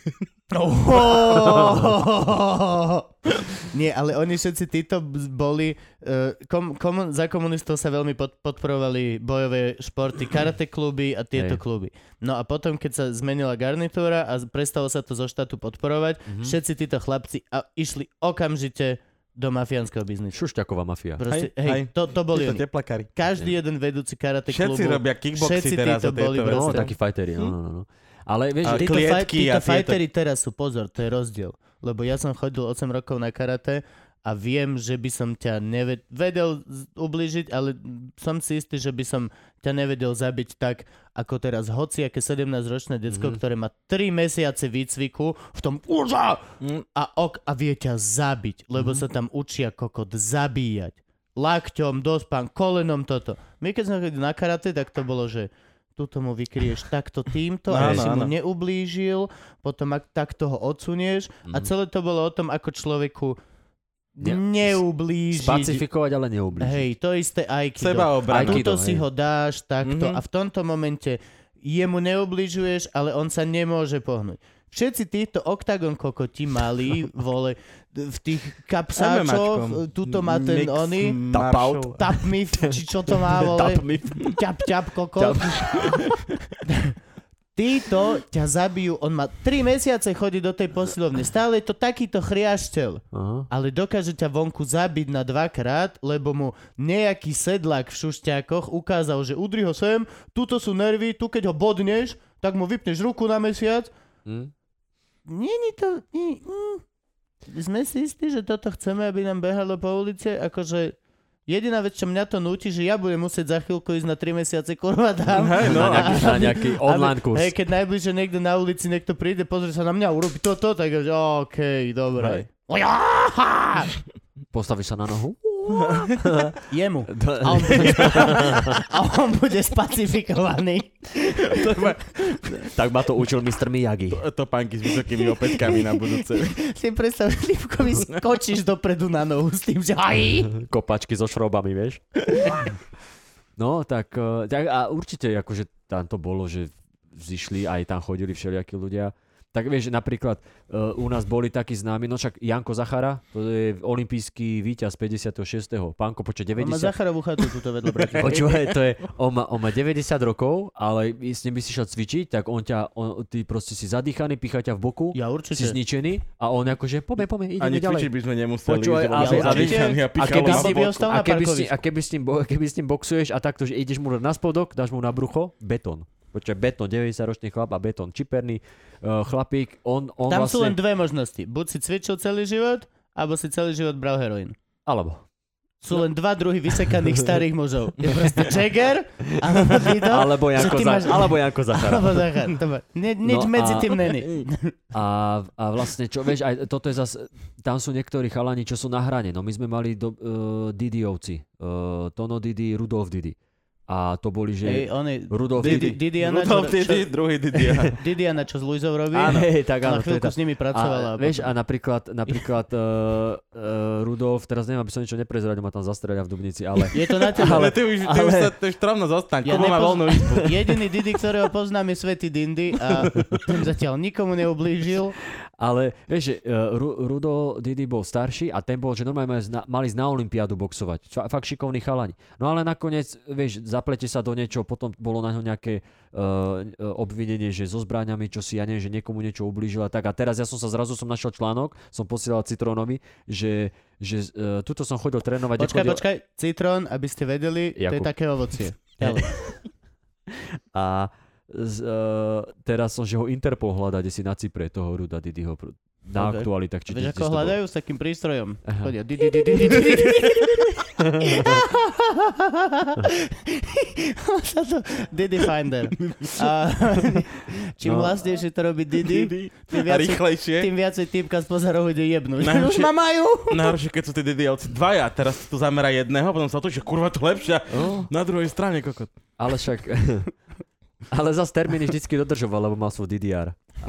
Nie, ale oni všetci títo boli za komunistov sa veľmi podporovali bojové športy, karate kluby a tieto kluby. No a potom, keď sa zmenila garnitúra a prestalo sa to zo štátu podporovať, všetci títo chlapci išli okamžite do mafiánskeho biznisu. Šušťaková mafia. Proste, hej, to boli oni. Teplakári. Každý jeden vedúci karate klubu. Všetci robia kickboxy všetci teraz. títo boli No, proste. takí fighteri, no. Ale vieš, A že... klietky Títo a tieto- fighteri teraz sú, pozor, to je rozdiel. Lebo ja som chodil 8 rokov na karate a viem, že by som ťa vedel ublížiť, ale som si istý, že by som ťa nevedel zabiť tak, ako teraz hociaké 17-ročné decko, ktoré má 3 mesiace výcviku v tom a vie ťa zabiť, lebo sa tam učia kokot zabíjať. Lakťom, dospán, kolenom toto. My keď sme chodili na karate, tak to bolo, že tuto mu vykrieš takto týmto, aby si mu neublížil, potom takto ho odsunieš a celé to bolo o tom, ako človeku neublížiť. Spacifikovať, ale neublížiť. Hej, to isté aikido. Sebaobrana. Tuto si ho dáš takto a v tomto momente jemu neubližuješ, ale on sa nemôže pohnúť. Všetci týchto oktagon kokoti mali, vole, v tých kapsáčoch, tuto má ten oný, tapmif, či čo to má, vole, ťap, kokot. Títo ťa zabijú, on má 3 mesiace chodí do tej posilovne, stále je to takýto chriašteľ, ale dokáže ťa vonku zabiť na 2-krát, lebo mu nejaký sedlák v šušťákoch ukázal, že udri ho sem, tuto sú nervy, tu keď ho bodneš, tak mu vypneš ruku na mesiac. Nie to... Sme si istí, že toto chceme, aby nám behalo po ulici, akože jediná vec, čo mňa to núti, že ja budem musieť za chvíľku ísť na 3 mesiace kurva tam. Na nejaký online kurz. Hej, keď najbližšie niekto na ulici, niekto príde, pozrie sa na mňa, urobí toto, tak že okej, dobre. Postavíš sa na nohu? Jemu. A on bude spacifikovaný. Tak ma to učil Mr. Miyagi. To pánky s vysokými opätkami na budúce. Si predstav, Lipkovi skočíš dopredu na nohu s tým, že Kopačky so šrobami, vieš? No, tak a určite, akože tam to bolo, že zišli, aj tam chodili všelijakí ľudia. Tak vieš, napríklad u nás boli takí známi, no však Janko Zachara, to je olimpijský víťaz 56. Pánko, počuť 90... On má Zacharovú chatu tuto vedľa Bratislava. Počúvaj, to je, on má 90 rokov, ale s ním by si šiel cvičiť, tak ty proste si zadýchaný, pícha ťa v boku, Ja určite. si zničený a on akože, poďme, ideme Ani ďalej. cvičiť by sme nemuseli. Počúvaj, a keby s ním boxuješ a takto, že ideš mu na spodok, dáš mu na brucho, betón. Počkaj, betón, 90-ročný chlap a betón, čiperný chlapík, on Tam vlastne... sú len dve možnosti. Buď si cvičil celý život, alebo si celý život bral heroín. Alebo. Sú len dva druhy vysekaných starých mužov. Je proste Jagger, alebo Dido. Alebo Janko Zachara. Alebo Zachar. Nič medzi tým není. A vlastne, čo vieš, aj toto je zase, tam sú niektorí chalani, čo sú na hrane. No my sme mali Didiovci. Tono Didi, Rudolf Didi. A to boli, že Rudolf Didi. Druhý Didiana. Didiana, čo s Luizou robí. Tak áno. Na chvíľku s nimi pracovala. Vieš, a napríklad Rudolf, teraz neviem, aby som niečo neprezradil, ma tam zastreľa v Dubnici, ale... Je to na teba. Ale ty už rovno zostaň. Kubo má voľnú izbu. Jediný Didi, ktorého poznám, je Svätý Dindy a ten zatiaľ nikomu neublížil. Ale vieš, že Rudo Didi bol starší a ten bol, že normálne mali ísť na olympiádu boxovať. Fakt šikovní chalani. No ale nakoniec, vieš, zaplete sa do niečo, potom bolo na ňo nejaké obvinenie, že so zbraňami, čo si, ja neviem, že niekomu niečo ublížil a tak. A teraz ja som našiel článok, som posielal Citrónovi, že tuto som chodil trénovať. Počkaj, Citrón, aby ste vedeli, to je také ovocie. A teraz som, že ho Interpol hľadá, kde si na Cypre toho Ruda Didiho na aktualitách. Vieš, ako hľadajú s takým prístrojom? Chodia Didi. Didi Finder. Čím hlasnejšie to robí Didi, tým viacej týpka spoza rohu ide jebnúť. Už ma majú. Najhoršie, keď sú tí Didiovci dvaja, teraz tu zamera jedného, potom sa to, že kurva to lepšia na druhej strane, kokot. Ale však... Ale zase termíny vždycky dodržoval, lebo mal svoj DDR.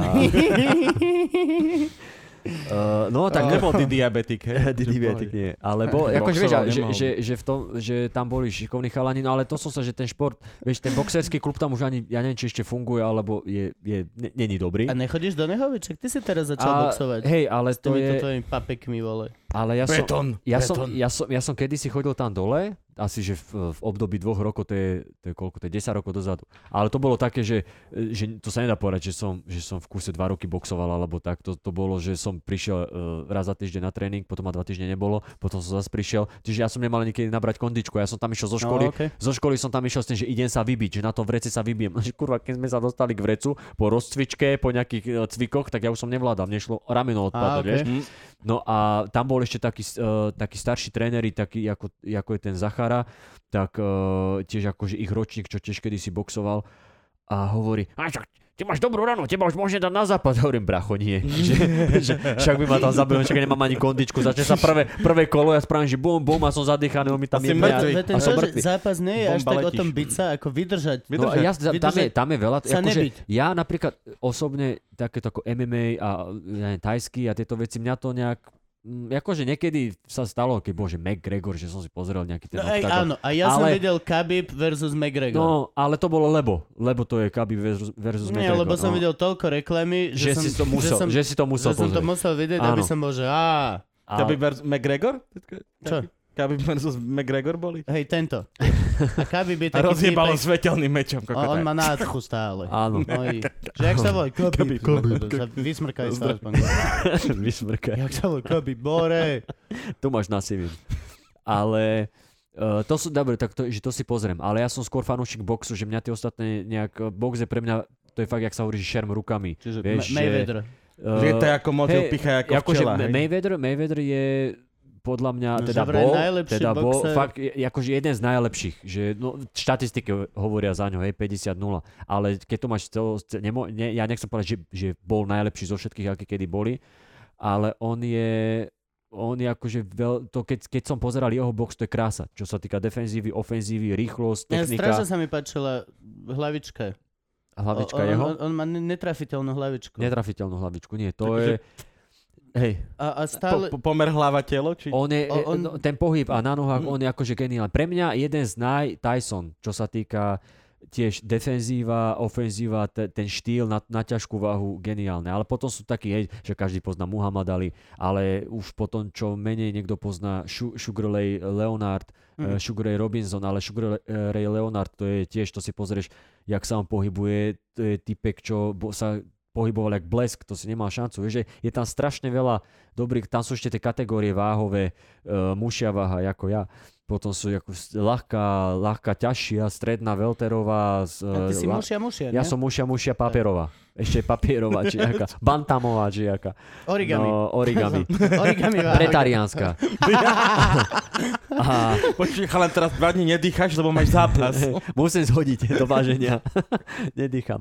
No tak nebol diabetik, hej? Diabetik nie. Ale bol, akože vieš, že v tom, že tam boli šikovní chalani, no ale to som sa, že ten šport, vieš, ten boxerský klub tam už ani, ja neviem, či ešte funguje, alebo není dobrý. A nechodíš do neho? Čak ty si teraz začal boxovať. Hej, ale to je... S týmito tvojimi papekmi, vole. Ale ja Beton. som kedysi chodil tam dole, asi že v období 2 rokov, to je koľko, to je 10 rokov dozadu. Ale to bolo také, že to sa nedá povedať, že som v kuse 2 roky boxoval, alebo tak. To bolo, že som prišiel raz za týždeň na tréning, potom ma 2 týždne nebolo, potom som zase prišiel. Čiže ja som nemal nikedy nabrať kondičku. Ja som tam išiel zo školy. Okay. Zo školy som tam išiel s tým, že idem sa vybiť, že na tom vrece sa vybijem. Kurva, keď sme sa dostali k vrecu po rozcvičke, po nejakých cvikoch, tak ja už som nevládal, mne šlo rameno odpadať, vieš. No a tam bol ešte taký starší tréneri, taký ako je ten Zachara, tak tiež akože ich ročník, čo tiež kedysi boxoval a hovorí, ty máš dobrú ranu, teba už môže dať na západ. Hovorím, bracho, nie. že však by ma tam zabil, však nemám ani kondičku. Začne sa prvé kolo, ja spravím, že bum, a som zadýchaný, on mi tam je a som mŕtvy. Zápas nie je až tak o tom byť sa, ako vydržať. No, tam je veľa. Akože, ja napríklad osobne takéto ako MMA a tajský a tieto veci, mňa to nejak akože niekedy sa stalo, keď bože McGregor, že som si pozrel nejaký ten áno, a ja som videl Khabib versus McGregor. No, ale to bolo lebo to je Khabib versus McGregor. Nie, lebo som videl toľko reklamy, že si to musel pozrieť. Že som to musel vidieť, aby som bol, že Khabib versus McGregor? Čo? Khabib versus McGregor boli? Hej, tento. A Khabib je taký rozjebalo svetelným mečom. On má nádchu stále. Áno. Že jak sa volá? Khabib. Vysmrkaj sa aspoň. Vysmrkaj. Jak sa volá? Khabib, bore. Tu máš na CV. Ale to sú, dobre, tak to si pozriem. Ale ja som skôr fanúšik boxu, že mňa tie ostatné nejak, box je pre mňa, to je fakt, jak sa hovorí, že šerm rukami. Čiže Mayweather. Že je to ako motil, pichá ako včela. Mayweather je podľa mňa teda bol fakt akože jeden z najlepších, že štatistiky hovoria za ňo, 50-0, ale keď to máš ja nechcem povedať, že bol najlepší zo všetkých, akí kedy boli, ale on je akože keď som pozeral jeho box, to je krása, čo sa týka defenzívy, ofenzívy, rýchlosť, technika. Strašne sa mi páčila hlavička. Hlavička jeho? On má netrafiteľnú hlavičku. Netrafiteľnú hlavičku, nie, to je... Hej. A stále... Pomer hlava-telo? Či... Ten pohyb a na nohách, on je akože geniálny. Pre mňa jeden z Tyson, čo sa týka tiež defenzíva, ofenzíva, ten štýl na ťažkú váhu, geniálne. Ale potom sú takí, že každý pozná Muhammad Ali, ale už potom, čo menej niekto pozná Sugar Ray Leonard, Sugar Ray Robinson, ale Sugar Ray Leonard, to je tiež, to si pozrieš, jak sa on pohybuje, to je typek, čo sa pohyboval jak blesk, to si nemal šancu. Vieš, že je tam strašne veľa dobrých, tam sú ešte tie kategórie váhové, mušia váha, ako ja. Potom sú ľahká, ťažšia, stredná, welterová. A ty si mušia, Ja som mušia papierová. Ešte papierová, či jaká. Bantamová, či jaká. Origami. No, origami. Origami váha. Pretariánska. Počuj, chalan, teraz 2 dní nedýcháš, lebo máš zápas. Musím zhodiť do váženia. Nedýcham.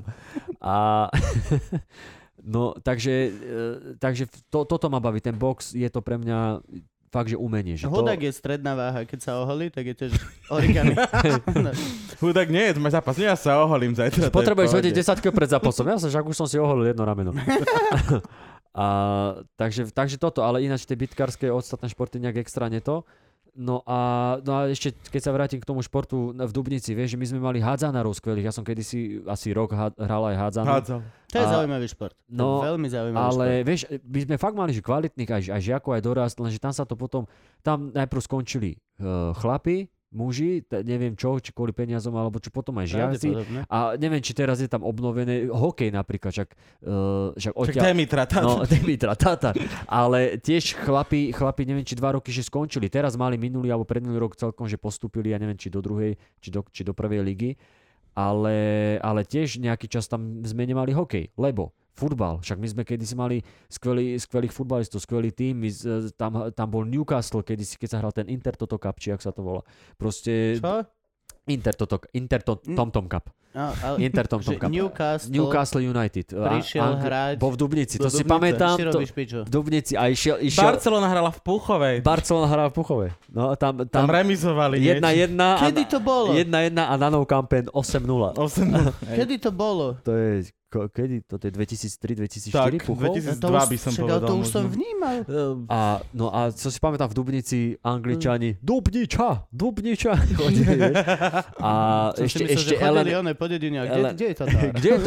No, takže toto ma baví. Ten box je to pre mňa fakt, že umenie. Že Hudák je stredná váha, keď sa oholí, tak je tiež origami. Hudák nie, máš zápas, ja sa oholím zajtra. Potrebuješ hodiť 10 kg pred zápasom. Ja však už som si oholil jedno rameno. Takže toto, ale ináč tie bitkárske ostatné športy nejak extra neto. No a ešte, keď sa vrátim k tomu športu v Dubnici, vieš, že my sme mali hádzanárov skvelých. Ja som kedysi asi rok hral aj hádzanú. To je zaujímavý šport. No, veľmi zaujímavý ale šport. vieš, my sme fakt mali že kvalitných, aj žiakov, aj dorast, lenže tam sa to potom, tam najprv skončili chlapi, muži, neviem čo, či kvôli peniazom, alebo čo potom aj žiaci. A neviem, či teraz je tam obnovené hokej napríklad, však Demitra, Tatar. No, Demitra, Tatar. Ale tiež chlapi, neviem, či 2 roky, že skončili. Teraz mali minulý alebo predminulý rok celkom, že postúpili, ja neviem, či do druhej, či do prvej ligy. Ale tiež nejaký čas tam sme nemali hokej, lebo futbal, však my sme kedysi mali skvelých futbalistov, skvelý tím, tam bol Newcastle kedysi, keď sa hral ten Inter Toto Cup, či jak sa to volá. Proste... Čo? Inter Tom Cup. Inter Tom Cup. Newcastle United. Prišiel hrať Bol v Dubnici, to si pamätám. V Dubnici a išiel... Barcelona hrala v Púchovej. No, tam remizovali. 1-1. Kedy to bolo? 1-1 a na Nou Campen 8-0. Kedy to bolo? To je... Kedy? To je 2003-2004? Tak, 2002 by som povedal. To už som vnímal. A co si pamätám v Dubnici, Angličani, Dubniča. A ešte Ellen... Po dedine, kde je Tatar? Kde je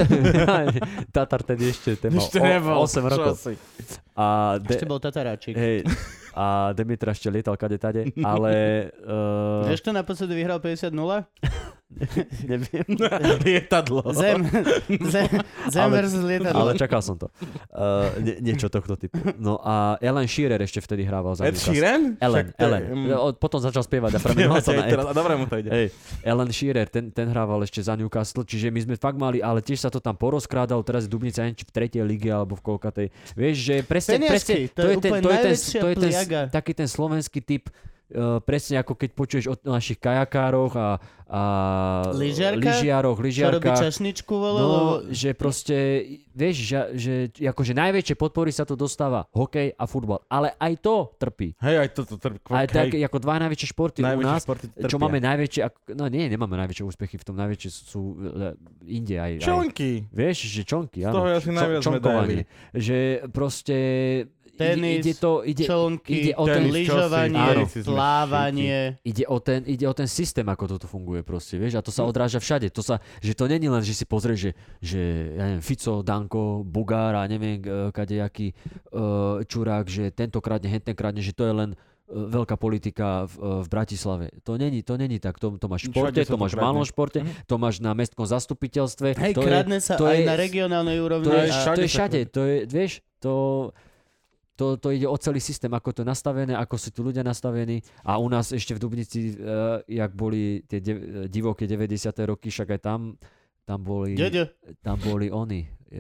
Tatar tedy ešte, ten mal 8 rokov. Ešte bol Tataráčik. Hej. a Demitra ešte lietal kade tade, ale... Vieš, kto naposledy vyhral 50-0? Neviem. Lietadlo. Zem versus lietadlo. Ale čakal som to. Niečo tohto typu. No a Alan Shearer ešte vtedy hrával za Ed Sheeran? Ellen. Potom začal spievať a premenoval sa na Ed. Dobre mu to ide. Hej, Alan Shearer, ten hrával ešte za Newcastle, čiže my sme fakt mali, ale tiež sa to tam porozkrádalo, teraz je Dubnica či v 3. lige alebo v koľkatej. Vieš, že presne to je ten taký ten slovenský typ, presne ako keď počuješ o našich kajakároch a lyžiaroch, čo robí čašničku, no, že proste, vieš, že akože najväčšie podpory sa to dostáva hokej a futbal, ale aj to trpí. Hej, aj to trpí. Aj tak, ako dva najväčšie športy u nás, trpia. čo máme najväčšie, no nie, nemáme najväčšie úspechy v tom, najväčšie sú inde aj. Čonky. Vieš, že čonky, áno. Z toho je asi najviac čonkovanie. Že proste tenis, člnky, lyžovanie, plávanie. Ide o ten systém, ako toto funguje proste, vieš, a to sa odráža všade. Že to není len, že si pozrieš, že ja neviem, Fico, Danko, Bugár a neviem, kadejaký čurák, že tentokrát, že to je len veľká politika v Bratislave. To není tak. To máš v športe, to máš v malom športe, to máš na mestskom zastupiteľstve. Hej, kradne sa aj na regionálnej úrovni. To je všade. To je, vieš, to ide o celý systém, ako to je nastavené, ako sú tu ľudia nastavení. A u nás ešte v Dubnici, jak boli tie divoké 90. roky, však aj tam boli oni.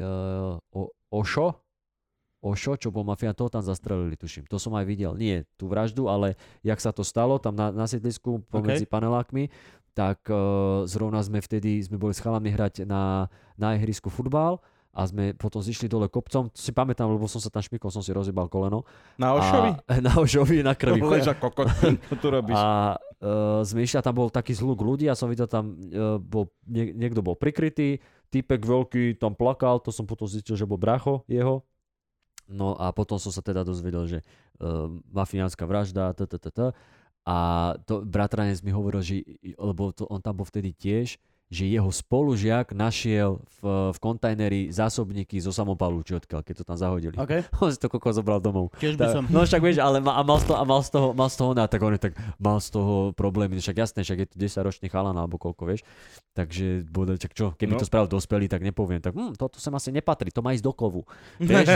Ošo, čo bol mafián, toho tam zastrelili, tuším. To som aj videl. Nie tú vraždu, ale jak sa to stalo tam na sídlisku pomedzi panelákmi, tak zrovna sme boli s chalami hrať na ihrisku futbal a sme potom zišli dole kopcom. To si pamätám, lebo som sa tam šmykol, som si rozjebal koleno. Na Ošovi? Na Ošovi, na krvi. Leža kokot, čo tu robíš? A sme išli a tam bol taký zhluk ľudí a som videl tam, niekto bol prikrytý, týpek veľký tam plakal, to som potom zistil, že bol bracho jeho. No a potom som sa teda dozvedel, že mafiánska vražda, a to bratranec mi hovoril, že, lebo on tam bol vtedy tiež, že jeho spolužiak našiel v kontajneri zásobníky zo samopalu, či odkiaľ, keď to tam zahodili. Okay. On si to koko zobral domov. Tiež by som. No však vieš, ale mal z toho, tak on mal z toho problémy. Však jasné, však je to 10-ročný chalan alebo koľko, vieš. Takže bude, čo, keby to spravil dospelý, tak nepoviem. Tak toto sem asi nepatrí, to má ísť do kovu. Vieš?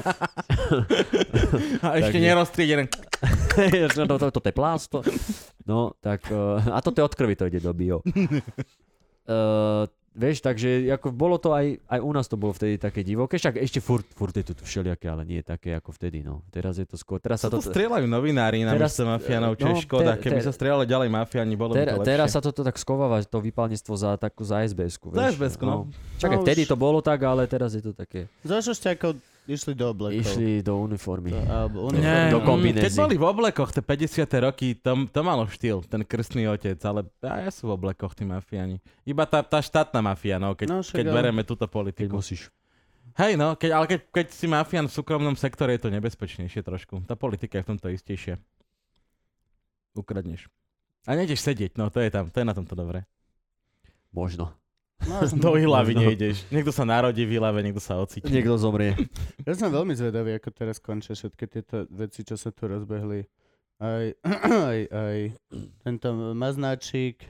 A ešte neroztriedené. Toto je plásto. No, tak, a toto je od krvi, to ide do bio. Vieš, takže ako bolo to aj u nás to bolo vtedy také divoké, však ešte furt je to tu všelijaké, ale nie také ako vtedy, no. Teraz je to skôr, teraz sa to strieľajú novinári na miesto mafiánov, čo je škoda, keby sa strieľali ďalej mafiáni, bolo by to lepšie. Teraz sa toto tak skováva, to vypálnictvo za SBS-ku, vieš. Za SBS-ku, no. Čakaj, vtedy to bolo tak, ale teraz je to také. Za šošťákov išli do oblekov. Išli do uniformy. Do kombinézy. Keď boli v oblekoch, tie 50. roky, to malo štýl, ten krstný otec, ale ja sú v oblekoch tí mafiáni. Iba tá štátna mafia, no, keď bereme túto politiku. Keď musíš. Hej, no, keď si mafián v súkromnom sektore, je to nebezpečnejšie trošku. Tá politika je v tomto istejšia. Ukradneš. A nejdeš sedieť, no, to je na tomto dobré. Možno. Do Ilavy nejdeš. Niekto sa narodí v Ilave, niekto sa ocíti. Niekto zomrie. Ja som veľmi zvedavý, ako teraz končia všetky tieto veci, čo sa tu rozbehli. Aj tento Maznáčik,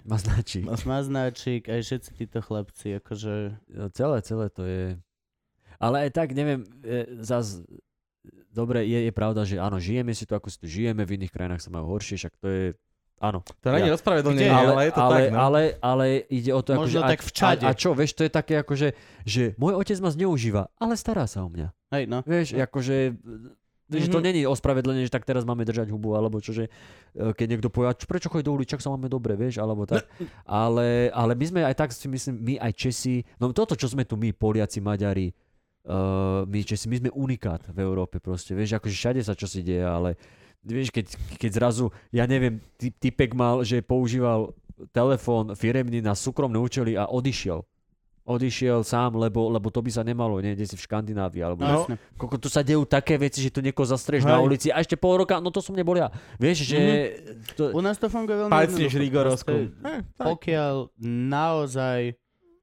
aj všetci títo chlapci, akože. Celé to je. Ale aj tak, neviem, zas dobre, je pravda, že áno, žijeme si to, ako si tu žijeme, v iných krajinách sa majú horšie, však to je. Áno. To nie je ospravedlnenie, ale je to tak. No? Ale ide o to, možno akože, tak včade. A čo, vieš, to je také akože, že môj otec ma zneužíva, ale stará sa o mňa. Hej, no. Vieš, akože, že to není ospravedlenie, že tak teraz máme držať hubu, alebo čože, keď niekto povie, prečo chodí do ulic, čak sa máme dobre, vieš, alebo tak. Ale my sme aj tak si myslím, my aj Česi, no toto, čo sme tu my, Poliaci, Maďari, my Česi, my sme unikát v Európe proste, vieš, akože všade sa čo si deje, ale vieš, keď zrazu, ja neviem, typek mal, že používal telefón firemný na súkromné účely a odišiel. Odišiel sám, lebo to by sa nemalo, niekde si v Škandinávii, alebo koľko tu sa dejú také veci, že tu niekoho zastrieš na ulici a ešte pol roka, no to som nebol ja. Vieš, že... U nás to funguje veľmi jednoducho. Pokiaľ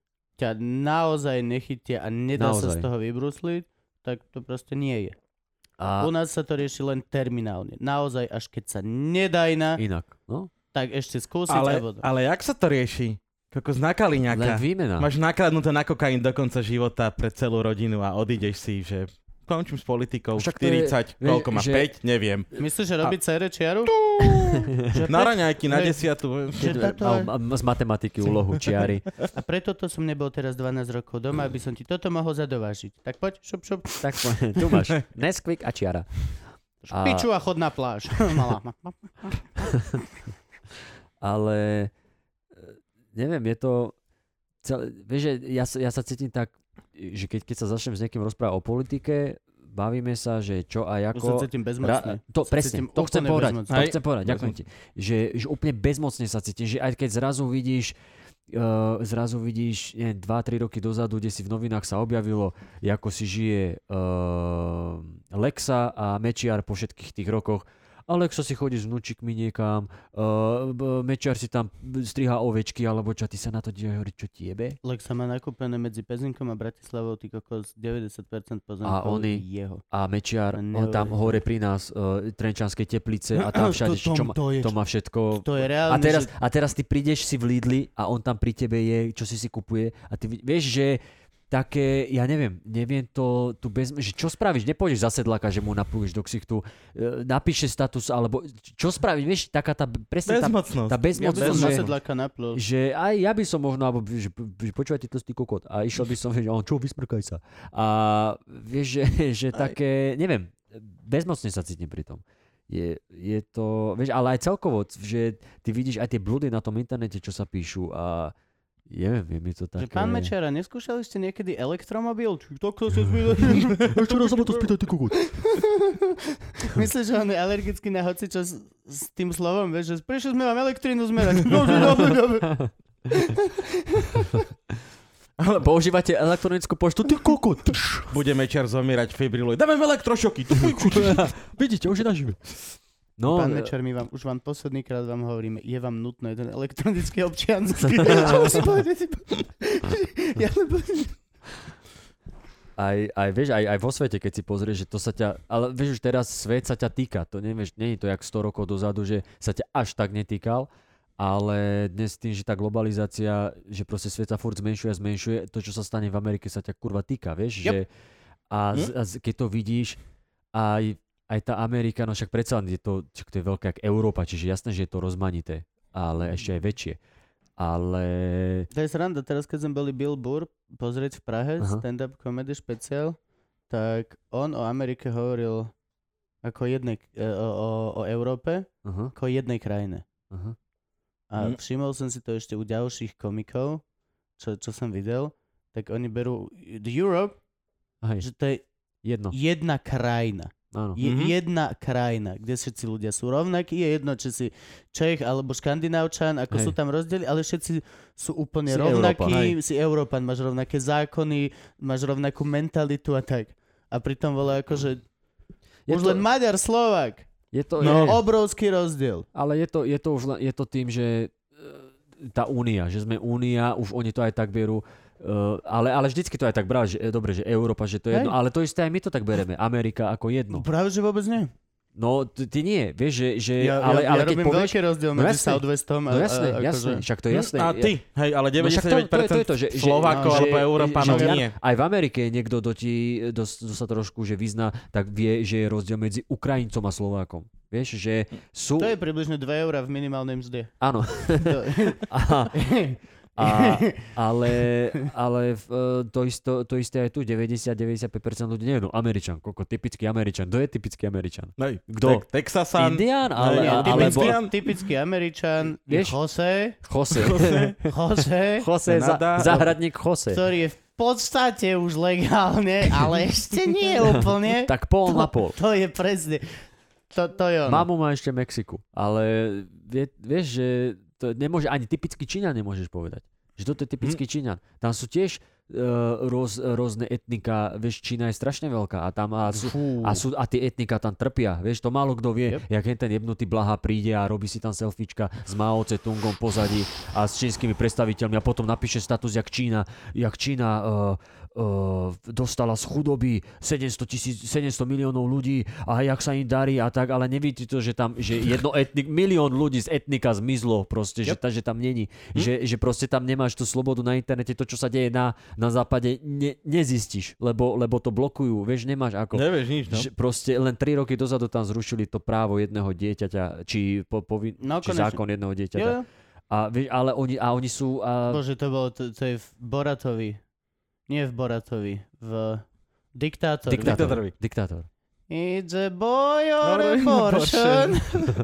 naozaj nechytia a nedá sa z toho vybrusliť, tak to proste nie je. A U nás sa to rieši len terminálne. Naozaj, až keď sa nedá inak, no? tak ešte skúsiť a vodu. Ale jak sa to rieši? Kokos nakali Len nejaká. výmena. Máš nakradnuté na kokain do konca života pre celú rodinu a odídeš si, že končím s politikou, Však to je, 40, koľko má, 5? Neviem. Myslíš, že robí cére čiaru? Na raňajky, na 10. Z matematiky úlohu čiary. A preto to som nebol teraz 12 rokov doma, aby som ti toto mohol zadovážiť. Tak poď, šup. Tak tu máš Nesquik a čiara. Piču a chod na pláž. Ale neviem, je to vieš, že ja sa cítim tak, že keď sa začnem s niekým rozprávať o politike, bavíme sa, že čo a ako. Už sa cítim bezmocne. Presne, to chcem povedať. Ďakujem ti. Že úplne bezmocne sa cítim, že aj keď zrazu vidíš 2-3 roky dozadu, kde si v novinách sa objavilo, ako si žije Lexa a Mečiar po všetkých tých rokoch. Alexa si chodí s vnúčikmi niekam, Mečiar si tam striha ovečky, alebo čo, ty sa na to dívaš, hovorí, čo ti jebe? Lexa má nakúpené medzi Pezinkom a Bratislavou, ty kokos, 90% pozemkov jeho. A Mečiar, on tam hore pri nás, Trenčanskej Teplice a tam všade, to má všetko. To je reálne. A teraz ty prídeš si v Lidli a on tam pri tebe je, čo si kupuje a ty vieš, že také, ja neviem to tu že čo spravíš, nepôjdeš za sedlaka, že mu napluješ do ksichtu, napíše status, alebo čo spravíš, vieš, taká tá presne bezmocnosť. Tá bezmocnosť, ja by som za sedlaka naplul. Že aj ja by som možno, alebo že počúvajte to stý kokot a išiel by som, že čo, vysmrkaj sa. A vieš, že také, neviem, bezmocne sa cítim pri tom. Je to, vieš, ale aj celkovo, že ty vidíš aj tie blúdy na tom internete, čo sa píšu a je mi to také... Že pán Mečera, neskúšali ste niekedy elektromobil? Ešte raz sa ma to spýtaj, ty kokot. Myslíš, že on je alergický na hocičo s tým slovom, vieš, že prišli sme vám elektrínu zmerať. Dobre. Ale používate elektronickú poštu, ty kokot. Bude Mečiar zomierať, fibriluje. Dáme elektrošoky. Vidíte, už je nažive. No, pán Mečer, už vám posledný krát vám hovoríme, je vám nutné ten elektronický občiansky. Aj vo svete, keď si pozrieš, že to sa ťa, ale vieš, už teraz svet sa ťa týka, to nevieš, nie je to jak 100 rokov dozadu, že sa ťa až tak netýkal, ale dnes tým, že tá globalizácia, že proste svet sa furt zmenšuje, to, čo sa stane v Amerike, sa ťa kurva týka, vieš, že a keď to vidíš, aj tá Amerika, no však predsa je to je veľká jak Európa, čiže jasné, že je to rozmanité, ale ešte aj väčšie. Ale... To je sranda, teraz keď sme boli Bill Burr pozrieť v Prahe, stand-up comedy špeciál, tak on o Amerike hovoril ako o Európe, ako jednej krajine. A všimol som si to ešte u ďalších komikov, čo som videl, tak oni berú Europe, že to je jedna krajina. Jedna krajina, kde všetci ľudia sú rovnakí. Je jedno, či si Čech alebo Škandinávčan, ako sú tam rozdiely, ale všetci sú úplne rovnakí. Si Európan, máš rovnaké zákony, máš rovnakú mentalitu a tak. A pritom volá akože už len Maďar, Slovák. Je obrovský rozdiel. Ale je to tým, že tá únia, že sme únia, už oni to aj tak berú. Ale vždycky to aj tak brali, že dobre, že Európa, že to je jedno, ale to isté aj my to tak bereme. Amerika ako jedno. Práve, že vôbec nie. No, ty nie, vieš, že ale keď robím veľký rozdiel medzi Southwestom a jasné, však to je jasné. A ty, hej, ale 99% Slovákov alebo Európanov nie. Aj v Amerike niekto sa trošku, že vyzná, tak vie, že je rozdiel medzi Ukrajincom a Slovákom. Vieš, že sú... To je približne 2 € v minimálnej mzde. Áno. Ale to isté aj tu, 90-95% ľudí neviem, Američan, koľko typický Američan, kto je typický Američan? Kto? Texasan? Indián? Typický Američan je Jose, záhradník Jose. Ktorý je v podstate už legálne, ale ešte nie úplne. Tak pol na pol. To je presne. To je ono. Mamu má ešte Mexiku, ale vieš, že to nemôže, ani typický Číňan nemôžeš povedať. Že toto je typický Číňan. Tam sú tiež rôzne etnika, vieš, Čína je strašne veľká a tam a tie etnika tam trpia, vieš, to málo kto vie, jak ten jebnutý Blaha príde a robí si tam selfiečka s Mao Tse-tungom pozadí a s čínskymi predstaviteľmi a potom napíše status, jak Čína dostala z chudoby 700 miliónov ľudí a jak sa im darí a tak, ale nevidíte to, že tam, že milión ľudí z etnika zmizlo proste, že tam není. Že proste tam nemáš tú slobodu na internete, to, čo sa deje na západe, nezistíš, lebo to blokujú, vieš, nemáš ako. Nevieš nič, no. Že proste len 3 roky dozadu tam zrušili to právo jedného dieťaťa, či zákon jedného dieťaťa. Jo. Ale oni sú... Bože, to bolo, to je v Boratovi. Nie v Boratovi, v Diktátorovi. Diktátor. It's a boy or abortion.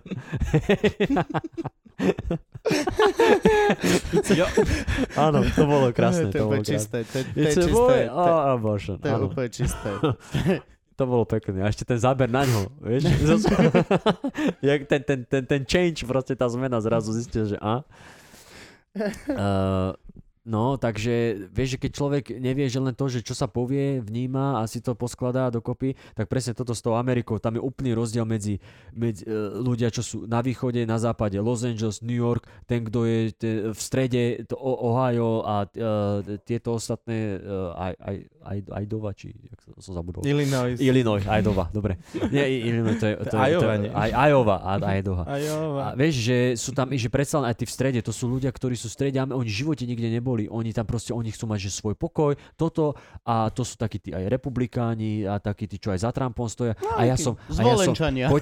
Áno, to bolo krásne. To bolo čisté. It's a boy or abortion. To je úplne čisté. To bolo pekné. A ešte ten záber na ňo, vieš? Jak ten change, proste tá zmena zrazu zistil, že no, takže vieš, že keď človek nevie, že len to, že čo sa povie, vníma a si to poskladá dokopy, tak presne toto s tou Amerikou, tam je úplný rozdiel medzi ľudia, čo sú na východe, na západe, Los Angeles, New York, ten, kto je v strede, to Ohio a tieto ostatné Idaho, či jak som zabudol. Illinois, Idaho, dobre. Nie, Illinois, to je Iowa, nie? Iowa a Idaho. Iowa. A vieš, že sú tam, že predsa len aj tí v strede, to sú ľudia, ktorí sú v strede, oni v živote nikde neboli. Oni tam proste, oni chcú mať že svoj pokoj, toto a to sú takí tí aj republikáni a takí tí, čo aj za Trumpom stoja. No, a ja som... Zvolenčania.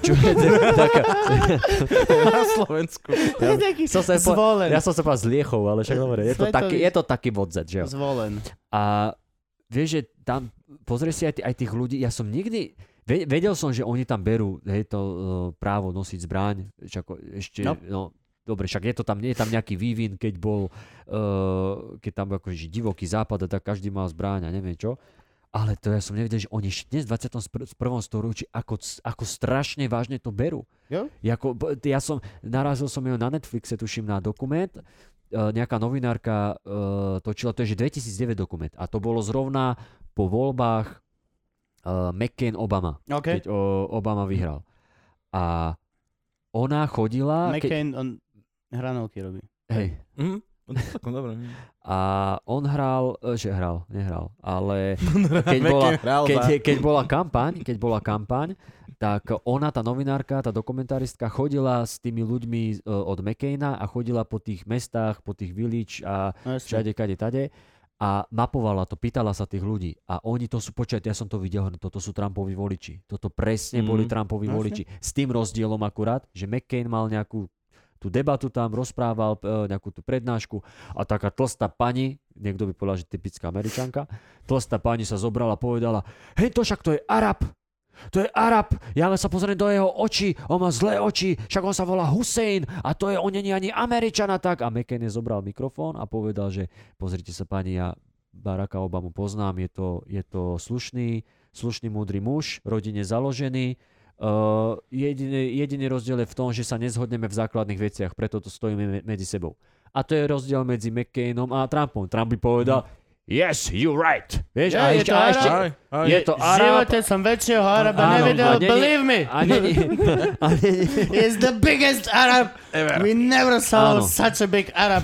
Na Slovensku. Ja som sa povedal z Liechov, ale však dobre, je to taký vodzet, že jo? Zvolen. A vieš, že tam, pozri si aj tých ľudí, ja som nikdy... Vedel som, že oni tam berú to právo nosiť zbraň, ešte... No, dobre, však je tam nejaký vývin, keď keď tam akože divoký západ, tak každý mal zbráň a neviem čo. Ale to ja som nevedel, že oni ešte dnes v 21. storočí ako strašne vážne to berú. Jo? Narazil som na Netflixe, tuším, na dokument, nejaká novinárka točila, to je že 2009 dokument a to bolo zrovna po voľbách McCain-Obama, keď Obama vyhral. A ona chodila... McCain, on hranolky robí. Hej. A on nehral, ale keď bola kampaň, tak ona, tá novinárka, tá dokumentaristka chodila s tými ľuďmi od McCaina a chodila po tých mestách, po tých village a všade, kade, tade a mapovala to, pýtala sa tých ľudí a oni to sú, ja som to videl, toto sú Trumpovi voliči. Toto presne boli Trumpovi voliči. S tým rozdielom akurát, že McCain mal nejakú tú debatu tam, rozprával nejakú tú prednášku a taká tlstá pani, niekto by povedal, že typická Američanka, tlstá pani sa zobrala a povedala, hej, to však to je Arab, ja sa pozriem do jeho očí, on má zlé oči, však on sa volá Hussein a on není ani Američana tak. A McCain zobral mikrofón a povedal, že pozrite sa pani, ja Baracka Obamu poznám, je to slušný, múdry muž, rodine založený. Jediný rozdiel je v tom, že sa nezhodneme v základných veciach, preto to stojíme medzi sebou. A to je rozdiel medzi McCainom a Trumpom. Trump by povedal, yes, you're right. Vieš, je to Arab. V živote som väčšieho Araba nevidel, believe me. He's the biggest Arab ever. We never saw such a big Arab.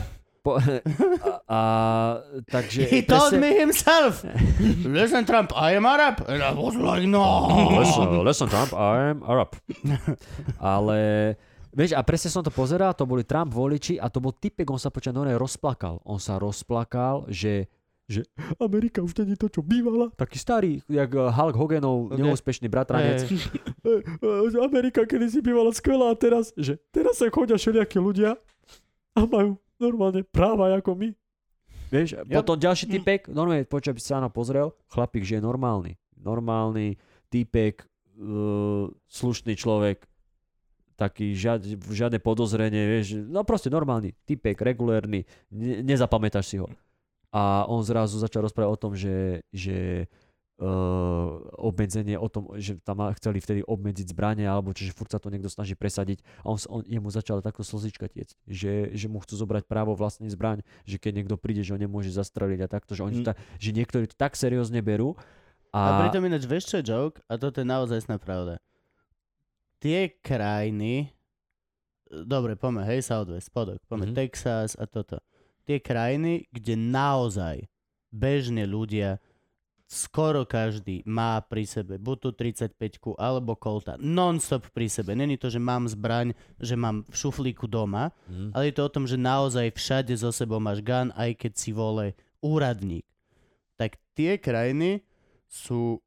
Takže he told me himself, listen Trump, I am Arab. And I was like, no. Listen Trump, I am Arab. Ale vieš, a presne som to pozeral, to boli Trump voliči a to bol typek, on sa rozplakal. On sa rozplakal, že Amerika už nie je to, čo bývala. Taký starý, jak Hulk Hoganov neúspešný bratranec. Amerika kedysi bývala skvelá a teraz sa chodia všelijakí ľudia a majú normálne práva ako my. Vieš, potom ďalší typek, normálne, by sa na pozrel, chlapík, že je normálny typek, slušný človek, taký žiadne podozrenie, vieš, no proste normálny typek, regulérny, nezapamätáš si ho. A on zrazu začal rozprávať o tom, že obmedzenie o tom, že tam chceli vtedy obmedziť zbrane, alebo čiže furt sa to niekto snaží presadiť a jemu začala takto slzička tiecť, že mu chcú zobrať právo vlastniť zbraň, že keď niekto príde, že ho nemôže zastreliť a takto, že oni že niektorí to tak seriózne berú. A pritom ináč vieš čo je joke? A toto je naozajstná pravda. Tie krajiny, dobre, poďme, hej, Southwest, spodok, poďme, Texas a toto. Tie krajiny, kde naozaj bežne ľudia skoro každý má pri sebe buď tú 35 alebo Colta non-stop pri sebe. Není to, že mám zbraň, že mám v šuflíku doma, ale je to o tom, že naozaj všade so sebou máš gun, aj keď si vole úradník. Tak tie krajiny sú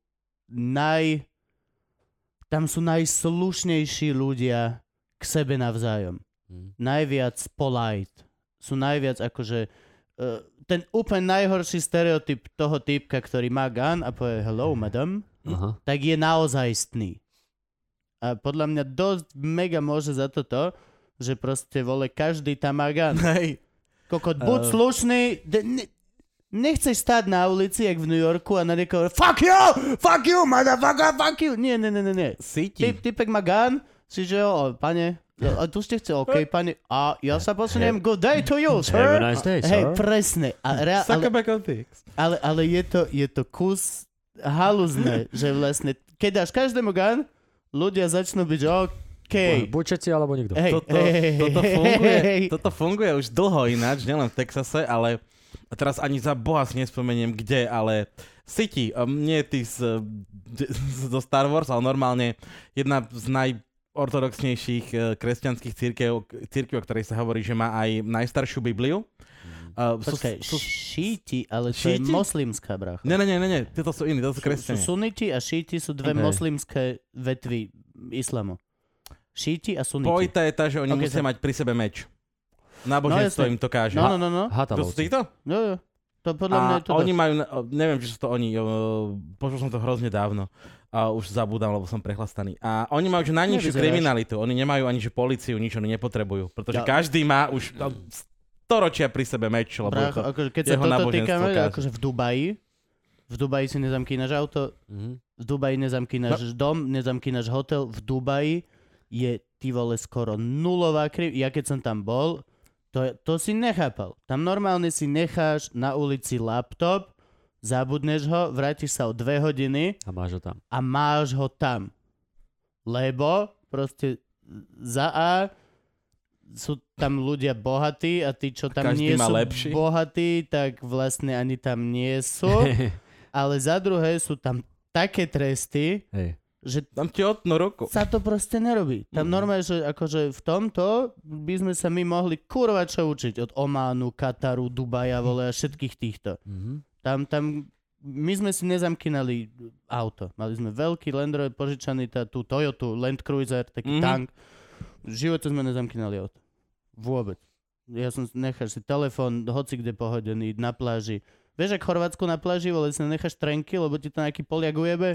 tam sú najslušnejší ľudia k sebe navzájom. Najviac polite. Sú najviac akože ten úplne najhorší stereotyp toho typka, ktorý má gun a povie hello, madam, tak je naozajstný. A podľa mňa dosť mega môže za toto, že proste vole, každý tam má gun. Hej. Kokot, buď slušný, nechceš stáť na ulici, jak v New Yorku a na niekoho fuck you, motherfucker, fuck you. Nie. Typek má gun, si že jo, pane, a tu ste chceli, OK, pani, a ja sa posuniem, good day to you, sir. Have a nice day, sir. Hej, presne. Ale je to kus haluzné, že vlastne, keď dáš každému gun, ľudia začnú byť, že OK. Buď všetci, alebo nikto. Toto funguje už dlho ináč, nielen v Texase, ale teraz ani za boha si nespomeniem kde, ale City, nie ty zo Star Wars, ale normálne jedna z najortodoxnejších kresťanských církev, o ktorej sa hovorí, že má aj najstaršiu Bibliu. Počkaj, šíti, ale to je moslimská, brácha. Nie, tieto sú iní, toto sú kresťania. Sú suniti a šíti sú dve moslimské vetvy islamu. Šíti a suniti. Pojita je tá, že oni musia mať pri sebe meč. Náboženstvo im to káže. No. To sú títo? Jo. To podľa mňa je to oni majú, neviem, či sú to oni, počul som to hrozne dávno a už zabúdam, lebo som prechlastaný. A oni majú že najnižšiu kriminalitu, oni nemajú ani že políciu, nič oni nepotrebujú, pretože každý má už storočia pri sebe meč, lebo Brácho, akože keď sa toto týkame, akože v Dubaji si nezamkýnaš auto, v Dubaji nezamkýnaš dom, nezamkýnaš hotel, v Dubaji je ty vole skoro nulová ja keď som tam bol, to si nechápal. Tam normálne si necháš na ulici laptop, zabudneš ho, vrátiš sa o 2 hodiny a máš ho tam. Lebo proste za A sú tam ľudia bohatí a tí, čo tam nie sú bohatí, tak vlastne ani tam nie sú. Ale za druhé sú tam také tresty, že tam ti otnú ruku. Sa to proste nerobí. Tam normálne, že akože v tomto by sme sa my mohli kurva čo učiť od Ománu, Kataru, Dubaja, vole a všetkých týchto. Tam my sme si nezamkynali auto. Mali sme veľký Land Rover požičaný, tú Toyotu Land Cruiser, taký tank. V živote sme nezamkynali auto. Vôbec. Ja som nechal si telefón hoci kde pohodený na pláži. Vieš, ak Chorvátsku na pláži, vole si necháš trenky, lebo ti to nejaký Poliak ujebe?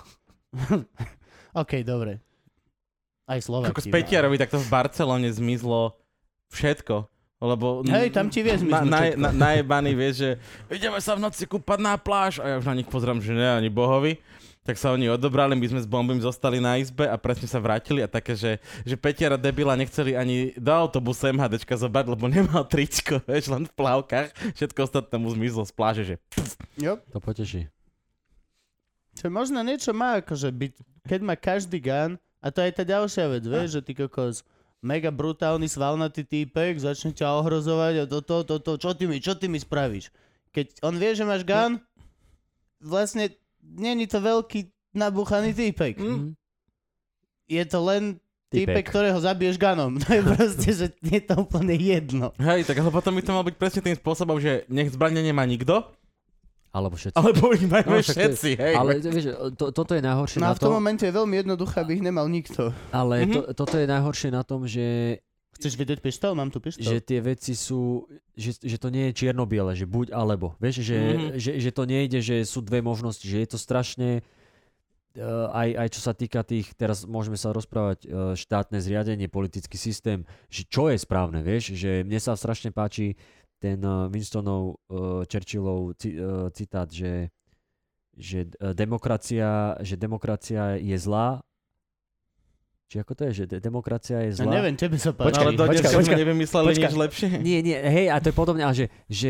OK, dobre. Aj Slováky. Ako z Petiarovi, tak to v Barcelone zmizlo všetko. Lebo hej, tam ti vie zmiznúť všetko. Najebaný vieš, že ideme sa v noci kúpať na pláž a ja už na nich pozerám, že ne, ani bohovi. Tak sa oni odobrali, my sme s Bombom zostali na izbe a presne sa vrátili a také, že Petiara debila nechceli ani do autobusu MHDčka zobrať, lebo nemal tričko, vieš, len v plavkách. Všetko ostatné mu zmizlo z pláže, že To poteší. Čo možno niečo má, akože byť, keď má každý gun, a to je tá ďalšia vec, vieš, že ty kokos mega brutálny svalnatý týpek začne ťa ohrozovať a čo ty mi spravíš? Keď on vie, že máš gun, vlastne není to veľký nabúchaný týpek. Je to len týpek, ktorého zabiješ gunom. To je proste, že je to úplne jedno. Hej, tak ale potom by to mal byť presne tým spôsobom, že nech zbrane nemá nikto, alebo všetci. Alebo ich majme všetci, hej. Ale vieš, toto je najhoršie na tom. No a v tom momente je veľmi jednoduché, aby ich nemal nikto. Ale toto je najhoršie na tom, že... Chceš vidieť pištol? Mám tu pištol. Že tie veci sú... Že to nie je čierno-biele, že buď alebo. Vieš, že to nejde, že sú dve možnosti, že je to strašne... Aj čo sa týka tých... Teraz môžeme sa rozprávať štátne zriadenie, politický systém, že čo je správne, vieš? Že mne sa strašne páči ten Winstonov Churchillov citát, že demokracia je zlá. Či ako to je, že demokracia je zlá? No neviem, tebe sa páči. Ale do dneska sme nevymysleli nič lepšie. Nie, hej, a to je podobne, ale že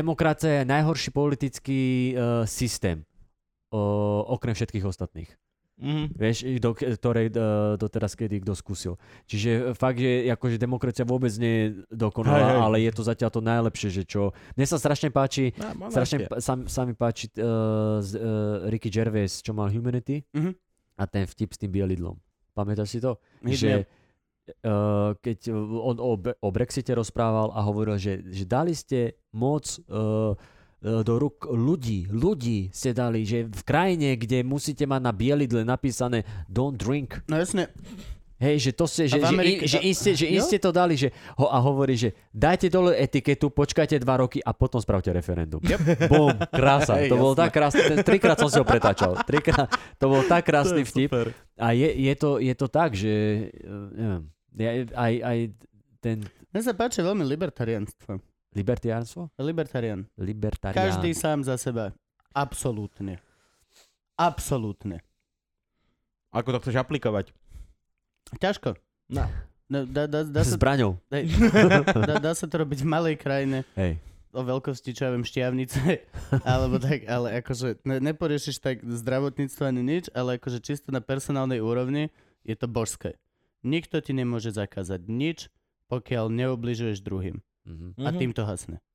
demokracia je najhorší politický systém, okrem všetkých ostatných. Vieš, ktorej doteraz kedy kto skúsil. Čiže fakt, že akože demokracia vôbec nie je dokonalá, ale je to zatiaľ to najlepšie, že čo... Mne sa strašne páči, sa mi páči Ricky Gervais, čo mal Humanity a ten vtip s tým bielidlom. Pamätáš si to? Že keď on o Brexite rozprával a hovoril, že dali ste moc do rúk ľudí ste dali, že v krajine, kde musíte mať na bielidle napísané don't drink. No jasne. Hej, že to ste, že iste to dali, že a hovorí, že dajte dole etiketu, počkajte 2 roky a potom spravte referendum. Yep. Bum, krása. To bol tak krásny, 3-krát som si ho pretáčal. To bol tak krásny vtip. Super. A je to tak, že neviem, aj ten... Mne sa páči veľmi libertariánstvo. Libertariánstvo? Libertarián. Libertarián. Každý sám za seba. Absolútne. Absolútne. Ako to chceš aplikovať? Ťažko. No. Dá sa, zbraňou. Dá sa to robiť v malej krajine. Hej. O veľkosti, čo ja viem, Štiavnice. Alebo tak, ale akože neporiešiš tak zdravotníctvo ani nič, ale akože čisto na personálnej úrovni je to božské. Nikto ti nemôže zakázať nič, pokiaľ neubližuješ druhým. A tým to hasne.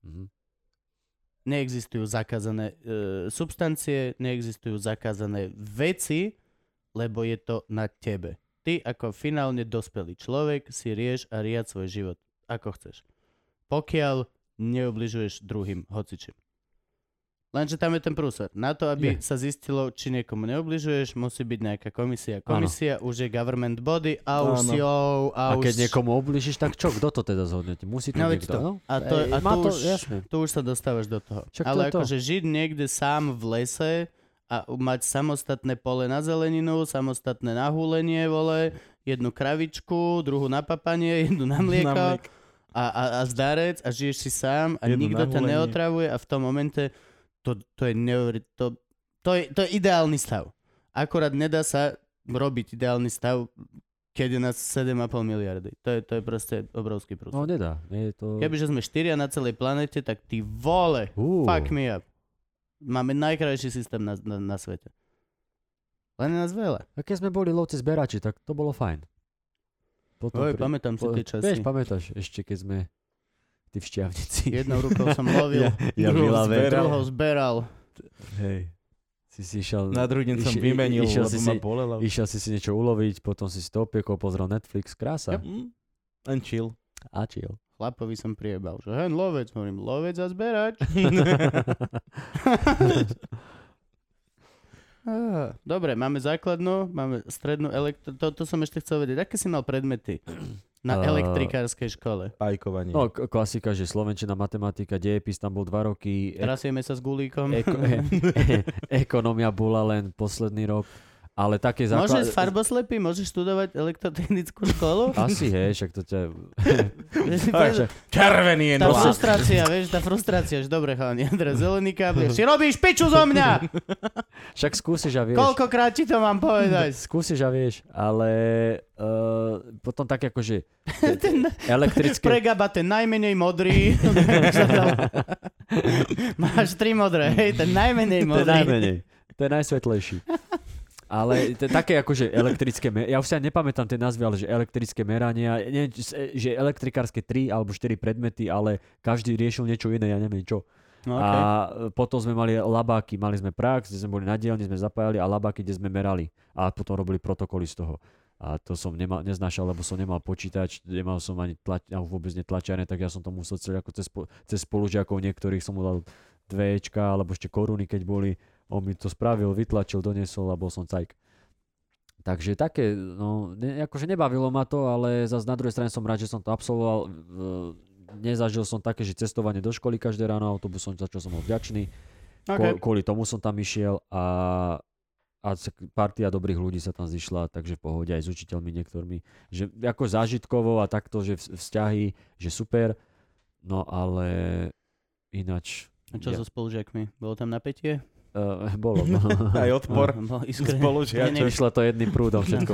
Neexistujú zakázané substancie, neexistujú zakázané veci, lebo je to na tebe. Ty ako finálne dospelý človek si rieš a riad svoj život ako chceš. Pokiaľ neubližuješ druhým hocičím. Lenže tam je ten prúser. Na to, aby sa zistilo, či niekomu neubližuješ, musí byť nejaká komisia. Komisia už je government body a už a keď niekomu ubližíš, tak čo? Kto to teda zhodne? Musí to niekto, no? A tu už sa dostávaš do toho. Čak ale to akože žiť niekde sám v lese a mať samostatné pole na zeleninu, samostatné na húlenie, vole, jednu kravičku, druhú na papanie, jednu na mlieko a zdarec a žiješ si sám a nikto ťa neotravuje a v tom momente to je ideálny stav. Akorát nedá sa robiť ideálny stav, keď je nás 7,5 miliardy. To je proste obrovský prús. No nedá. Kebyže sme 4 na celej planete, tak ty vole, fuck me up. Máme najkrajší systém na svete. Len je nás veľa. A keď sme boli lovci zberači, tak to bolo fajn. Pamätám si tie časy. Vieš, pamätáš, ešte keď sme ty v Štiavnici. Jednou rukou som lovil, druhou zberal. Hej. Si išiel... Na druhý deň som vymenil, lebo ma bolelo. Išiel si niečo uloviť, potom si to opiekol, pozrel Netflix, krása. And chill. A chill. Chlapovi som priebal, že hen lovec, hovorím, lovec a zberač. Dobre, máme základnú, máme strednú to som ešte chcel vedieť. Aké si mal predmety na elektrikárskej škole? Pajkovanie. No, klasika, že slovenčina, matematika, dejepis, tam bol 2 roky. Trasieme sa s gulíkom. Ekonomia bola len posledný rok. Ale také základ... Môžeš farboslepý? Môžeš študovať elektrotechnickú školu? Asi, hej, však to ťa... Červený je tá frustrácia, vieš, tá frustrácia, že dobre, chalani, Andrej, zelený kábel, si robíš piču zo mňa! Však skúsiš a vieš. Koľkokrát ti to mám povedať? Skúsiš a vieš, ale potom tak akože elektrické... Pre Gaba ten najmenej modrý. Máš 3 modré, hej, ten najmenej modrý. To je najsvetlejší. Ale také akože elektrické, ja už sa nepamätám tie názvy, ale že elektrické merania, neviem, že elektrikárske 3 alebo 4 predmety, ale každý riešil niečo iné, ja neviem čo. Okay. A potom sme mali labáky, mali sme prax, kde sme boli na dielni, sme zapájali a labáky, kde sme merali. A potom robili protokoly z toho. A to som neznášal, lebo som nemal počítač, nemal som ani vôbec netlačiarne, tak ja som to musel celé ako cez spolužiakov niektorých som mu dal 2 Ečka, alebo ešte koruny, keď boli. On mi to spravil, vytlačil, doniesol a bol som cajk. Takže také, no, akože nebavilo ma to, ale zase na druhej strane som rád, že som to absolvoval. Nezažil som také, že cestovanie do školy každé ráno autobusom, za čo som bol vďačný. Okay. Kvôli tomu som tam išiel a partia dobrých ľudí sa tam zišla, takže v pohode aj s učiteľmi niektorými. Že ako zážitkovo a takto, že vzťahy, že super, no ale ináč... A čo so spolužiakmi? Bolo tam napätie? Bolo. No. Aj odpor spolužiačov. Išlo to jedným prúdom všetko.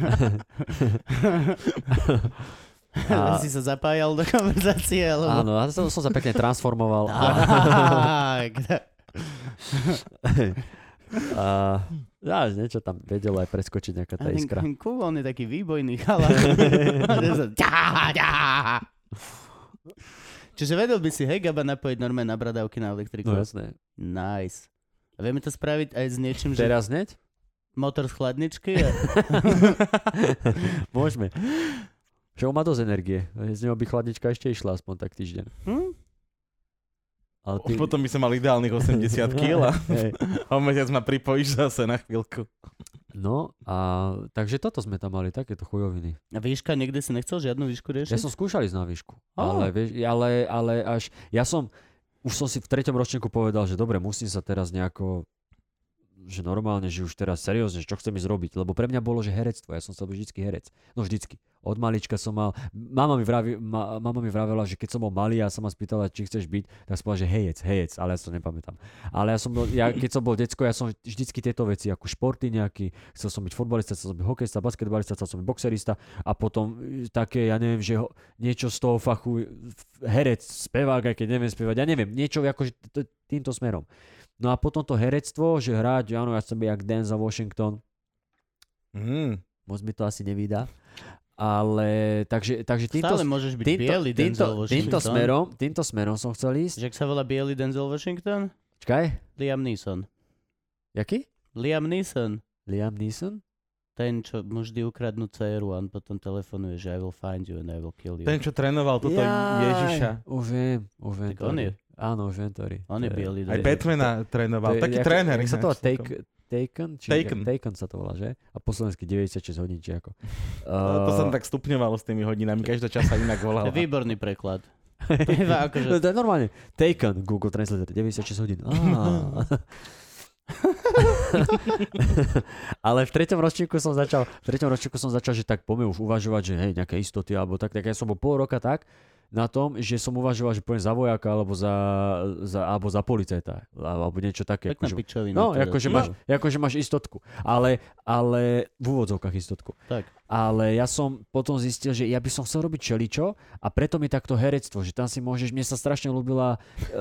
Si sa zapájal do konverzácie? Alebo... Áno, a som sa pekne transformoval. A niečo tam vedelo aj preskočiť nejaká tá iskra. Kubo, on je taký výbojný chalán. Čiže vedel by si, hej, Gaba, napojiť normálne na bradavky na elektriku. No jasné. Nice. A vieme to spraviť aj s niečím, že... Teraz hneď? Motor z chladničky? Môžeme. Však má dosť energie. Z neho by chladnička ešte išla aspoň tak týždeň. Ale ty... Potom by som mal ideálnych 80 kg a mesiac ma pripojíš zase na chvíľku. No a takže toto sme tam mali, takéto chujoviny. A výška, niekde si nechcel žiadnu výšku riešiť? Ja som skúšal ísť na výšku, ale až, už som si v 3. ročníku povedal, že dobre, musím sa teraz nejako, že normálne, že už teraz seriózne, čo chcem ísť robiť, lebo pre mňa bolo, že herectvo, ja som chcel byť vždycky herec, no vždycky. Od malička som mal, mama mi vravela, že keď som bol malý a sa ma spýtala, či chceš byť, tak som povedal, že hejec, ale ja si to nepamätám. Ale keď som bol decko, ja som vždycky tieto veci, ako športy nejaký, chcel som byť futbalista, chcel som byť hokejista, basketbalista, chcel som byť boxerista a potom také, ja neviem, že niečo z toho fachu, herec, spevák, aj keď neviem spievať, ja neviem, niečo akože týmto smerom. No a potom to herectvo, že hrať, áno, ja chcem byť jak Denzel Washington. Moc mi to asi nevydá. Ale takže týmto... Stále môžeš byť biely Denzel Washington. Týmto smerom som chcel ísť. Že ak sa volá biely Denzel Washington? Čakaj. Liam Neeson. Jaký? Liam Neeson. Ten, čo mu vždy ukradnú dceru a on potom telefonuje, že I will find you and I will kill you. Ten, čo trénoval túto Ježiša. Už viem. Tak on je. Áno, už viem, ktorý. On je biely. Aj Batmana trénoval. Taký tréner. Jak sa to volá? Taken sa to volá, že? A po slovensky 96 hodín, či ako. To som tak stupňovalo s tými hodinami. Každá čas sa inak volala. To je výborný preklad. To je normálne. Taken, Google Translator, 96 hodín. Ale v 3. ročníku som začal, že tak poďme už uvažovať, že hej, nejaké istoty, alebo tak ja som bol pol roka tak na tom, že som uvažoval, že pôjdem za vojaka, alebo za policajta, alebo niečo také. Pekná pičovina. No, akože máš istotku, ale v úvodzovkách istotku. Tak. Ale ja som potom zistil, že ja by som chcel robiť čeličo a preto mi takto herectvo, že tam si môžeš, mne sa strašne ľúbila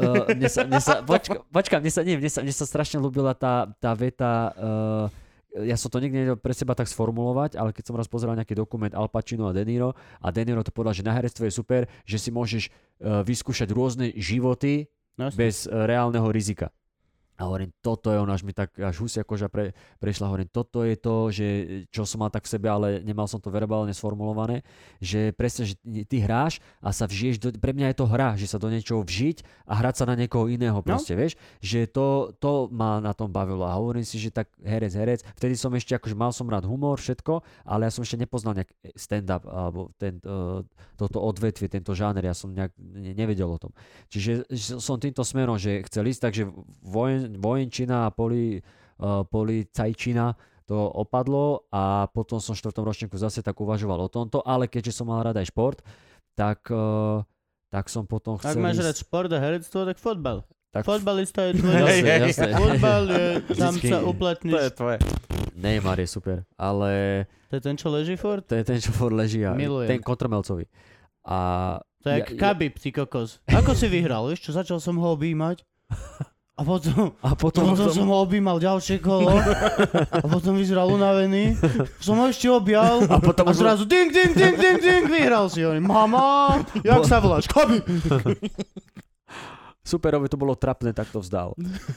mne sa strašne ľúbila tá veta, ja som to nikdy nevedel pre seba tak sformulovať, ale keď som raz pozeral nejaký dokument Al Pacino a De Niro to povedal, že na herectvo je super, že si môžeš vyskúšať rôzne životy bez reálneho rizika. A hovorím, toto je ono, až mi tak až husia koža prešla, hovorím, toto je to, že čo som mal tak v sebe, ale nemal som to verbálne sformulované, že presne, že ty hráš a sa vžiješ, pre mňa je to hra, že sa do niečoho vžiť a hrať sa na niekoho iného proste, vieš, že to ma na tom bavilo a hovorím si, že tak herec, vtedy som ešte, akože mal som rád humor, všetko, ale ja som ešte nepoznal nejak stand-up alebo toto odvetvie, tento žáner, ja som nejak nevedel o tom. Čiže som týmto smerom, že chcel ísť, takže vojenčina a policajčina to opadlo a potom som v 4. ročníku zase tak uvažoval o tomto, ale keďže som mal rád aj šport, tak som potom chcel ísť... Ak máš rád šport a herectvo, tak fotbal. Fotbalista je tvoj. Jasné. Fotbal je, tam sa uplatníš. To je tvoje. Neymar je super, ale... To je ten, čo leží furt? To je ten, čo furt leží a Milujem. ten Kotrmelcový. A... To je jak Khabib, ty kokos. Ako si vyhral, vieš čo, začal som ho objímať. A potom som ho objímal ďalšie kolo a potom vyzeral unavený. Som ho ešte objal a zrazu ding, vyhral si. Mama, jak sa voláš? Khabib. Superovi to bolo trapné, tak to vzdal.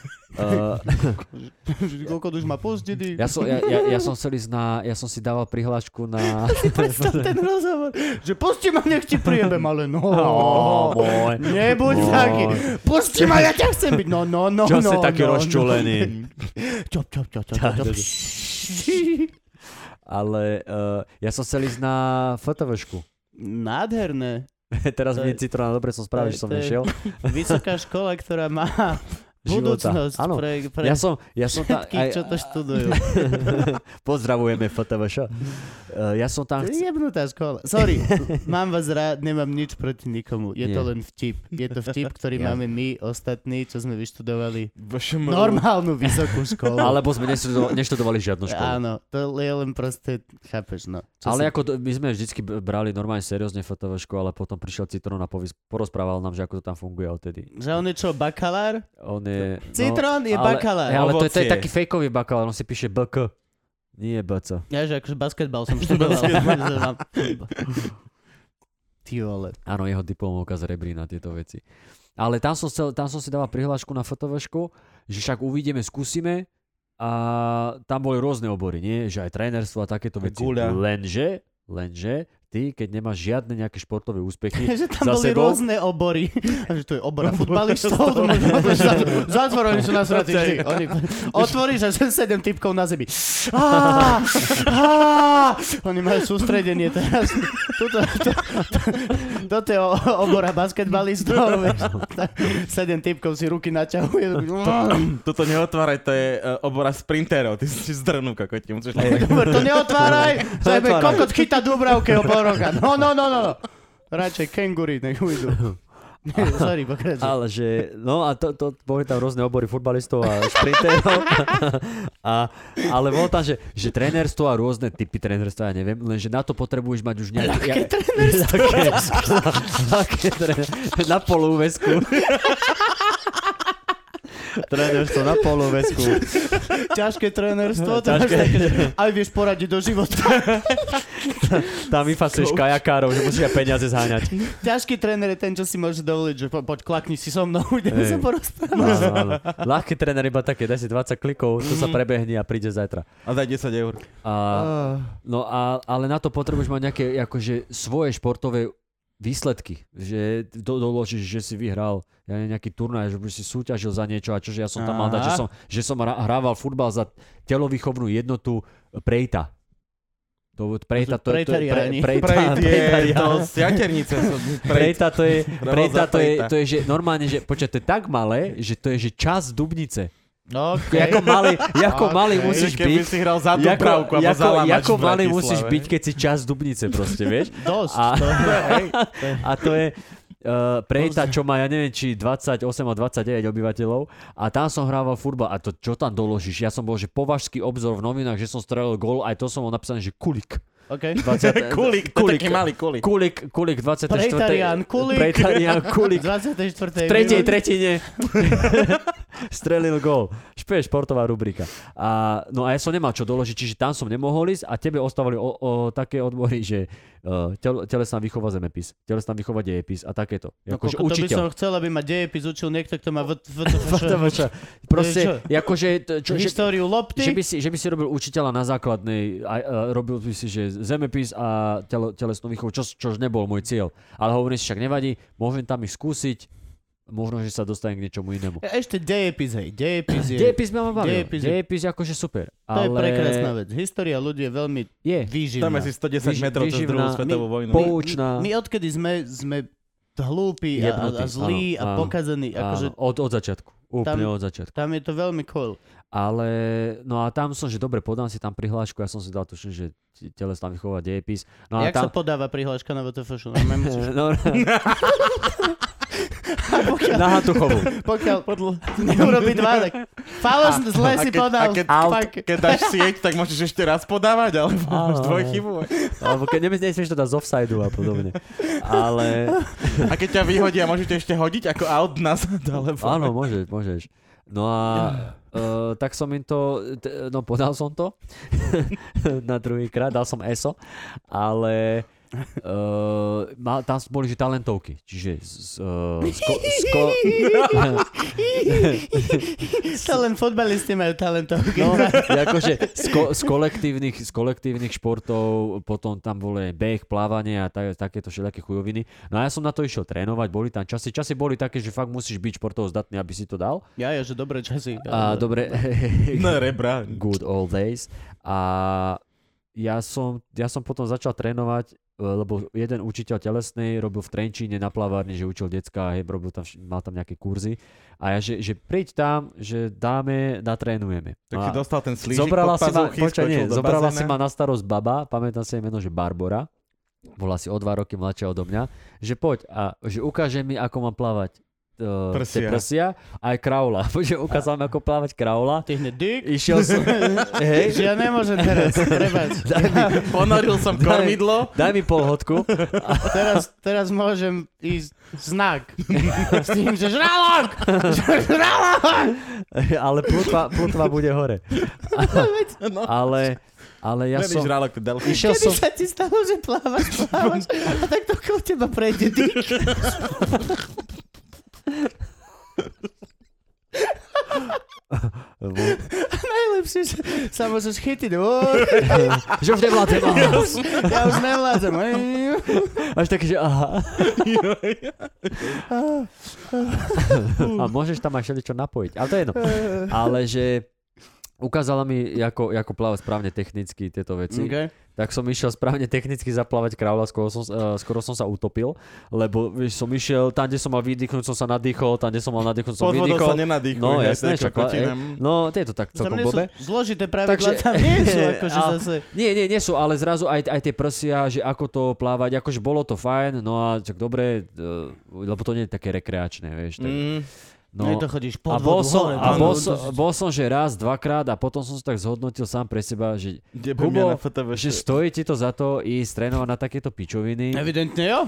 Koľko už ma pustiť? Ja som si dával prihlášku na... Predstav ten rozhovor, že pusti ma, nech ti priebem, ale môj. Nebuď taký. Pusti ma, ja ťa chcem byť. No. Čo si taký rozčulený? Čop. Ale ja som chcel ísť na fotovešku. Nádherné. Teraz mi je citrona, dobre som spravil, že som nešiel. Vysoká škola, ktorá má budúcnosť pre ja som všetkých, čo to študujú. Pozdravujeme FTVŠ. Ja som tam... To je jebnutá škola. Sorry, mám vás rád, nemám nič proti nikomu. Je to len vtip. Je to vtip, ktorý máme my, ostatní, čo sme vyštudovali normálnu vysokú školu. Alebo sme neštudovali žiadnu školu. Áno, to je len proste, chápeš, no. Ale ako my sme vždycky brali normálne seriózne fotovešku, ale potom prišiel Citrón a porozprával nám, že ako to tam funguje odtedy. Že on je čo, bakalár? On je... Citrón je bakalár. Ale to je taký fejkový bakalár, on si píše BK. Nie BC. Ja, že akože basketbal som študoval. Ty vole. Áno, jeho diplomovka z rebrí na tieto veci. Ale tam som si dával prihlášku na fotovešku, že však uvidíme, skúsime a tam boli rôzne obory, nie? Že aj trénerstvo a takéto veci. Lenže ty, keď nemáš žiadne nejaké športové úspechy že tam boli rôzne obory. A že to je obor futbalistov. Zatvor, oni sú nasratí vždy. Otvoríš a 7 typkov na zemi. Oni majú sústredenie teraz. Toto je obora basketbalistov. 7 typkov si ruky naťahuje. Toto neotváraj, to je obora sprinterov. Ty si zdrnú, kokoti. To neotváraj. Zajme kokot chytá Dubravke roka. No. Radšej kengurí, nech ujdu. Sorry, pokračuj. Ale že, no a to boli tam rôzne obory futbalistov a šprinterov. Ale bolo tam, že trénerstvo a rôzne typy trénerstva, ja neviem, lenže na to potrebuješ mať už nejaké... Ľahké trénerstvo. Ľahké trénerstvo. Na polúvesku. Trénerstvo na polúvesku. Ťažké trénerstvo. Aj vieš poradiť do života. Tam vyfasuješ kajakárov, že musíš peniaze zháňať. Ťažký tréner je ten, čo si môže dovoliť, že poď klakni si so mnou, ideme sa porozprávať. Áno. Ľahký tréner iba také, daj si 20 klikov, to sa prebehne a príde zajtra. A daj 10 eur. Ale na to potrebuješ mať nejaké akože svoje športové výsledky, že doložíš, že si vyhral nejaký turnaj, že by si súťažil za niečo a čože ja som tam mal dať, že som hrával futbal za telovýchovnú jednotu Prejta. Prejta to je, že normálne, že počkaj, to je tak malé, že to je, že čas Dubnice. Okay. Ako malý musíš byť. Keby si hral za Dubravku a Zalamač ako malý musíš byť, keď si čas Dubnice proste, vieš? Dosť. A to je Prejta, čo má, ja neviem, či 28 a 29 obyvateľov a tam som hrával futbal a to čo tam doložíš? Ja som bol, že považský obzor v novinách, že som strelil gól, aj to som bol napísané, že Kulik. Okay. Kulik, to je taký malý Kulik. Kulik 24. Prejtarian Kulik. 24. V tretej tretine strelil gól. Športová rubrika. A ja som nemal čo doložiť, čiže tam som nemohol ísť a tebe ostávali také odbory, že telesná výchova zemepis, telesná výchova dejepis a takéto. Akože to by som chcel, aby ma dejepis učil niekto, kto má proste, akože... Históriu lopty. Že by si robil učiteľa na základnej, robil by si, že zemepis a telesnú výchovu, čož nebol môj cieľ. Ale hovorím si, však nevadí, môžem tam ich skúsiť, možno, že sa dostanem k niečomu inému. Ešte dejepis, hej. Dejepis ma bavil. Dejepis je akože super. To je prekrásna vec. História ľudí je veľmi výživná. Tam je si 110 metrov cez druhú svetovú vojnu. Poučná. My odkedy sme hlúpi a zlí a pokazení. Akože od začiatku. Úplne od začiatku. Tam je to veľmi cool. Ale, no a tam som, že dobre, podám si tam prihlášku, ja som si dal tuším, že telesná výchova dejepis. No jak sa podáva prihláška na VTF? Na Hatuchovú. Pokiaľ neurobi dva, tak falošne zle si podal. Keď dáš sieť, tak môžeš ešte raz podávať, alebo máš dvojchybu. Alebo keď nesmieš to dať z offsideu a podobne. Ale... A keď ťa vyhodia, môžete ešte hodiť ako out nazad, alebo... Áno, môžeš. No a tak som im to, podal som to na druhýkrát, dal som ESO, ale tam boli že talentovky, čiže to len fotbalisti majú talentovky. No, akože z kolektívnych športov, potom tam boli beh, plávanie a takéto všelijaké chujoviny. No a ja som na to išiel trénovať, boli tam časy boli také, že fakt musíš byť športovo zdatný, aby si to dal. Ja, že dobré časy. Dobre. No rebra. Good old days. A ja som potom začal trénovať lebo jeden učiteľ telesnej robil v Trenčíne na plavárni, že učil decka, hej, mal tam nejaké kurzy. A ja, že príď tam, že dáme, natrénujeme. Tak si dostal ten slížik zobrala pod pazúchy, skočil do zobrala bazéna. si ma na starosť baba, pamätám si jej meno, že Barbora, bola si o 2 roky mladšia odo mňa, že poď a že ukáže mi, ako mám plávať prsia, aj kraula. Že ukázal mi, ako plávať kraula. Ty hneď dyk. Išiel som, hej, Že ja nemôžem teraz, prepáč. Ponoril som kormidlo. Daj mi polhodku. Teraz môžem ísť znak. S tým, že žralok! Ale plutva bude hore. Ale ja Nevíš, som... žralok, delfín. Išiel Kedy som... sa ti stalo, že plávaš a tak to okolo teba prejde dyk? Najlepšie, že sa môžeš chytiť. Že už nevládzem. Ja už nevládzem. Až taký, že aha. A môžeš tam aj všeličo napojiť. Ale to je jedno. Ale že ukázala mi, ako plávať správne technicky tieto veci. Okay. Tak som išiel správne technicky zaplávať kraula, skoro som sa utopil, lebo vieš, som išiel, tam, kde som mal vydýchnuť, som sa nadýchol, tam, kde som mal nadýchnuť, som vydýchol. Pod vodou sa nenadýchuj. No hej, jasné, to je kokotina. no to je to tak celkom blbé. Zložité pravidlá tam nie sú, akože zase. Nie sú, ale zrazu aj tie prsia, že ako to plávať, akože bolo to fajn, no a tak dobre, lebo to nie je také rekreačné, vieš. Tak, No, to chodíš pod a bol vodu, bol som, že raz, dvakrát a potom som sa tak zhodnotil sám pre seba, že Kubo, že stojí ti to za to ísť trénovať na takéto pičoviny. Evidentne jo.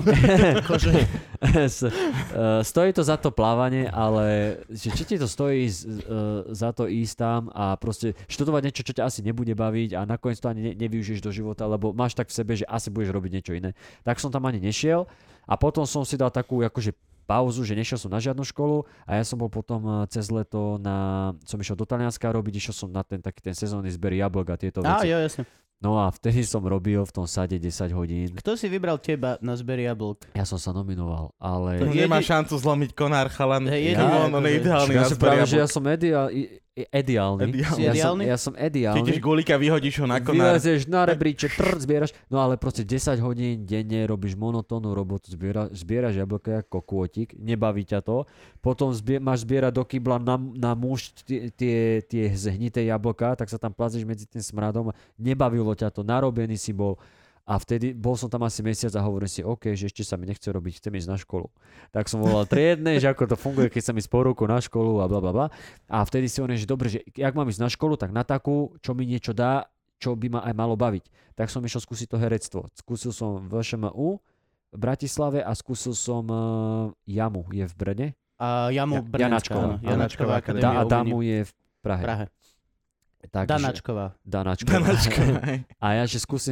Stojí to za to plávanie, ale že či ti to stojí za to ísť tam a proste študovať niečo, čo ťa asi nebude baviť a nakoniec to ani nevyužiješ do života, lebo máš tak v sebe, že asi budeš robiť niečo iné. Tak som tam ani nešiel a potom som si dal takú akože pauzu, že nešiel som na žiadnu školu a ja som bol potom cez leto som išiel do Talianska robiť, išiel som na ten sezónny zber jablok a tieto veci. Jo, jasne. No a vtedy som robil v tom sade 10 hodín. Kto si vybral teba na zber jablok? Ja som sa nominoval, ale... To nemá šancu zlomiť konár, chalan. Hej, On je ideálny na zber práve, jablok. že ja som ideálny. Ja som ideálny. Chytíš gulíka, vyhodíš ho na konár. Vylezieš na rebríček, zbieraš, no ale proste 10 hodín denne robíš monotónnu robotu, zbieraš jablka ako kokôtik, nebaví ťa to, potom máš zbierať do kybla na muž tie zhnité jablka, tak sa tam plazíš medzi tým smradom, nebavilo ťa to, narobený si bol. A vtedy bol som tam asi mesiac a hovorím si, OK, že ešte sa mi nechce robiť, chcem ísť na školu. Tak som volal triedne, že ako to funguje, keď sa mi po ruku na školu a blablabla. A vtedy si hovorím, že dobre, že ak mám ísť na školu, tak na takú, čo mi niečo dá, čo by ma aj malo baviť. Tak som išiel skúsiť to herectvo. Skúsil som VŠMU v Bratislave a skúsil som Jamu, je v Brne. A Jamu Brnenská. Janačková akadémia. A Damu je v Prahe. Danačková. A ja že skúsim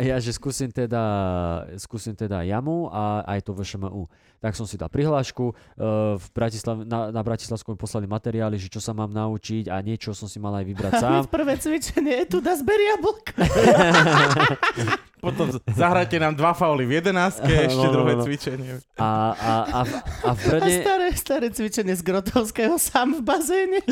teda Jamu a aj to VŠMU. Tak som si dal prihlášku, na Bratislavskom poslali materiály, že čo sa mám naučiť a niečo som si mal aj vybrať sám. Prvé cvičenie je tu na zber jablok. Potom zahráte nám 2 fauly v 11, ešte druhé cvičenie. A v Brne... A staré cvičenie z Grotovského sám v bazéne.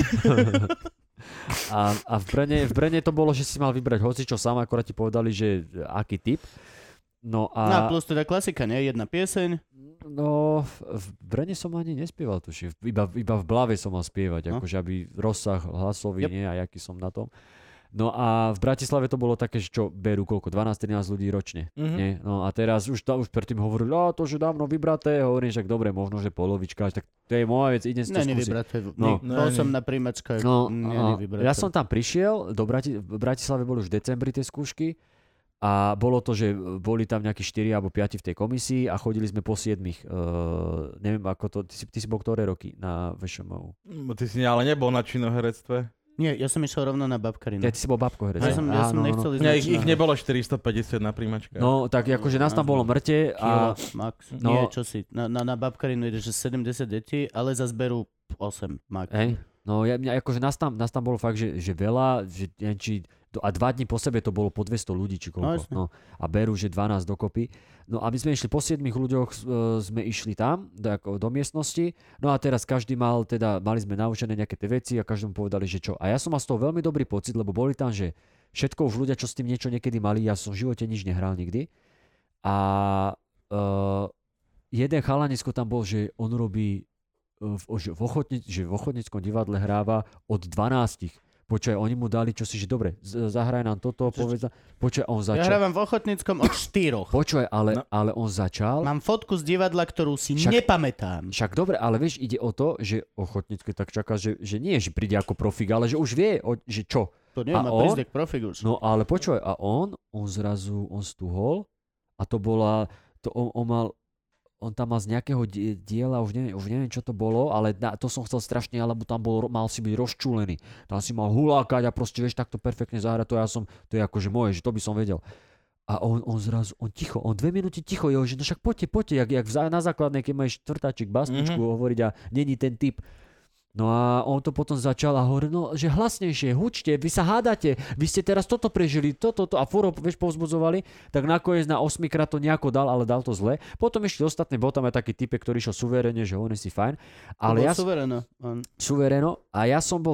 A v Brne to bolo, že si mal vybrať hocičo sám, akorát ti povedali, že aký typ. No plus teda klasika, nie? Jedna pieseň. No, v Brne som ani nespieval, tuším. Iba v Blave som mal spievať, akože aby rozsah hlasový, nie, a jaký som na tom. No a v Bratislave to bolo také, že čo berú koľko, 12-13 ľudí ročne. Nie? No a teraz už predtým hovorili, to že dávno vybraté, hovorím, že dobre, možno, že polovička, tak to je moja vec, idem si to skúsiť. Nevybraté. Bol som na príjmačkách. Ja som tam prišiel, v Bratislave boli už v decembri tie skúšky a bolo to, že boli tam nejakí 4 alebo 5 v tej komisii a chodili sme po 7. Neviem, ako to, ty si bol ktoré roky na VŠMU? Ty si ale nebol na činoherectve. Nie, ja som išiel rovno na babkarinu. Ja, ty si bol babkoherec. Ja som nechcel ísť. Ich nebolo 450 na príjmačkách. No, tak akože nás tam bolo mŕte a... Max. Nie, čo si. Na babkarinu ide, že 70 detí, ale za zberu 8 max. Hej. No, akože nás tam bolo fakt, že veľa, že či... A 2 dní po sebe to bolo po 200 ľudí, či koľko. No, a berú, že 12 dokopy. No a my sme išli po 7 ľuďoch, sme išli tam do miestnosti. No a teraz mali sme naučené nejaké tie veci a každému povedali, že čo. A ja som mal z toho veľmi dobrý pocit, lebo boli tam, že všetko už ľudia, čo s tým niečo niekedy mali, ja som v živote nič nehral nikdy. A jeden chalanisko tam bol, že on robí v Ochotníckom divadle hráva od 12. Počkaj, oni mu dali čosi, že dobre, zahraj nám toto, povedz. Počkaj, on začal. Ja hrávam v Ochotníckom od 4. Počkaj, ale on začal. Mám fotku z divadla, ktorú si nepamätám. Však dobre, ale vieš, ide o to, že Ochotnícke tak čaká, že nie, že príde ako profík, ale že už vie, že čo. To nie má prísť k profík už. No ale počkaj, a on zrazu, on stúhol a to bola, on tam mal z nejakého diela, už neviem, čo to bolo, ale to som chcel strašne, alebo tam mal si byť rozčúlený. Tam si mal hulákať a proste, vieš, takto perfektne zahrať, to je akože moje, že to by som vedel. A on zrazu, on 2 minúty ticho, že no však poďte, jak na základnej, keď máš štvrtáčik basničku hovoriť a není ten typ. No a on to potom začal a hovorí, no, že hlasnejšie, hučte, vy sa hádate, vy ste teraz toto prežili, toto a furo, vieš, povzbudzovali, tak nakoniec na 8-krát to nejako dal, ale dal to zle. Potom ešte ostatné, bol tam aj taký typek, ktorý šiel suverene, že on je si fajn. Ale suvereno. A ja som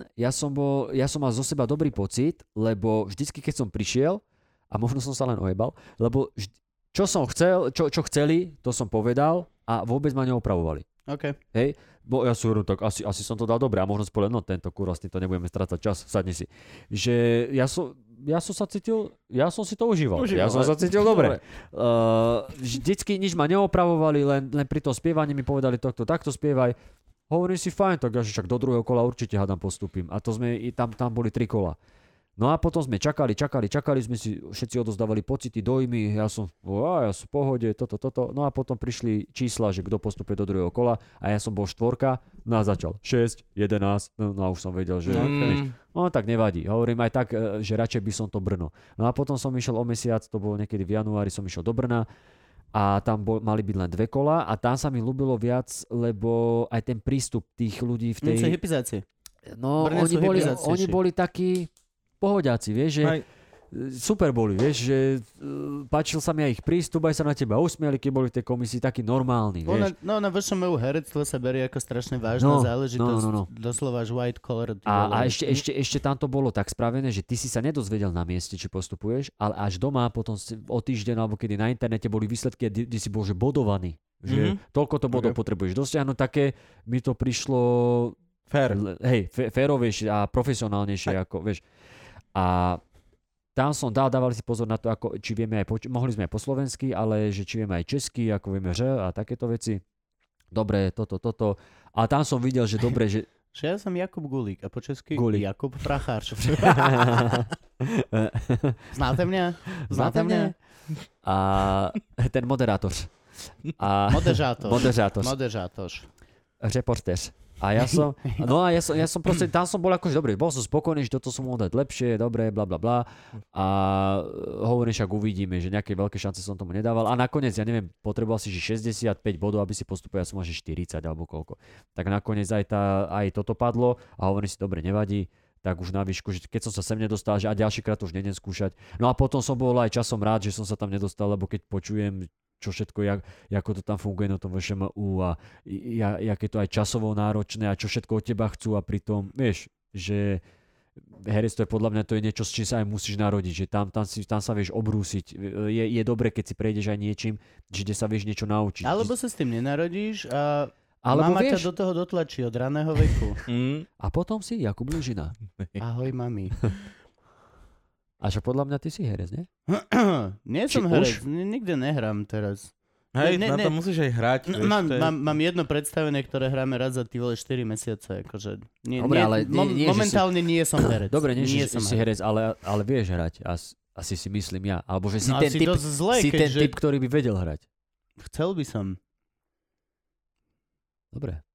mal zo seba dobrý pocit, lebo vždycky, keď som prišiel, a možno som sa len ojebal, lebo čo som chcel, čo chceli, to som povedal a vôbec ma neopravovali. OK. Hej, bo ja si hovorím, tak asi som to dal dobre a možno spovedať, no tento kurva, s týmto nebudeme strácať čas, sadni si. Že ja som sa cítil, ja som si to užíval. Ja som sa cítil dobre. Vždycky nič ma neopravovali, len pri tom spievaní mi povedali takto spievaj. Hovorím si fajn, tak ja však do druhého kola určite hádam postupím. A to tam boli 3 kola. No a potom sme čakali, sme si všetci odozdávali pocity, dojmy, ja som v pohode, toto. No a potom prišli čísla, že kto postupuje do druhého kola a ja som bol 4, no a začal 6, 11, no a už som vedel, že no tak nevadí. Hovorím aj tak, že radšej by som to Brno. No a potom som išiel o mesiac, to bolo niekedy v januári, som išiel do Brna a tam mali byť len 2 kola a tam sa mi ľúbilo viac, lebo aj ten prístup tých ľudí v tej... hypizácie. No, oni boli takí pohodiaci, vieš, že super boli, vieš, že páčil sa mi aj ich prístup, aj sa na teba usmiali, keď boli v tej komisii takí normálni, vieš. Na VŠMU herectvo sa berie ako strašne vážna záležitosť, doslova až white collar. A ešte tam to bolo tak spravené, že ty si sa nedozvedel na mieste, či postupuješ, ale až doma, potom o týždeň, alebo kedy na internete boli výsledky, kde si bol, že bodovaný, že toľko to bodov potrebuješ dosiahnuť, také mi to prišlo férovejšie a profesionálnejšie, ako, vieš. A tam som dávali si pozor na to, ako, či vieme aj mohli sme aj po slovensky, ale že či vieme aj česky, ako vieme a takéto veci. Dobre, toto. A tam som videl, že dobre, že... Že ja som Jakub Gulík a po česky Jakub Prachář. Znáte mňa? A ten moderátor. Moderátor. Reportér. A ja som proste, tam som bol akože dobrý, bol som spokojný, že toto som mohol dať lepšie, dobre, blablabla. A hovorím, však uvidíme, že nejaké veľké šance som tomu nedával. A nakoniec, ja neviem, potreboval si 65 bodov, aby si postupoval, ja som mal 40 alebo koľko. Tak nakoniec aj toto padlo a hovorím si, dobre, nevadí. Tak už na výšku, že keď som sa sem nedostal, že a ďalšíkrát už nedem skúšať. No a potom som bol aj časom rád, že som sa tam nedostal, lebo keď počujem, čo všetko, ako to tam funguje na tom VŠMU a jak je to aj časovo náročné a čo všetko od teba chcú a pritom, vieš, že herectvo je podľa mňa to je niečo, s čím sa aj musíš narodiť, že tam sa vieš obrúsiť. Je dobre, keď si prejdeš aj niečím, že sa vieš niečo naučiť. Alebo sa s tým nenarodíš a mama ťa do toho dotlačí od raného veku. A potom si Jakub Lužina. Ahoj, mami. A že podľa mňa ty si herec, nie? Nie som herec, nikde nehrám teraz. Hej, na to musíš aj hrať. Mám jedno predstavenie, ktoré hráme raz za 4 mesiace. Akože momentálne nie som herec. Dobre, nie si herec, ale vieš hrať. Asi si myslím ja. Alebo že si ten typ, ktorý by vedel hrať. Chcel by som. Dobre.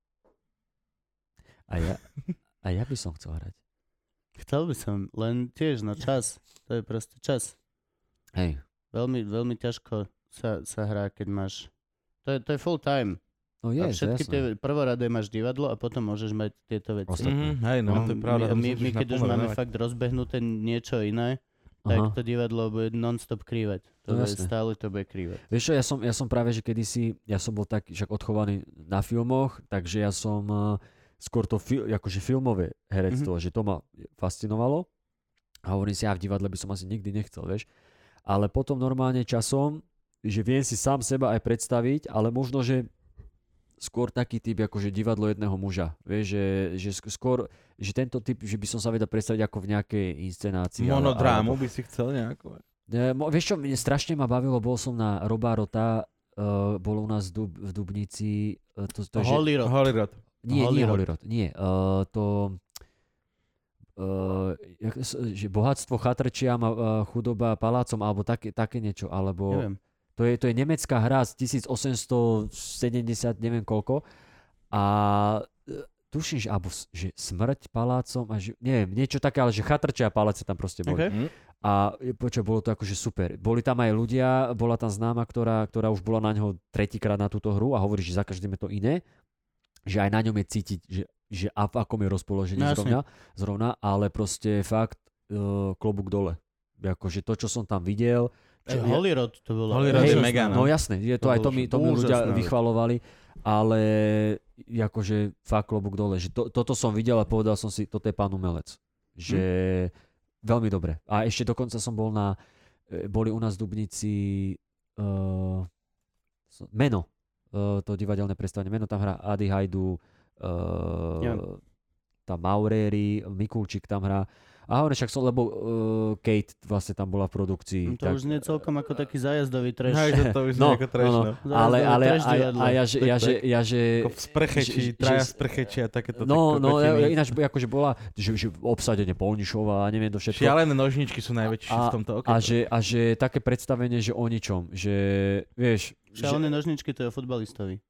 A ja by som chcel hrať. Chcel by som, len tiež čas. To je proste čas. Hej. Veľmi, veľmi ťažko sa hrá, keď máš... To je full time. No je, a všetky tie prvoradé máš divadlo a potom môžeš mať tieto veci. Hej, no, to je pravda. My keď už máme fakt rozbehnuté niečo iné, tak to divadlo bude non-stop krývať. Stále to bude krývať. Vieš čo, ja som práve, že kedysi, ja som bol tak však odchovaný na filmoch, takže ja som... skôr to akože filmové herectvo, že to ma fascinovalo. A hovorím si, ja v divadle by som asi nikdy nechcel, vieš. Ale potom normálne časom že viem si sám seba aj predstaviť, ale možno, že skôr taký typ, akože divadlo jedného muža. Vieš, že skôr, že tento typ, že by som sa vedel predstaviť ako v nejakej inscenácii. Monodrámu by si chcel nejakú? Vieš čo, mne strašne ma bavilo, bol som na Roba Rota, bol u nás v Dubnici. Holirod. Nie Holirod. Nie. Že bohatstvo chatrčiam a chudoba palácom, alebo také niečo, alebo... Neviem. To je nemecká hra z 1870, neviem koľko. A tuším, že smrť palácom, a neviem, niečo také, ale že chatrčia a paláce tam proste boli. Okay. A bolo to akože super. Boli tam aj ľudia, bola tam známa, ktorá už bola na ňo tretíkrát na túto hru a hovorí, že za každým je to iné. Že aj na ňom je cítiť, že v akom je rozpoložení zrovna, ale proste fakt klobúk dole. Akože to, čo som tam videl, Holirod to bolo. Holirod je mega. No jasné, je to aj to mi ľudia vychvalovali, ale akože fakt klobúk dole. Že toto som videl a povedal som si, toto je pán umelec. Že veľmi dobre. A ešte dokonca som boli u nás v Dubnici Meno, to divadelné predstavenie. Meno tam hrá Adi Hajdu, tam Mauréry, Mikulčík tam hrá. A hovorím, však lebo Kate vlastne tam bola v produkcii. To už nie celkom ako taký zájazdový trash. To už nie ako trash, no. Ale ja, že... Ako v sprcheči, traja sprcheči a takéto. No, ináč akože bola, že obsadenie Polnišova a neviem to všetko. Šialené nožničky sú najväčšie v tomto oke. A že také predstavenie, že o ničom, že vieš... Šialené nožničky, to je o futbalistovi.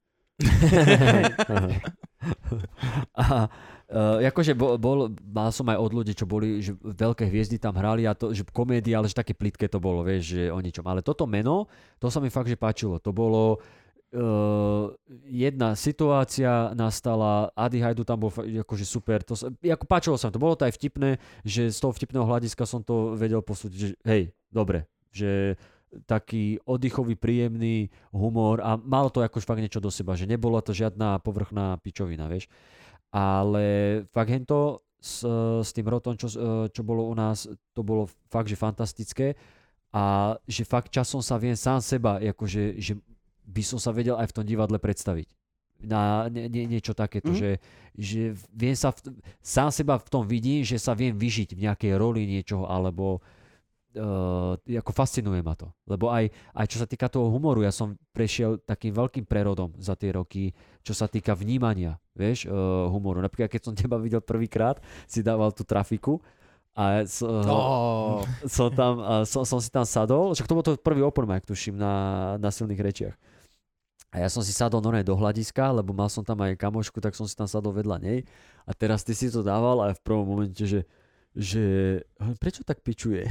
Akože mal som aj od ľudí, čo boli, že veľké hviezdy tam hrali a to, že komédia, ale že také plitké to bolo, vieš, že o ničom. Ale toto Meno, to sa mi fakt, že páčilo. To bolo jedna situácia nastala, Adi Hajdu tam bol akože super, páčilo sa mi to. Bolo to aj vtipné, že z toho vtipného hľadiska som to vedel posúdiť, že hej, dobre, že taký oddychový, príjemný humor a malo to akož fakt niečo do seba, že nebola to žiadna povrchná pičovina, vieš. Ale fakt hento s tým Rotom, čo bolo u nás, to bolo fakt, že fantastické a že fakt časom sa viem sám seba, akože, že by som sa vedel aj v tom divadle predstaviť. Na niečo takéto, že viem sa sám seba v tom vidím, že sa viem vyžiť v nejakej roli niečoho, alebo ako fascinuje ma to. Lebo aj čo sa týka toho humoru, ja som prešiel takým veľkým prerodom za tie roky, čo sa týka vnímania, vieš, humoru. Napríklad, keď som teba videl prvýkrát, si dával tú trafiku a som si tam sadol, však to bol to prvý open mic, tuším, na silných rečiach. A ja som si sadol normálne do hľadiska, lebo mal som tam aj kamošku, tak som si tam sadol vedľa nej. A teraz ty si to dával a v prvom momente, že prečo tak pičuje?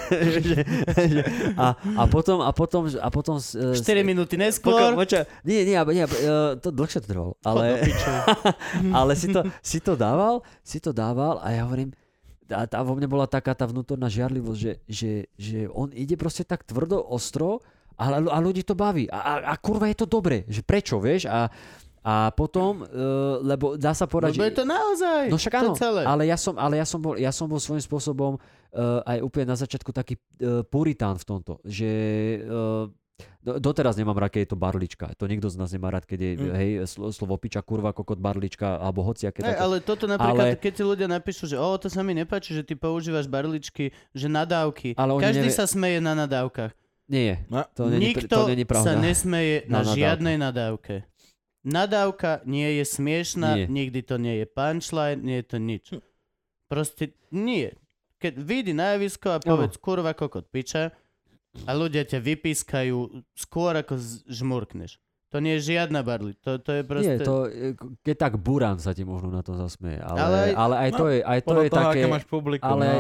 a potom 4 minúty neskôr. Nie, to dlhšie to trvalo. Ale si to dával a ja hovorím, a vo mne bola taká tá vnútorná žiarlivosť, že on ide proste tak tvrdo, ostro, a ľudí to baví. A kurva je to dobre, že prečo, vieš? A potom, lebo dá sa povedať, lebo je to naozaj, no však áno, to celé. Ale ja som bol svojím spôsobom aj úplne na začiatku taký puritán v tomto, že doteraz nemám rád, keď je to barlička. To nikto z nás nemá rád, keď je hej, slovo piča, kurva, kokot, barlička, alebo hociaké také. Ale toto napríklad, keď ti ľudia napíšu, že to sa mi nepáči, že ty používaš barličky, že nadávky. Každý sa smeje na nadávkach. Nie, nikto to není pravda. sa nesmeje na žiadnej nadávke. Nadávka nie je smiešná, nikdy to nie je punchline, nie je to nič. Proste nie. Keď vyjdi na javisko a povedz kurva kokot piča a ľudia ťa vypískajú skôr ako žmurkneš. To nie je žiadna barli. To je proste... Nie, keď tak Buran sa ti možno na to zasmeje. Ale aj to je také... Aké máš publikum,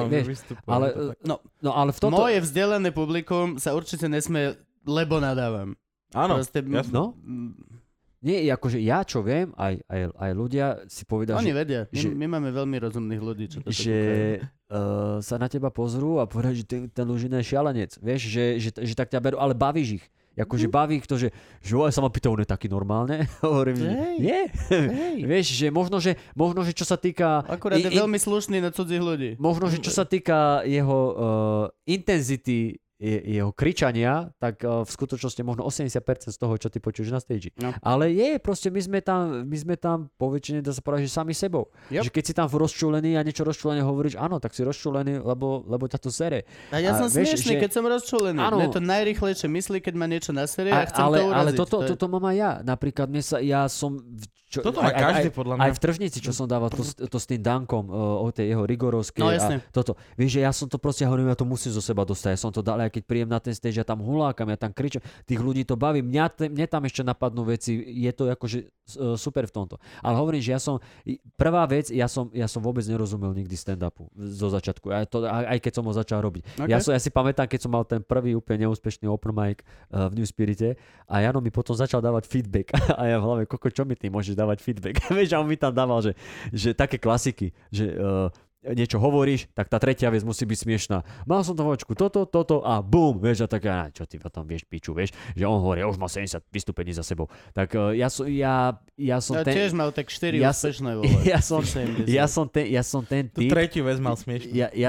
ale v tomto... Moje vzdelané publikum sa určite nesmeje, lebo nadávam. Áno, jasno. Nie, akože ja čo viem, aj ľudia si povedia, oni vedia. My máme veľmi rozumných ľudí, čo toto sa na teba pozrú a povedia, že ten Lužina je šialenec. Vieš, že tak ťa berú, ale bavíš ich. Akože baví ich to, že sa ma pýta, on je taký normálne. Hovorím, že nie. Vieš, že možno, že čo sa týka... Akurát je veľmi slušný na cudzích ľudí. Možno, že čo sa týka jeho intenzity jeho kričania, tak v skutočnosti možno 80% z toho, čo ty počuješ na stage. No. Ale proste my sme tam po väčšine, dá sa povedať, že sami sebou. Že keď si tam rozčúlený a niečo rozčúlené hovoríš, áno, tak si rozčúlený, lebo ťa to sere. A ja som smiešný, keď som rozčúlený. Mne to najrýchlejšie myslí, keď ma niečo nasere a chcem to uraziť. Ale toto mám aj ja. Napríklad ja som... Toto má každý, podľa mňa. Aj v tržnici, čo som dával to s tým Dankom o tej jeho rigorovskej a toto. Vieš, že ja som to proste hovorím, ja to musím zo seba dostať. Ja som to dal, aj keď príjem na ten stage, ja tam hulákam, ja tam kričam. Tých ľudí to baví. Mne tam ešte napadnú veci. Je to akože super v tomto. Ale hovorím, že prvá vec, ja som vôbec nerozumel nikdy stand-upu zo začiatku. Aj keď som ho začal robiť. Okay. Ja si pamätám, keď som mal ten prvý úplne neúspešný open mic v New Spirite a Jano mi potom začal dávať feedback. A ja v hlave, čo mi ty môžeš dávať feedback? Vieš, a on mi tam dával, že také klasiky, že niečo hovoríš, tak tá tretia vec musí byť smiešná. Mal som to vočku, toto a bum, vieš, a tak, čo ty o tom vieš, piču, vieš, že on hovorí, už má 70 vystúpení za sebou. Tak ja som ten... tiež mal tak 4 úspešné, vole. Ja som ten typ... Tu tretiu vec mal smiešný. Ja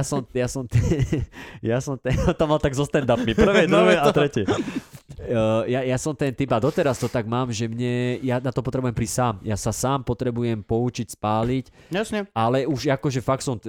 som ten, to mal tak so stand-upmi, prvé a tretie. Ja som ten typ a doteraz to tak mám, že ja na to potrebujem prísť sám. Ja sa sám potrebujem poučiť spáliť. Jasne. Ale už akože fakt som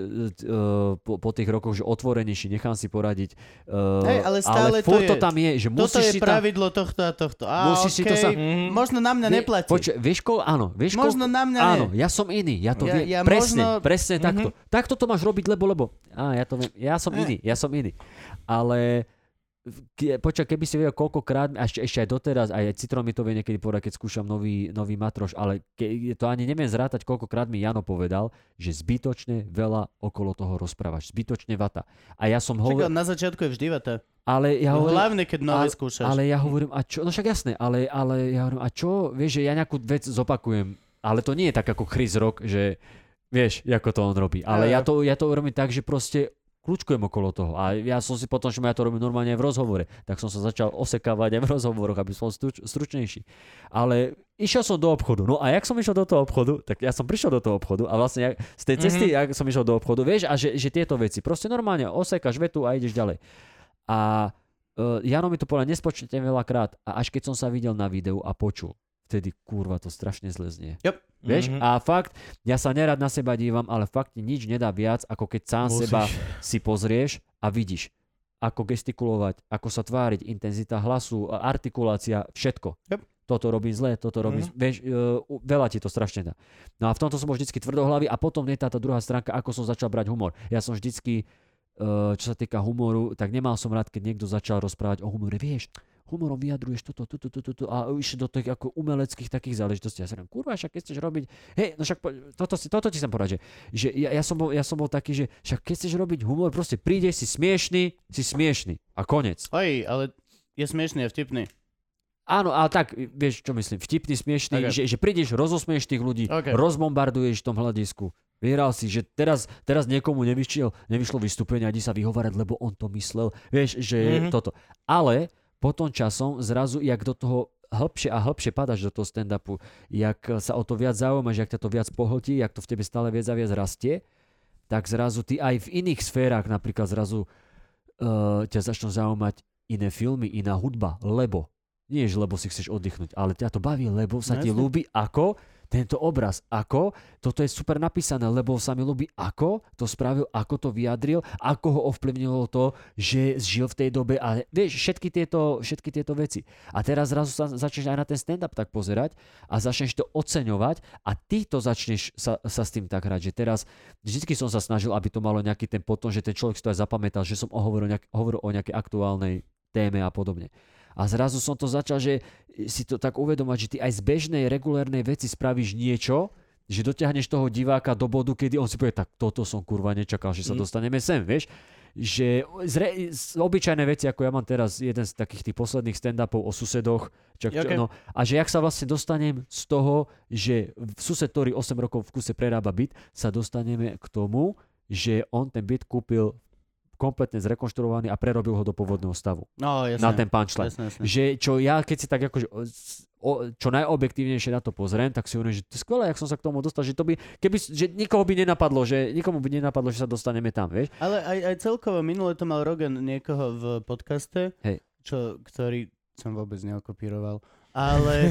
po tých rokoch, že otvorenejší, nechám si poradiť. Ale stále furt to tam je, že musíš si pravidlo tohto a tohto. Musíš si to sa... Možno na mňa neplatí. Vieš ko? Áno. Možno na mňa áno, ja som iný. Ja to viem. Presne takto. Takto to máš robiť, lebo. Ja to viem. Ja som iný. Ale... keby si vedel koľkokrát, a ešte aj doteraz, aj Citron mi to vie niekedy povedať, keď skúšam nový matroš, ale to ani neviem zrátať, koľkokrát mi Jano povedal, že zbytočne veľa okolo toho rozprávaš, zbytočne vata. A ja som hovoril... Na začiatku je vždy vata. Ale ja hovorím, hlavne, keď nové skúšaš. Ale ja hovorím, a čo? No však jasné, ale ja hovorím, a čo? Vieš, že ja nejakú vec zopakujem, ale to nie je tak ako Chris Rock, že vieš, ako to on robí. Ale ja to robím tak, že proste kľúčkujem okolo toho. A ja som si potom, že ja to robím normálne aj v rozhovore, tak som sa začal osekávať aj v rozhovoroch, aby som stručnejší. Ale išiel som do obchodu. No a jak som išiel do toho obchodu, tak ja som prišiel do toho obchodu a vlastne z tej cesty, jak som išiel do obchodu, vieš, a že tieto veci, proste normálne osekáš vetu a ideš ďalej. A Jano mi to povedal nespočetne veľakrát a až keď som sa videl na videu a počul, vtedy kurva to strašne zle znie. Yep. Vieš? A fakt, ja sa nerad na seba dívam, ale fakt ti nič nedá viac, ako keď sám seba si pozrieš a vidíš, ako gestikulovať, ako sa tváriť, intenzita hlasu, artikulácia, všetko. Yep. Toto robím zle, toto robím... Vieš, veľa ti to strašne dá. No a v tomto som bol vždycky tvrdohlavý a potom je táto druhá stránka, ako som začal brať humor. Ja som vždycky, čo sa týka humoru, tak nemal som rád, keď niekto začal rozprávať o humore. Vieš, humorom vyjadruješ toto a išli do tých ako umeleckých takých záležitostí. Ja sa hovorím, kurva, však keď chceš robiť, hej, no však toto ti som povedať, že ja som bol taký, že však keď chceš robiť humor, proste prídeš, si smiešný a konec. Oj, ale je smiešný a vtipný. Áno, ale tak, vieš, čo myslím, vtipný, smiešný, okay. že prídeš, rozosmieš tých ľudí, rozbombarduješ v tom hľadisku. Vyhral si, že teraz niekomu nevyšlo vystúpenie a ide sa vyhovárať, lebo on to myslel, vieš, že toto. Ale potom časom zrazu, jak do toho hĺbšie a hĺbšie padáš do toho stand-upu, jak sa o to viac zaujímaš, jak ťa to viac pohltí, jak to v tebe stále viac a viac rastie, tak zrazu ty aj v iných sférach napríklad zrazu ťa začnú zaujímať iné filmy, iná hudba, lebo nie je, lebo si chceš oddychnúť, ale ťa to baví, lebo sa ti ľúbi ako tento obraz, ako toto je super napísané, lebo sa mi ľúbi, ako to spravil, ako to vyjadril, ako ho ovplyvnilo to, že žil v tej dobe a vieš, všetky tieto veci. A teraz zrazu sa začneš aj na ten stand-up tak pozerať a začneš to oceňovať a ty to začneš sa s tým tak hrať, že teraz vždycky som sa snažil, aby to malo nejaký ten potom, že ten človek si to aj zapamätal, že som hovoril o nejakej aktuálnej téme a podobne. A zrazu som to začal, že si to tak uvedomať, že ty aj z bežnej, regulérnej veci spravíš niečo, že dotiahneš toho diváka do bodu, kedy on si povie, tak toto som kurva nečakal, že sa dostaneme sem, vieš. Že z obyčajné veci, ako ja mám teraz jeden z takých tých posledných stand-upov o susedoch, a že jak sa vlastne dostanem z toho, že sused, ktorý 8 rokov v kuse prerába byt, sa dostaneme k tomu, že on ten byt kúpil kompletne zrekonštruovaný a prerobil ho do pôvodného stavu. No, jasné, na ten punchline. Jasné. Že čo ja, keď si tak akože čo najobjektívnejšie na to pozriem, tak si hovorím, že to je skvelé, jak som sa k tomu dostal, že to by, že nikomu by nenapadlo, že sa dostaneme tam, vieš. Ale aj celkovo minule to mal Rogan niekoho v podcaste, ktorý som vôbec neokopíroval, ale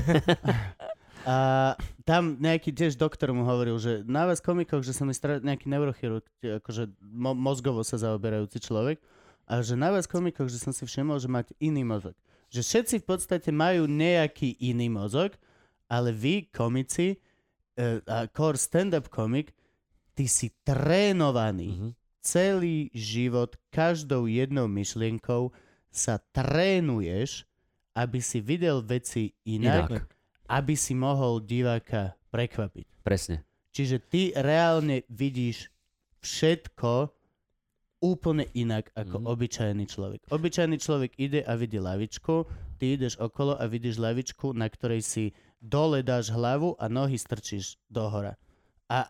a tam nejaký tiež doktor mu hovoril, že na vás komikoch, že som nejaký neurochirurg, akože mozgovo sa zaoberajúci človek, a že na vás komikoch, že som si všimol, že máte iný mozog. Že všetci v podstate majú nejaký iný mozog, ale vy, komici, a core stand-up komik, ty si trénovaný. Celý život, každou jednou myšlienkou sa trénuješ, aby si videl veci inak, aby si mohol diváka prekvapiť. Presne. Čiže ty reálne vidíš všetko úplne inak ako obyčajný človek. Obyčajný človek ide a vidí lavičku, ty ideš okolo a vidíš lavičku, na ktorej si dole dáš hlavu a nohy strčíš dohora. A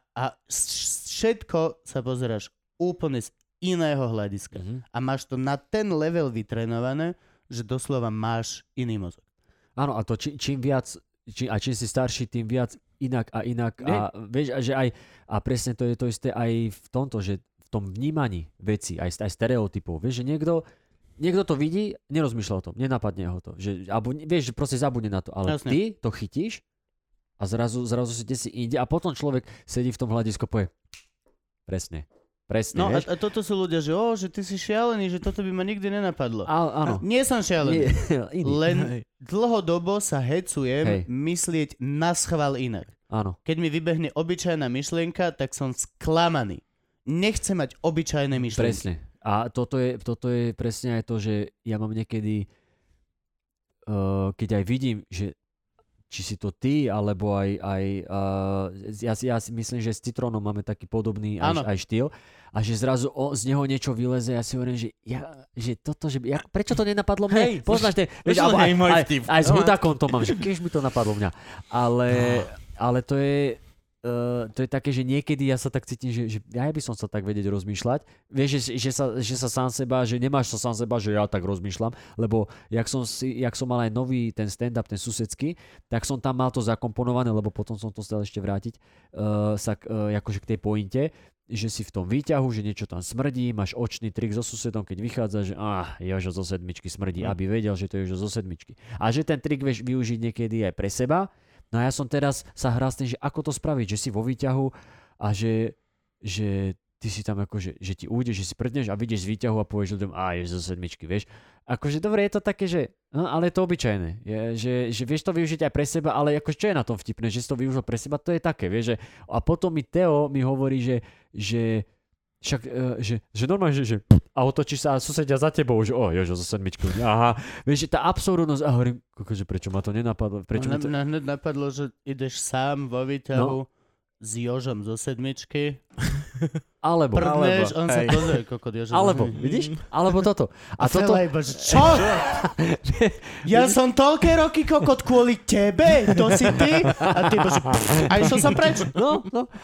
všetko sa pozeráš úplne z iného hľadiska. A máš to na ten level vytrenované, že doslova máš iný mozog. Áno, a to čím viac, čím si starší, tým viac inak. A vieš, že aj, a presne to je to isté aj v tomto, že v tom vnímaní veci, aj stereotypov. Vieš, že niekto to vidí, nerozmýšľa o tom, nenapadne ho to. Alebo vieš, že proste zabudne na to. Ale Jasne. Ty to chytíš a zrazu si inde a potom človek sedí v tom hľadisku a povie presne. No vieš? A toto sú ľudia, že ty si šialený, že toto by ma nikdy nenapadlo. Áno. Nie som šialený. Len dlhodobo sa hecujem myslieť naschvál inak. Áno. Keď mi vybehne obyčajná myšlienka, tak som sklamaný. Nechcem mať obyčajné myšlienky. Presne. A toto je presne aj to, že ja mám niekedy, keď aj vidím, že či si to ty, alebo ja si myslím, že s Citrónom máme taký podobný aj štýl a že zrazu z neho niečo vyleze a ja si hovorím, prečo to nenapadlo mne? Poznáš, aj s Hudakom to mám, že keď by to napadlo mňa. Ale to je také, že niekedy ja sa tak cítim, že ja by som sa tak vedieť rozmýšľať. Vieš, že sa sám seba, že nemáš sa sám seba, že ja tak rozmýšľam, lebo jak som mal aj nový ten stand-up, ten susedský, tak som tam mal to zakomponované, lebo potom som to chcel ešte vrátiť akože k tej pointe, že si v tom výťahu, že niečo tam smrdí, máš očný trik so susedom, keď vychádza, že Jožo zo sedmičky smrdí, aby vedel, že to je Jožo zo sedmičky. A že ten trik vieš využiť niekedy aj pre seba. No a ja som teraz sa hral s tým, že ako to spraviť, že si vo výťahu a že ty si tam akože, že ti ujdeš, že si prdneš a vidieš z výťahu a povieš ľuďom, je zo sedmičky, vieš. Akože dobre, je to také, že ale je to obyčajné, že vieš to využiť aj pre seba, ale akože čo je na tom vtipné, že si to využil pre seba, to je také, vieš. A potom mi Teo mi hovorí, že však, že normálne, že a otočíš sa a susedia za tebou, že Jožo zo sedmičku. Aha, vieš, že tá absurdnosť, a hovorím, že prečo ma to nenapadlo? Hneď napadlo, že ideš sám vo výťahu s Jožom zo sedmičky. Alebo. Prdneš, on sa pozrie, kokot Jožo. Alebo, vidíš? Alebo toto. A toto... Čo? Ja som toľké roky kokot kvôli tebe? To si ty? A ty bože, a išiel som preč. No.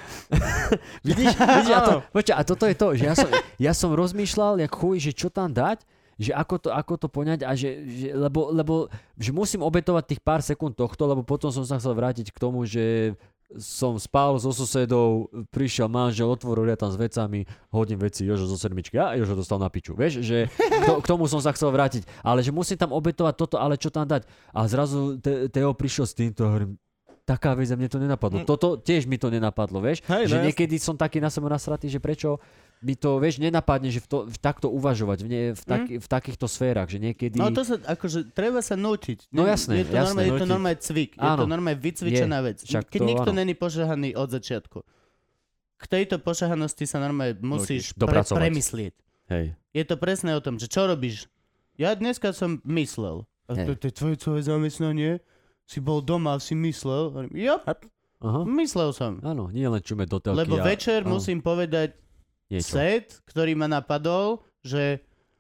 Vidíš? A toto je to, že ja som rozmýšľal, jak chuj, že čo tam dať, že ako to poňať a lebo že musím obetovať tých pár sekúnd tohto, lebo potom som sa chcel vrátiť k tomu, že som spal so susedou, prišiel manžel, otvoril tam s vecami, hodím veci, Jožo zo sedmičky, a Jožo dostal na piču. Vieš, že k tomu som sa chcel vrátiť, ale že musím tam obetovať toto, ale čo tam dať. A zrazu Teo prišiel s týmto, hovorím, taká vec a mne to nenapadlo. Toto tiež mi to nenapadlo, vieš, že niekedy som taký na seba nasratý, že prečo mi to, vieš, nenapadne, že takto uvažovať v takýchto sférach, že niekedy... No to sa, akože, treba sa nútiť. No jasné, je to normálne cvik, je to normálne vycvičená vec. Keď nikto není pošahaný od začiatku. K tejto pošahanosti sa normálne musíš premyslieť. Hej. Je to presne o tom, že čo robíš. Ja dneska som myslel. A to je tvoje zamestnanie? Si bol doma a si myslel? Myslel som. Áno, nie len čume do telky. Lebo večer musím povedať set, ktorý ma napadol, že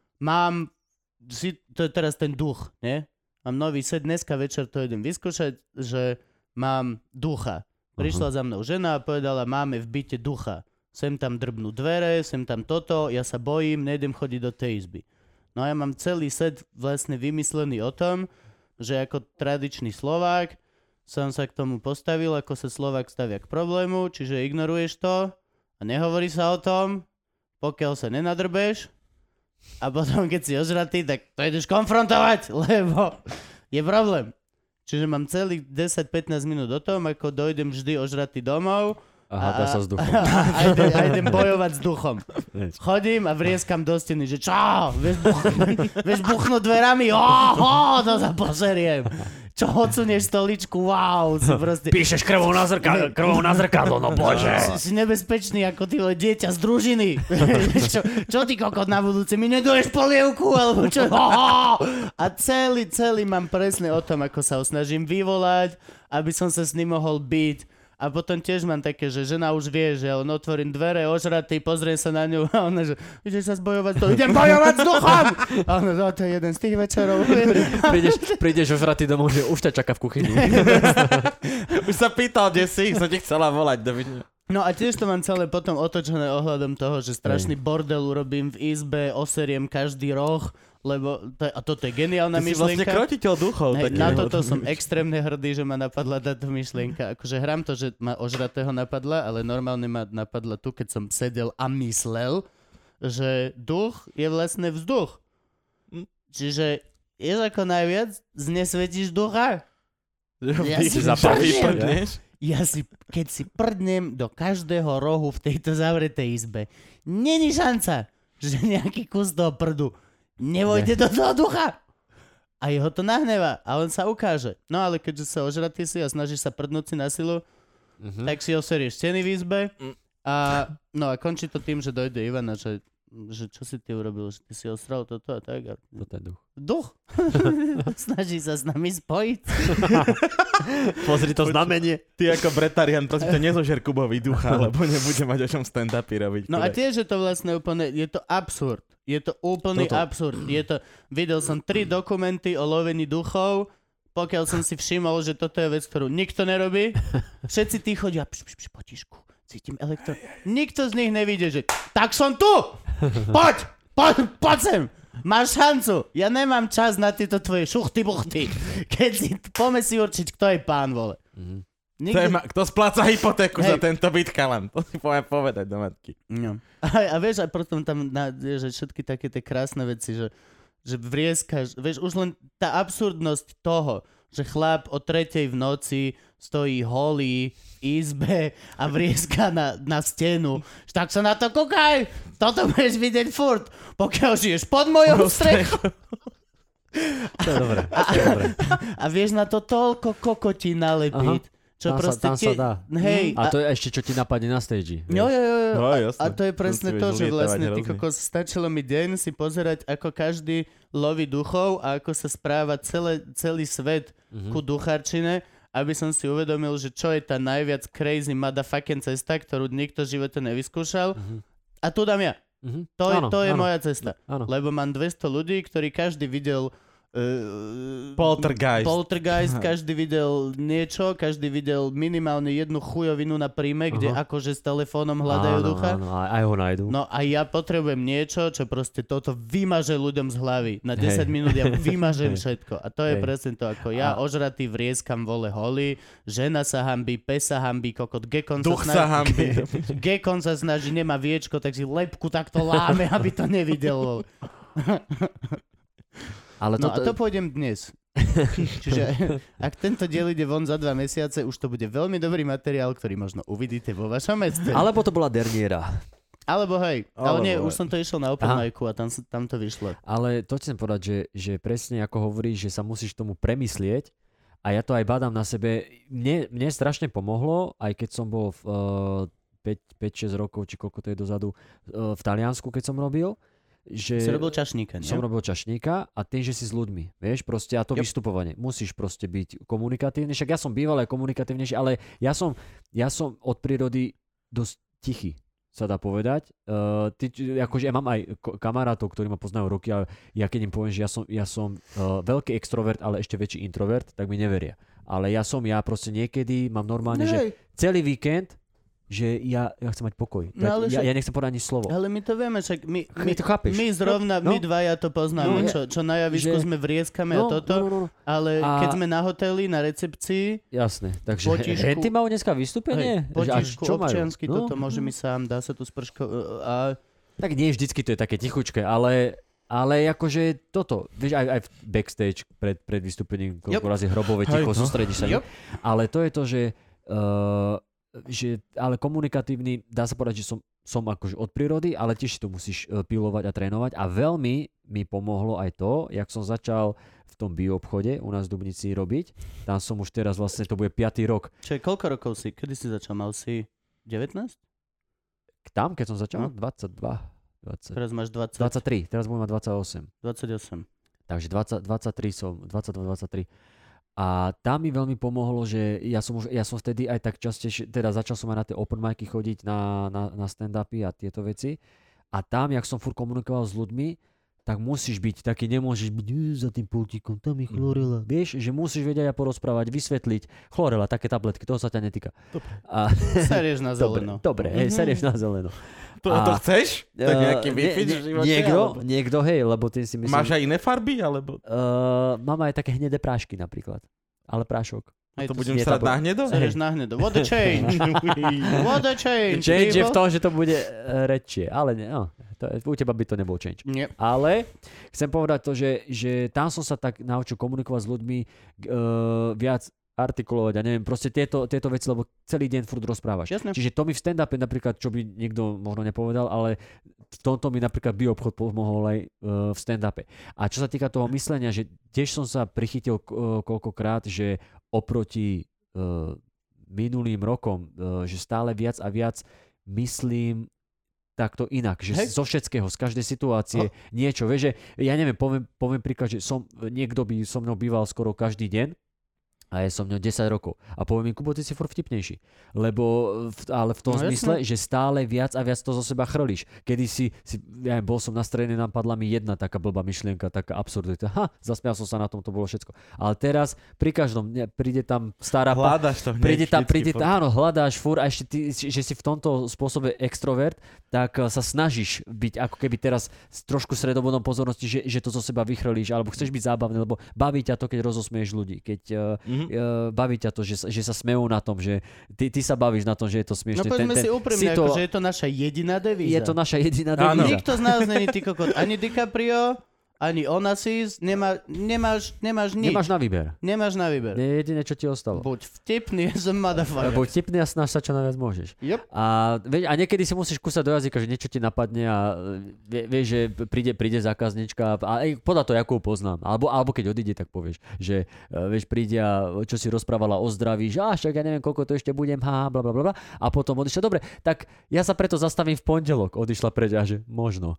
to je teraz ten duch, nie? Mám nový set, dneska večer to idem vyskúšať, že mám ducha. Prišla za mnou žena a povedala, máme v byte ducha. Sem tam drbnú dvere, sem tam toto, ja sa bojím, nejdem chodiť do tej izby. No a ja mám celý set vlastne vymyslený o tom, že ako tradičný Slovák som sa k tomu postavil, ako sa Slovák stavia k problému, čiže ignoruješ to a nehovorí sa o tom, pokiaľ sa nenadrbeš a potom, keď si ožratý, tak to ideš konfrontovať, lebo je problém. Čiže mám celých 10-15 minút o tom, ako dojdem vždy ožratý domov a sa s duchom. A idem bojovať s duchom. Chodím a vrieskam do steny, že čo? Vieš buchnúť dverami? To sa poseriem. Čo odsunieš stoličku? Wow, si proste... Píšeš krvou na zrkadlo, no bože. Si nebezpečný ako ty dieťa z družiny. čo ty kokot na budúce? Mi nedoješ polievku? Alebo čo? A celý mám presne o tom, ako sa ho snažím vyvolať, aby som sa s ním mohol byť. A potom tiež mám také, že žena už vie, že on otvorím dvere, ožratý, pozriem sa na ňu a ona, že ideš sa zbojovať s duchom. Idem bojovať s duchom! A ona, to je jeden z tých večerov. prídeš ožratý domov, že už ťa čaká v kuchyni. Už sa pýtal, kde si, som ti chcela volať. No a tiež to mám celé potom otočené ohľadom toho, že strašný bordel urobím v izbe, oseriem každý roh, lebo a toto je geniálna myšlienka. Ty si vlastne krotiteľ duchov. Hej, na toto som extrémne hrdý, že ma napadla táto myšlienka. Akože hrám to, že ma ožratého napadla, ale normálne ma napadla tu, keď som sedel a myslel, že duch je vlastne vzduch. Čiže ješ ako najviac znesvetíš ducha. Ja si, keď si prdnem do každého rohu v tejto zavretej izbe, není šanca, že nejaký kus toho prdu nevojde do toho ducha. A jeho to nahneva a on sa ukáže. No ale keďže sa ožratý si a snažíš sa prdnúť si na silu, tak si oserieš steny v izbe a končí to tým, že dojde Ivana, že čo si ty urobil, že ty si osral toto a tak. A... Toto je duch. Duch? Snaží sa s nami spojiť. Pozri to znamenie. Ty ako Bretarian, prosím ťa, nezožer Kubovi ducha, lebo nebude mať o čom stand-upy robiť. No a tiež je to vlastne úplne, je to absurd. Je to úplný absurd. Videl som 3 dokumenty o lovení duchov, pokiaľ som si všimol, že toto je vec, ktorú nikto nerobí. Všetci tí chodia, potišku, cítim elektro. Nikto z nich nevidie, že tak som tu! Poď sem! Máš šancu! Ja nemám čas na tieto tvoje šuchty-buchty. Keď poďme si určiť, kto je pán, vole. Kto spláca hypotéku za tento byt, chalan? To si poviem povedať do matky. No. A vieš, aj potom tam že všetky také tie krásne veci, že vrieskaš, vieš, už len tá absurdnosť toho, že chlap o 3:00 v noci stojí holý v izbe a vrieska na stenu. Tak sa na to kúkaj! Toto budeš vidieť furt, pokiaľ žiješ pod mojou strechou. To je dobré. A vieš na to toľko kokotí nalepiť. Čo tam sa dá. Hej, a to je ešte, čo ti napadne na stage. Jo. No, a to je presne to, že vlastne ty kokos, stačilo mi deň si pozerať, ako každý loví duchov a ako sa správa celý svet ku ducharčine, aby som si uvedomil, že čo je tá najviac crazy motherfucking cesta, ktorú nikto v živote nevyskúšal. A tu dám ja. To je moja cesta. Áno. Lebo mám 200 ľudí, ktorí každý videl Poltergeist. Každý videl niečo, každý videl minimálne jednu chujovinu na príjme, kde akože s telefónom hľadajú ducha. Áno, aj ho nájdu. No a ja potrebujem niečo, čo proste toto vymaže ľuďom z hlavy. Na 10 minút ja vymažem všetko. A to je presne to, ako ja ožratý vrieskam vole holy, žena sa hanbí, pes sa hanbí, kokot, Duch sa hanbí. Gekon sa snaží, nemá viečko, takže lepku takto láme, aby to nevidel. Ale a to pôjdem dnes. Čiže ak tento diel ide von za 2 mesiace, už to bude veľmi dobrý materiál, ktorý možno uvidíte vo vašom meste. Alebo to bola derniera. Alebo hej, ale nie, už som to išiel na open micu a tam to vyšlo. Ale to chcem povedať, že presne ako hovoríš, že sa musíš tomu premyslieť a ja to aj bádam na sebe. Mne strašne pomohlo, aj keď som bol 5-6 rokov, či koľko to je dozadu, v Taliansku, keď som robil, že si robil čašníka, nie? Som robil čašníka a tým, že si s ľuďmi, vieš, proste a to vystupovanie. Musíš proste byť komunikatívny, však ja som býval aj komunikatívnejší, ale ja som od prírody dosť tichý, sa dá povedať. Akože ja mám aj kamarátov, ktorí ma poznajú roky a ja keď im poviem, že ja som veľký extrovert, ale ešte väčší introvert, tak mi neveria. Ale ja proste niekedy mám normálne, že celý víkend, že ja chcem mať pokoj. No, ale ja nechcem povedať ani slovo. Ale my to vieme, však my to chápeš. My zrovna, my dvaja to poznáme, čo na javisku sme vrieskame a toto, ale keď sme na hoteli, na recepcii... Jasné, takže henty majú dneska vystúpenie? Potišku, občiansky, toto môže mi sám, dá sa tu sprško... Tak nie vždycky to je také tichučké, ale akože toto, vieš, aj v backstage pred vystúpením, koľko razy hrobové ticho, sústredíš sa. Ale to je to, že ale komunikatívny, dá sa povedať, že som akože od prírody, ale tiež si to musíš pilovať a trénovať a veľmi mi pomohlo aj to, jak som začal v tom bioobchode u nás v Dubnici robiť. Tam som už teraz vlastne, to bude 5. rok. Čiže koľko rokov si? Kedy si začal? Mal si 19? Tam, keď som začal? 22. 20. Teraz máš 20. 23, teraz budem mať 28. 28. Takže 23 som, 22, 23. A tam mi veľmi pomohlo, že ja som vtedy aj tak častejšie, teda začal som aj na tie open micy chodiť na stand-upy a tieto veci. A tam, jak som furt komunikoval s ľuďmi, tak musíš byť taký, nemôžeš byť za tým pultíkom, tam je chlorela. Vieš, že musíš vedieť aj porozprávať, vysvetliť. Chlorela, také tabletky, toho sa ťa netýka. Serieš na zeleno. Dobre, serieš na zeleno. To chceš? Tak nejaký výfit v živote? Niekto, hej, lebo ty si myslím... Máš aj iné farby, alebo... Mám aj také hnedé prášky napríklad. Ale prášok. A to budem srať na hnedo? Serieš na hnedo. What a change! What a change! Change je v tom, že to bude redšie. Ale nie, u teba by to nebol change. Nie. Ale chcem povedať to, že tam som sa tak naučil komunikovať s ľuďmi viac artikulovať a neviem, proste tieto veci, lebo celý deň furt rozprávaš. Jasne. Čiže to mi v stand-upe napríklad, čo by niekto možno nepovedal, ale v tomto mi napríklad bioobchod pomohol aj v stand-upe. A čo sa týka toho myslenia, že tiež som sa prichytil koľkokrát, že oproti minulým rokom, že stále viac a viac myslím takto inak, že zo všetkého, z každej situácie niečo, vieš, že ja neviem, poviem príklad, že niekto by so mnou býval skoro každý deň, a je som mňa 10 rokov. A poviem mi, Kubo, ty si furt vtipnejší. Ale v tom zmysle, že stále viac a viac to zo seba chrlíš. Kedy bol som na strednej, napadla mi jedna taká blbá myšlienka, taká absurdita. Zasmial som sa na tom, to bolo všetko. Ale teraz pri každom, príde tam stará... Hľadaš to hneď. Áno, hľadáš furt a ešte ty, že si v tomto spôsobe extrovert, tak sa snažíš byť ako keby teraz trošku stredobodom pozornosti, že to zo seba vychrlíš, alebo chceš byť zábavný, lebo baví ťa to, keď rozosmieš ľudí. Keď baví ťa to, že sa smejú na tom, že ty sa bavíš na tom, že je to smiešné. No poďme si úprimne, že je to naša jediná devíza. Je to naša jediná devíza. Nikto z nás není ty kokot. Ani DiCaprio, ani Onassis, nemáš nič. Nemáš na výber. Nemáš na výber. Je jediné, čo ti ostalo. Buď vtipný, som motherfucker. Buď vtipný a snaž sa čo najviac môžeš. Yep. A niekedy si musíš kúsať do jazyka, že niečo ti napadne a vieš, že príde zákaznička a podľa toho, akú poznám. Alebo keď odíde, tak povieš, že vieš, príde a čo si rozprávala o zdraví, že však ja neviem, koľko to ešte budem, blablabla. A potom odišla, dobre, tak ja sa preto zastavím v pondelok. Odišla preč a že možno.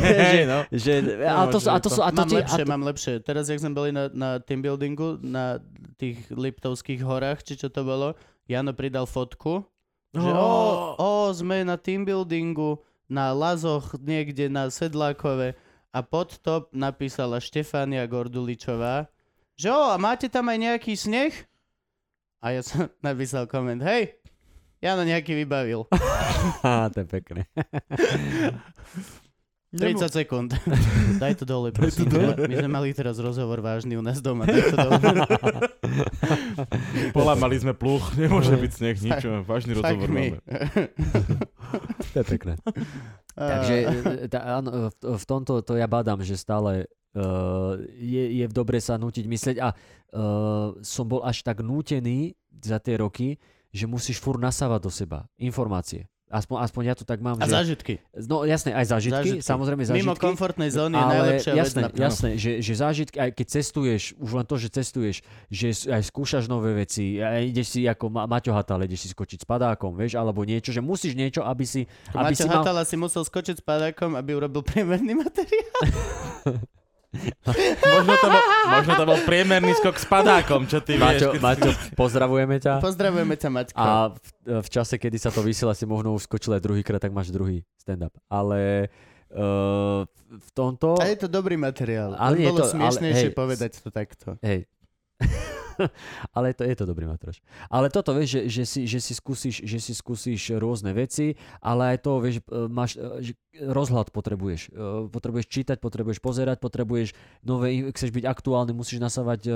Mám lepšie. Teraz, jak sme boli na teambuildingu, na tých Liptovských horách, či čo to bolo, Jano pridal fotku, že sme na teambuildingu, na Lazoch, niekde na Sedlákove a pod to napísala Štefánia Gorduličová, že a máte tam aj nejaký sneh? A ja som napísal koment, hej, Jano nejaký vybavil. To je pekné. 30 sekúnd. Daj to dole, prosím. My sme mali teraz rozhovor vážny u nás doma. Daj to dole. Polámali sme pluch, nemôže byť sneh, nič. Vážny rozhovor máme. To je pekné. Takže áno, v tomto to ja bádam, že stále je dobre sa nútiť myslieť a som bol až tak nútený za tie roky, že musíš furt nasávať do seba informácie. Aspoň ja to tak mám. A zážitky. No jasné, aj zážitky, samozrejme zážitky. Mimo komfortnej zóny je najlepšia vec. Jasné, že zážitky, aj keď cestuješ, už len to, že cestuješ, že aj skúšaš nové veci, aj ideš si ako Maťo Hatala, ideš si skočiť s padákom, vieš, alebo niečo, že musíš niečo, aby si... Maťo Hatala si musel skočiť s padákom, aby urobil priemerný materiál. Možno to bol priemerný skok s padákom, čo ty vieš. Maťo, pozdravujeme ťa. Pozdravujeme ťa, Maťko. A v čase, kedy sa to vysiela, si možno už skočil aj druhýkrát, tak máš druhý stand-up. Ale v tomto... A je to dobrý materiál. Ale bolo smiešnejšie povedať to takto. Hej. Ale je to dobrý matroš. Ale toto, vieš, že si skúsiš rôzne veci, ale aj to, vieš, máš rozhľad potrebuješ. Potrebuješ čítať, potrebuješ pozerať, potrebuješ chceš byť aktuálny, musíš nasávať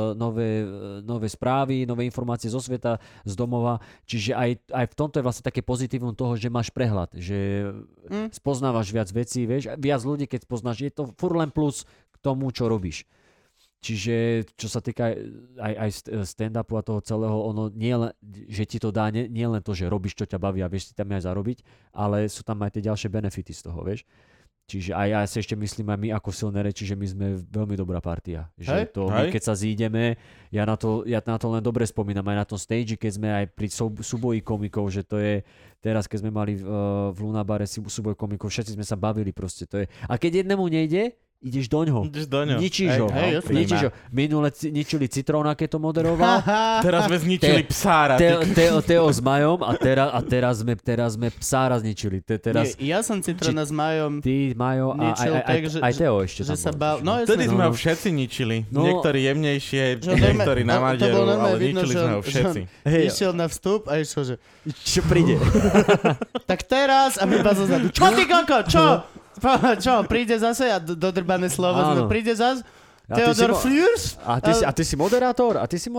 nové správy, nové informácie zo sveta, z domova. Čiže aj v tomto je vlastne také pozitívum toho, že máš prehľad, že spoznávaš viac vecí, vieš, viac ľudí, keď spoznáš, je to furt len plus k tomu, čo robíš. Čiže čo sa týka aj stand-upu a toho celého, ono nie len, že ti to dá, nie len to, že robíš, čo ťa baví a vieš si tam aj zarobiť, ale sú tam aj tie ďalšie benefity z toho, vieš. Čiže aj ja si ešte myslím, aj my ako silné reči, že my sme veľmi dobrá partia. Že my keď sa zídeme, ja na to len dobre spomínam, aj na tom stage, keď sme aj pri súboji komikov, že to je, teraz keď sme mali v Lunabare súboj komikov, všetci sme sa bavili proste, to je. A keď jednému nejde, ideš doňho. Ničíš ho. Minule ničili Citróna, keď to moderoval. Teraz sme zničili Psára. Teo s Majom a teraz sme Psára zničili. Ja som Citróna s Majom ty, Majo a aj Teo ešte tam bol. Vtedy sme ho všetci ničili. Niektorí jemnejšie, niektorí na Maďaru, ale ničili sme ho všetci. Išiel na vstup a išiel, že čo príde? Tak teraz a my iba zozadu. Čo ty koko? Čo, príde zase a dodrbané slovo, príde zase Theodor Fliers? A ty si moderátor?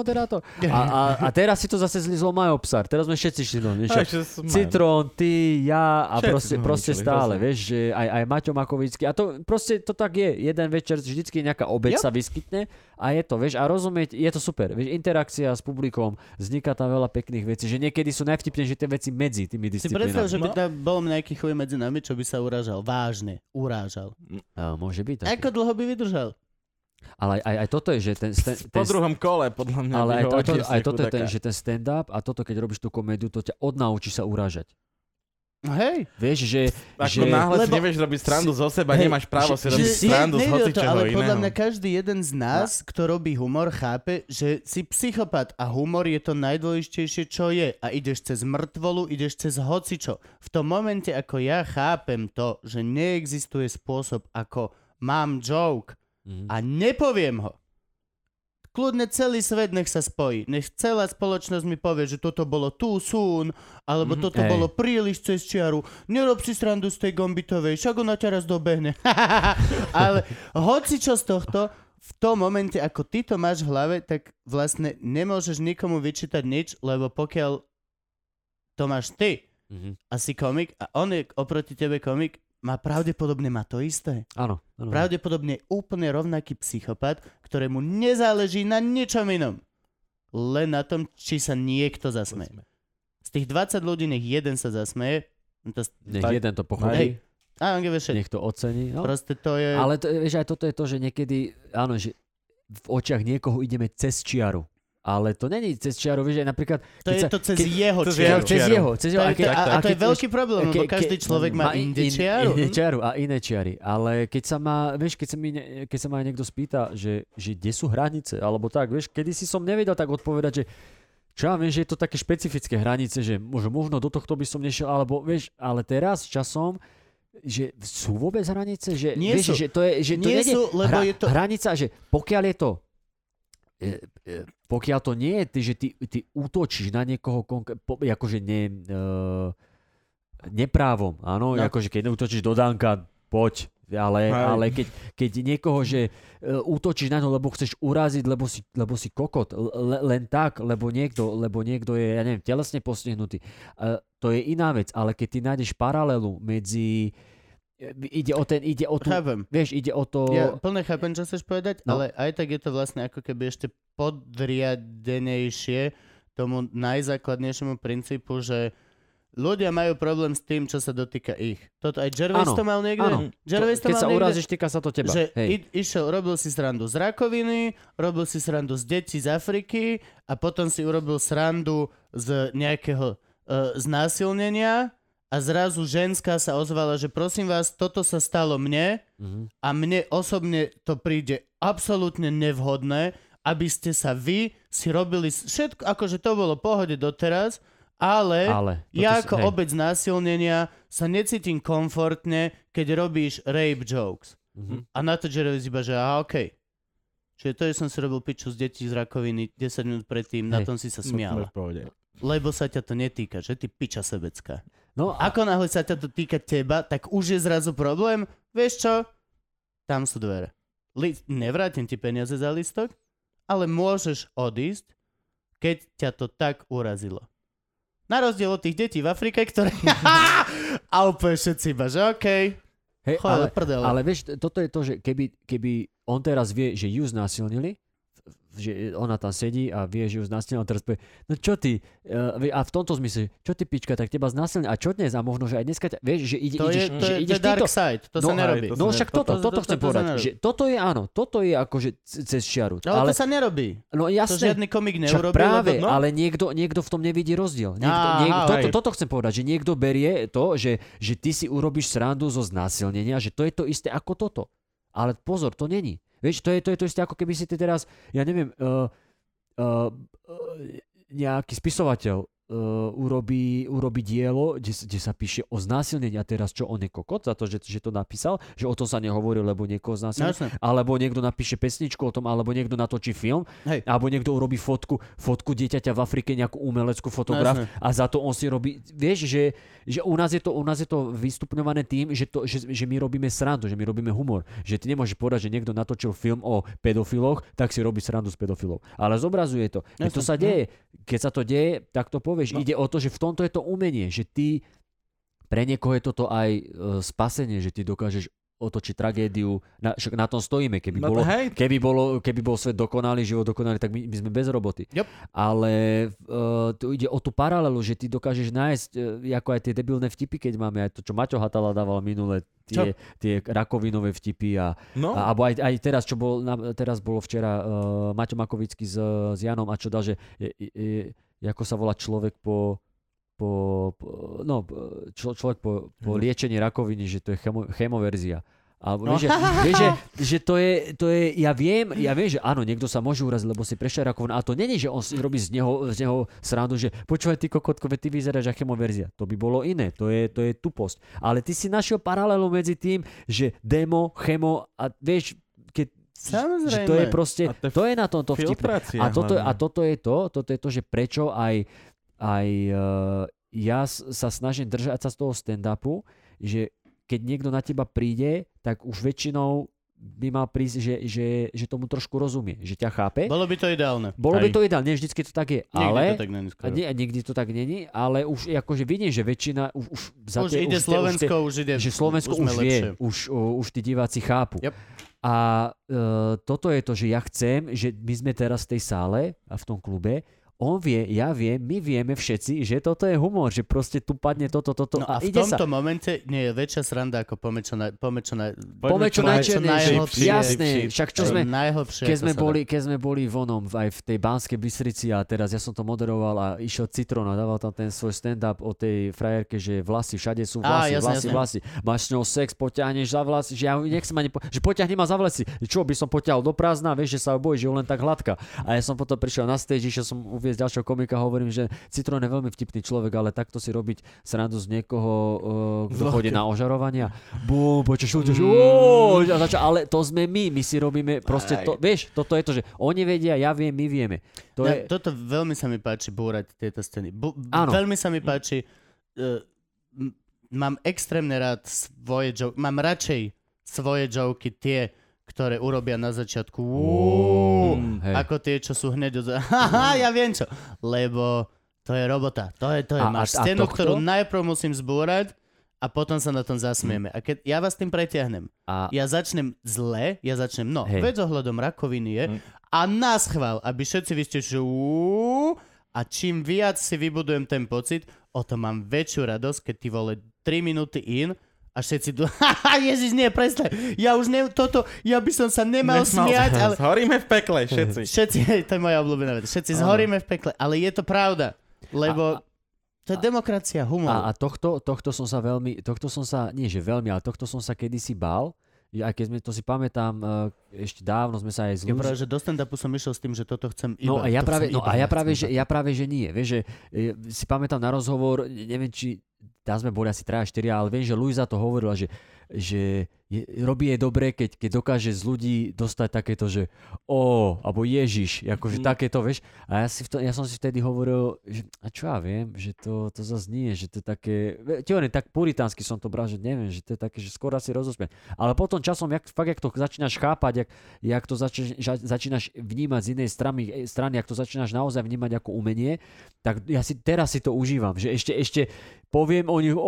A teraz si to zase zlizlo Majo Psar. Teraz sme všetci šli do Citrón, ty, ja a proste stále, vieš, že aj Maťo Makovický. A to proste to tak je. Jeden večer vždycky nejaká obeť sa vyskytne a je to, vieš, a rozumieť, je to super. Vieš, interakcia s publikom, vzniká tam veľa pekných vecí, že niekedy sú najvtipnejšie tie veci medzi tými disciplinami. Si predstav, že by tam bol nejaký chuj medzi nami, čo by sa urážal. Vážne, urážal. Môže byť. Ako dlho by vydržal? Ale aj toto je, že po druhom kole, podľa mňa. Ale aj toto je, že ten stand-up a toto, keď robíš tú komédiu, to ťa odnaučí sa urážať. Hej. Vieš, že... Ako náhle si nevieš robiť srandu zo seba, nemáš právo si robiť srandu z hocičoho iného. Ale podľa mňa každý jeden z nás, kto robí humor, chápe, že si psychopat a humor je to najdôležitejšie, čo je. A ideš cez mŕtvolu, ideš cez hocičo. V tom momente, ako ja chápem to, že neexistuje spôsob, ako mám joke, a nepoviem ho. Kľudne celý svet nech sa spojí. Nech celá spoločnosť mi povie, že toto bolo too soon, alebo toto bolo príliš cez čiaru. Nerob si srandu z tej Gombitovej, však ona ťa raz dobehne. Ale hoci čo z tohto, v tom momente, ako ty to máš v hlave, tak vlastne nemôžeš nikomu vyčítať nič, lebo pokiaľ to máš ty a si komik a on je oproti tebe komik, pravdepodobne má to isté. Áno. Pravdepodobne úplne rovnaký psychopat, ktorému nezáleží na ničom inom. Len na tom, či sa niekto zasmeje. Z tých 20 ľudí nech jeden sa zasmeje. Nech jeden to pochopí. Nech to ocení. No. Proste to je... Ale vieš, aj toto je to, že niekedy, áno, že v očiach niekoho ideme cez čiaru. Ale to není cez čiaru, vieš, aj napríklad... To je to cez jeho čiaru. Cez jeho. A to je veľký problém, lebo každý človek má inde čiaru. Iné čiaru a iné čiary. Ale keď sa ma, vieš, keď sa ma niekto spýta, že kde sú hranice, alebo tak, vieš, kedysi som nevedel tak odpovedať, že čo ja viem, že je to také špecifické hranice, že možno do tohto by som nešiel, alebo vieš, ale teraz časom že sú vôbec hranice? Že, nie vieš, sú. Že to je, že to nie sú, lebo je to... Hranica, že pokiaľ je to pokiaľ to nie je, že ty útočíš na niekoho akože neprávom, áno, akože keď útočíš do Danka, poď, ale keď niekoho, že útočíš na to, lebo chceš uraziť, lebo si kokot, len tak, lebo niekto je, ja neviem, telesne postihnutý, to je iná vec, ale keď ty nájdeš paralelu medzi ide o tú, chápem. Vieš, ide o to... Ja plne chápem, čo chceš povedať, ale aj tak je to vlastne ako keby ešte podriadenejšie tomu najzákladnejšiemu princípu, že ľudia majú problém s tým, čo sa dotýka ich. Toto aj Gervais to mal niekde? Keď sa urazíš, týka sa to teba. Že robil si srandu z rakoviny, robil si srandu z detí z Afriky a potom si urobil srandu z nejakého znásilnenia. A zrazu ženská sa ozvala, že prosím vás, toto sa stalo mne a mne osobne to príde absolútne nevhodné, aby ste sa vy si robili všetko, akože to bolo pohode doteraz, ale ja ako obec násilnenia sa necítim komfortne, keď robíš rape jokes. A na to Gervais iba, že okej. Čiže to, že som si robil piču z detí z rakoviny 10 minút predtým, na tom si sa smiala. Lebo sa ťa to netýka, že ty piča sebecká. No Ako náhle sa ťa to týka teba, tak už je zrazu problém. Vieš čo? Tam sú dvere. Nevrátim ti peniaze za listok, ale môžeš odísť, keď ťa to tak urazilo. Na rozdiel od tých detí v Afrike, ktoré... A úplne všetci iba, že okej. Hej, ale vieš, toto je to, že keby on teraz vie, že ju znásilnili, že ona tam sedí a vie, že ju znásilnili, on teraz povie, no čo ty, a v tomto zmysle, čo ty pička, tak teba znásilnili, a čo dnes, a možno, že aj dneska, vieš, že ideš dark side, to sa nerobí. No však toto chcem povedať, že toto je áno, toto je akože cez čiaru. Ale to sa nerobí. No jasne. To žiadny komik neurobil. Práve, ale niekto v tom nevidí rozdiel. Toto chcem povedať, že niekto berie to, že ty si urobíš srandu zo znásilnenia, že to je to isté ako toto. Ale pozor, to není. Vieš, to je to isté, ako keby si ty teraz, ja neviem, nejaký spisovateľ urobí dielo, kde sa píše o znásilnení a teraz čo, on je kokot za to, že to napísal, že o tom sa nehovorí, lebo niekoho znásilní, alebo niekto napíše pesničku o tom, alebo niekto natočí film, alebo niekto urobí fotku dieťaťa v Afrike, nejakú umeleckú fotograf a za to on si robí, vieš, že u nás je to vystupňované tým, že my robíme srandu, že my robíme humor, že ty nemôžeš povedať, že niekto natočil film o pedofiloch, tak si robí srandu z pedofilov, ale zobrazuje to, keď to sa deje, keď sa to deje, tak to povie. Ide o to, že v tomto je to umenie, že ty, pre niekoho je toto aj spasenie, že ty dokážeš otočiť tragédiu, na tom stojíme, keby bol svet dokonalý, život dokonalý, tak my sme bez roboty. Yep. Ale tu ide o tú paralelu, že ty dokážeš nájsť, ako aj tie debilné vtipy, keď máme aj to, čo Maťo Hatala dával minule, tie rakovinové vtipy alebo aj teraz, čo teraz bolo včera Maťo Makovický s Janom a čo dal, že ako sa volá človek človek po liečení rakoviny, že to je chemoverzia. Alebo vieš, že to je ja viem, že áno, niekto sa môže uraziť, lebo si prešiel rakovinu, a to není, že on si robí z neho srandu, že počúvaj ty kokotko, ty vyzeráš ako chemoverzia. To by bolo iné, to je tuposť. Ale ty si našiel paralelu medzi tým, že demo, chemo a vieš, že to je proste, to je na tomto vtipné. A toto je to, že prečo aj ja sa snažím držať sa z toho stand-upu, že keď niekto na teba príde, tak už väčšinou by mal prísť, že tomu trošku rozumie, že ťa chápe. Bolo by to ideálne. Nie vždycky to tak je. Nikdy to tak není, ale už akože vidím, že väčšina už ide Slovensko, už ide. Že Slovensko už vie, už tí diváci chápu. Yep. A toto je to, že ja chcem, že my sme teraz v tej sále a v tom klube, on vie, ja viem, my vieme všetci, že toto je humor, že proste tu padne toto no a v tomto momente nie je väčšia sranda ako pomečo najčernejšie. Jasné, však čo sme, keď sme boli vonom aj v tej Banskej Bystrici a teraz ja som to moderoval a išiel Citrón a dával tam ten svoj stand-up o tej frajerke, že vlasy, všade sú vlasy. Máš s ňou sex, poťahneš za vlasy, že ja nechcem ani že poťahni ma za vlasy. Čo by som poťahol do prázdna, vieš, že sa bojí, že je len tak hladká. A ja som potom prišiel na stage, išiel som z ďalšieho komika, hovorím, že Citrón je veľmi vtipný človek, ale takto si robiť srandu z niekoho, kto chodí na ožarovania. Ale to sme my si robíme proste to, vieš, toto je to, že oni vedia, ja viem, my vieme. Toto veľmi sa mi páči búrať tieto scény. Veľmi sa mi páči, mám extrémne rád svoje joke, mám radšej svoje joky tie, ktoré urobia na začiatku ako tie, čo sú hneď ja viem čo, lebo to je robota, to je máš scénu, ktorú najprv musím zbúrať a potom sa na tom zasmieme. A keď ja vás tým pretiahnem, ja začnem zle, veď ohľadom rakoviny je a naschvál, aby všetci vy ste a čím viac si vybudujem ten pocit, o to mám väčšiu radosť, keď ty vole 3 minúty in a všetci Ježiš, nie, presne. Ja už ja by som sa nemal smiať, ale... Zhoríme v pekle, všetci. Všetci, to je moja obľúbená vec. Všetci zhoríme v pekle, ale je to pravda. Lebo to je demokracia, humor. A tohto som sa, nie že veľmi, ale tohto som sa kedysi bál. Aj keď to si pamätám, ešte dávno sme sa aj Ja práve, že do stand-upu som išiel s tým, že toto chcem iba. No a ja práve, že nie. Vieš, že si pamätám na rozhovor, neviem, či tam sme boli asi 3-4, ale viem, že Luisa to hovorila, že robí jej dobre, keď dokáže z ľudí dostať takéto, že alebo Ježiš, akože takéto, vieš. A ja som si vtedy hovoril, že a čo ja viem, že to zase nie, že to je také, tak puritánsky som to bral, že neviem, že to je také, že skoro asi rozosmiať. Ale potom časom, jak to začínaš chápať, jak to začínaš vnímať z inej strany, jak to začínaš naozaj vnímať ako umenie, tak ja teraz si to užívam, že ešte poviem o nich,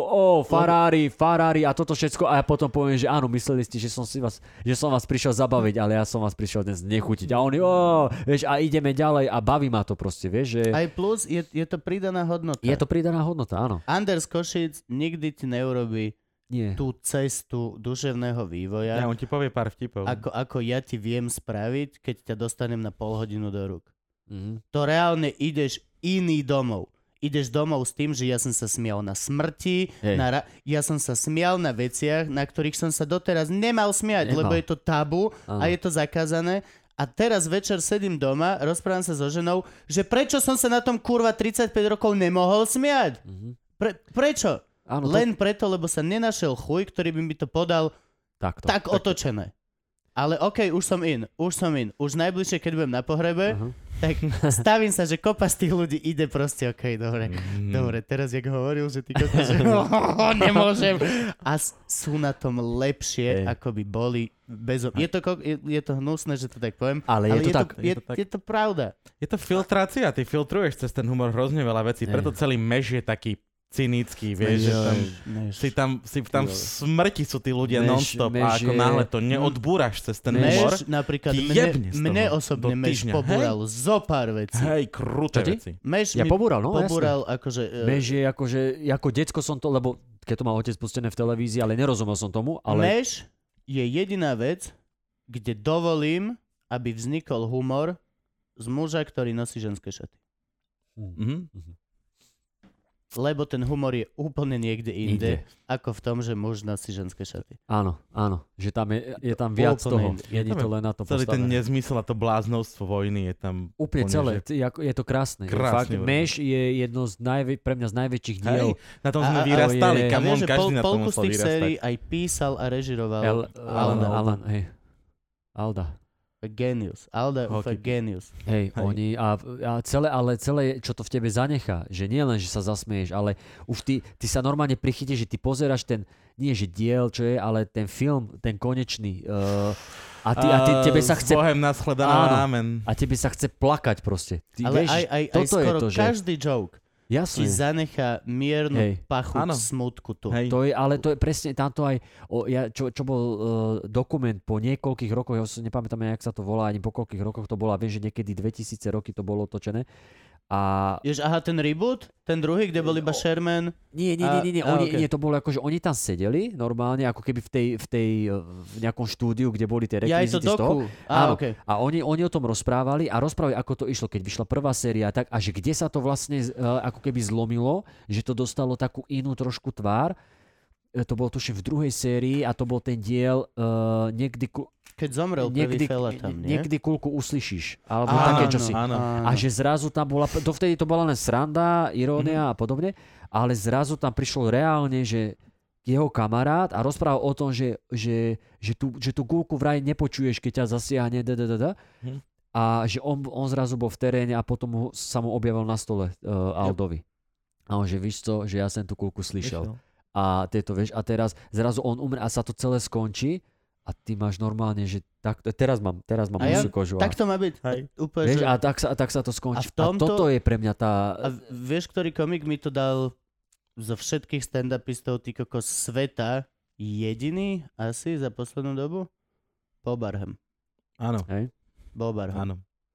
Ferrari a toto všetko a ja potom poviem, že áno, mysleli ste, že som vás prišiel zabaviť, ale ja som vás prišiel dnes nechutiť. A oni, vieš, a ideme ďalej a baví ma to proste, vieš, že... Aj plus je to pridaná hodnota. Je to pridaná hodnota, áno. Anders Košic nikdy ti neurobí tú cestu duševného vývoja. Ja, on ti povie pár vtipov. Ako ja ti viem spraviť, keď ťa dostanem na pol hodinu do rúk. Mm-hmm. To reálne ideš iný domov. Ideš domov s tým, že ja som sa smial na smrti, ja som sa smial na veciach, na ktorých som sa doteraz nemal smiať, lebo je to tabu a je to zakázané. A teraz večer sedím doma, rozprávam sa so ženou, že prečo som sa na tom kurva 35 rokov nemohol smiať? Mm-hmm. Prečo? Áno, Len preto, lebo sa nenašiel chuj, ktorý by mi to podal tak otočené. Ale okej, už som in. Už najbližšie, keď budem na pohrebe, tak stavím sa, že kopa z tých ľudí ide proste, dobre, teraz jak hovoril, že ty kokos, že nemôžem. A sú na tom lepšie, ako by boli bez... Je to hnusné, že to tak poviem, ale je to pravda. Je to filtrácia, ty filtruješ cez ten humor hrozne veľa vecí, preto celý Meš je taký cynický, vieš, že tam v smrti sú tí ľudia non-stop a ako náhle to neodbúraš cez ten humor, napríklad mne osobne Meš pobúral zo pár vecí. Hej, kruté veci. Meš pobúral, akože... Meš je akože, ako decko som to, lebo keď to mal otec pustené v televízii, ale nerozumel som tomu, ale... Meš je jediná vec, kde dovolím, aby vznikol humor z muža, ktorý nosí ženské šaty. Lebo ten humor je úplne niekde inde, ako v tom, že muž nosí ženské šaty. Áno, že tam je tam viac toho. Je to len na to celý postavené. Ten nezmysel a to bláznovstvo vojny je tam... Úplne celé, je to krásne. Fakt, Meš je jedno pre mňa z najväčších diel. Na tom sme vyrastali, každý na tom musel vyrastať. Polku z tých sérií aj písal a režiroval Alan, Alda. Genius. Alda genius. Hej, oni a celé, čo to v tebe zanechá, že nie len, že sa zasmieš, ale už ty sa normálne prichytíš, že ty pozeráš ten, nie že diel, čo je, ale ten film, ten konečný. A tebe sa chce... Bohem nashledaná, amen. A tebe sa chce plakať proste. Ale aj skoro každý joke Jasne. ti zanechá miernu pachu smutku tu. Ale to je presne tamto aj, čo bol dokument po niekoľkých rokoch, ja si nepamätám, jak sa to volá, ani po koľkých rokoch to bolo, a viem, že niekedy 2000 roky to bolo točené. A... ten reboot? Ten druhý, kde bol iba Sherman? Nie. Nie, to bolo ako, že oni tam sedeli normálne, ako keby v nejakom štúdiu, kde boli tie rekvizity z toho. Okay. A oni o tom rozprávali, ako to išlo, keď vyšla prvá séria, tak, a že kde sa to vlastne ako keby zlomilo, že to dostalo takú inú trošku tvár. To bolo tuším v druhej sérii a to bol ten diel niekdy... Keď zomrel prvý fela tam, nie? Niekdy kulku uslyšíš. Alebo také čosi. A že zrazu tam bola... Dovtedy to bola len sranda, irónia a podobne, ale zrazu tam prišlo reálne, že jeho kamarát a rozprával o tom, že tú gulku vraj nepočuješ, keď ťa zasiahne a že on zrazu bol v teréne a potom sa mu objavil na stole Aldovi. A on, že víš co, že ja som tú kulku slyšel. A teraz zrazu on umre a sa to celé skončí a ty máš normálne, že teraz mám husú kožu. Tak to má byť. Úplne, vieš, a tak sa to skončí. A toto je pre mňa tá... A vieš, ktorý komik mi to dal zo všetkých stand-upistov sveta jediný asi za poslednú dobu? Bob Barham. Áno. Bob Barham. Áno.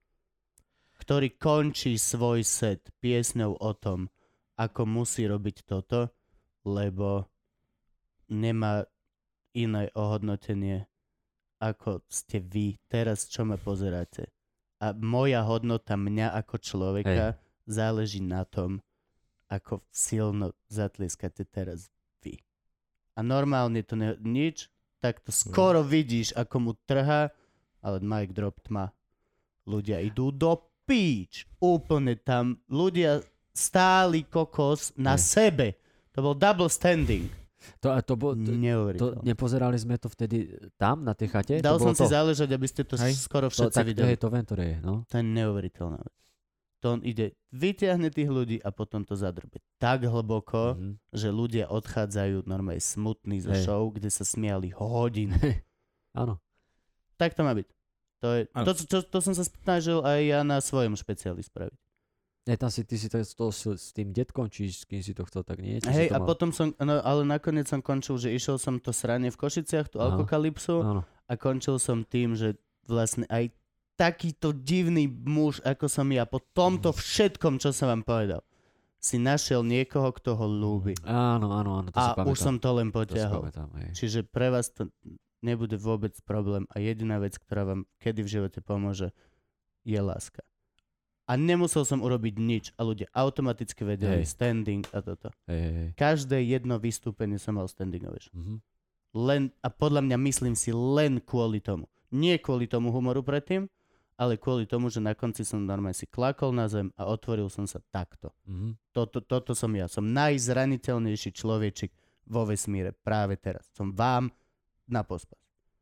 Ktorý končí svoj set piesňou o tom, ako musí robiť toto, lebo nemá iné ohodnotenie, ako ste vy teraz, čo ma pozeráte. A moja hodnota mňa ako človeka záleží na tom, ako silno zatlieskate teraz vy. A normálne to nič, tak to skoro vidíš, ako mu trhá, ale mic drop tma. Ľudia idú do píč. Úplne tam. Ľudia stáli kokos na sebe. To bol double standing. Nepozerali sme to vtedy tam, na tej chate? Dal som si záležať, aby ste to skoro všetci videli. To Ventore je, no. To je neuveriteľná vec. To on ide, vyťahne tých ľudí a potom to zadrbe tak hlboko, že ľudia odchádzajú normálne smutní zo show, kde sa smiali hodinu. Áno. Tak to má byť. To som sa snažil aj ja na svojom špeciáli spraviť. Tam ty si to s tým detkom, či s kým si to chcel, tak nie? Hej, a potom ale nakoniec som končil, že išiel som to sranie v Košiciach, tú Alkokalypsu, a končil som tým, že vlastne aj takýto divný muž, ako som ja, po tomto všetkom, čo som vám povedal, si našiel niekoho, kto ho ľúbi. Áno, to si pamätám. A už som to len potiahol. Čiže pre vás to nebude vôbec problém a jediná vec, ktorá vám kedy v živote pomôže, je láska. A nemusel som urobiť nič a ľudia automaticky vedeli standing a toto. Každé jedno vystúpenie som mal standingové. Len, a podľa mňa myslím si len kvôli tomu. Nie kvôli tomu humoru predtým, ale kvôli tomu, že na konci som normálne si klakol na zem a otvoril som sa takto. Toto som ja. Som najzraniteľnejší človečik vo vesmíre práve teraz. Som vám na pospas.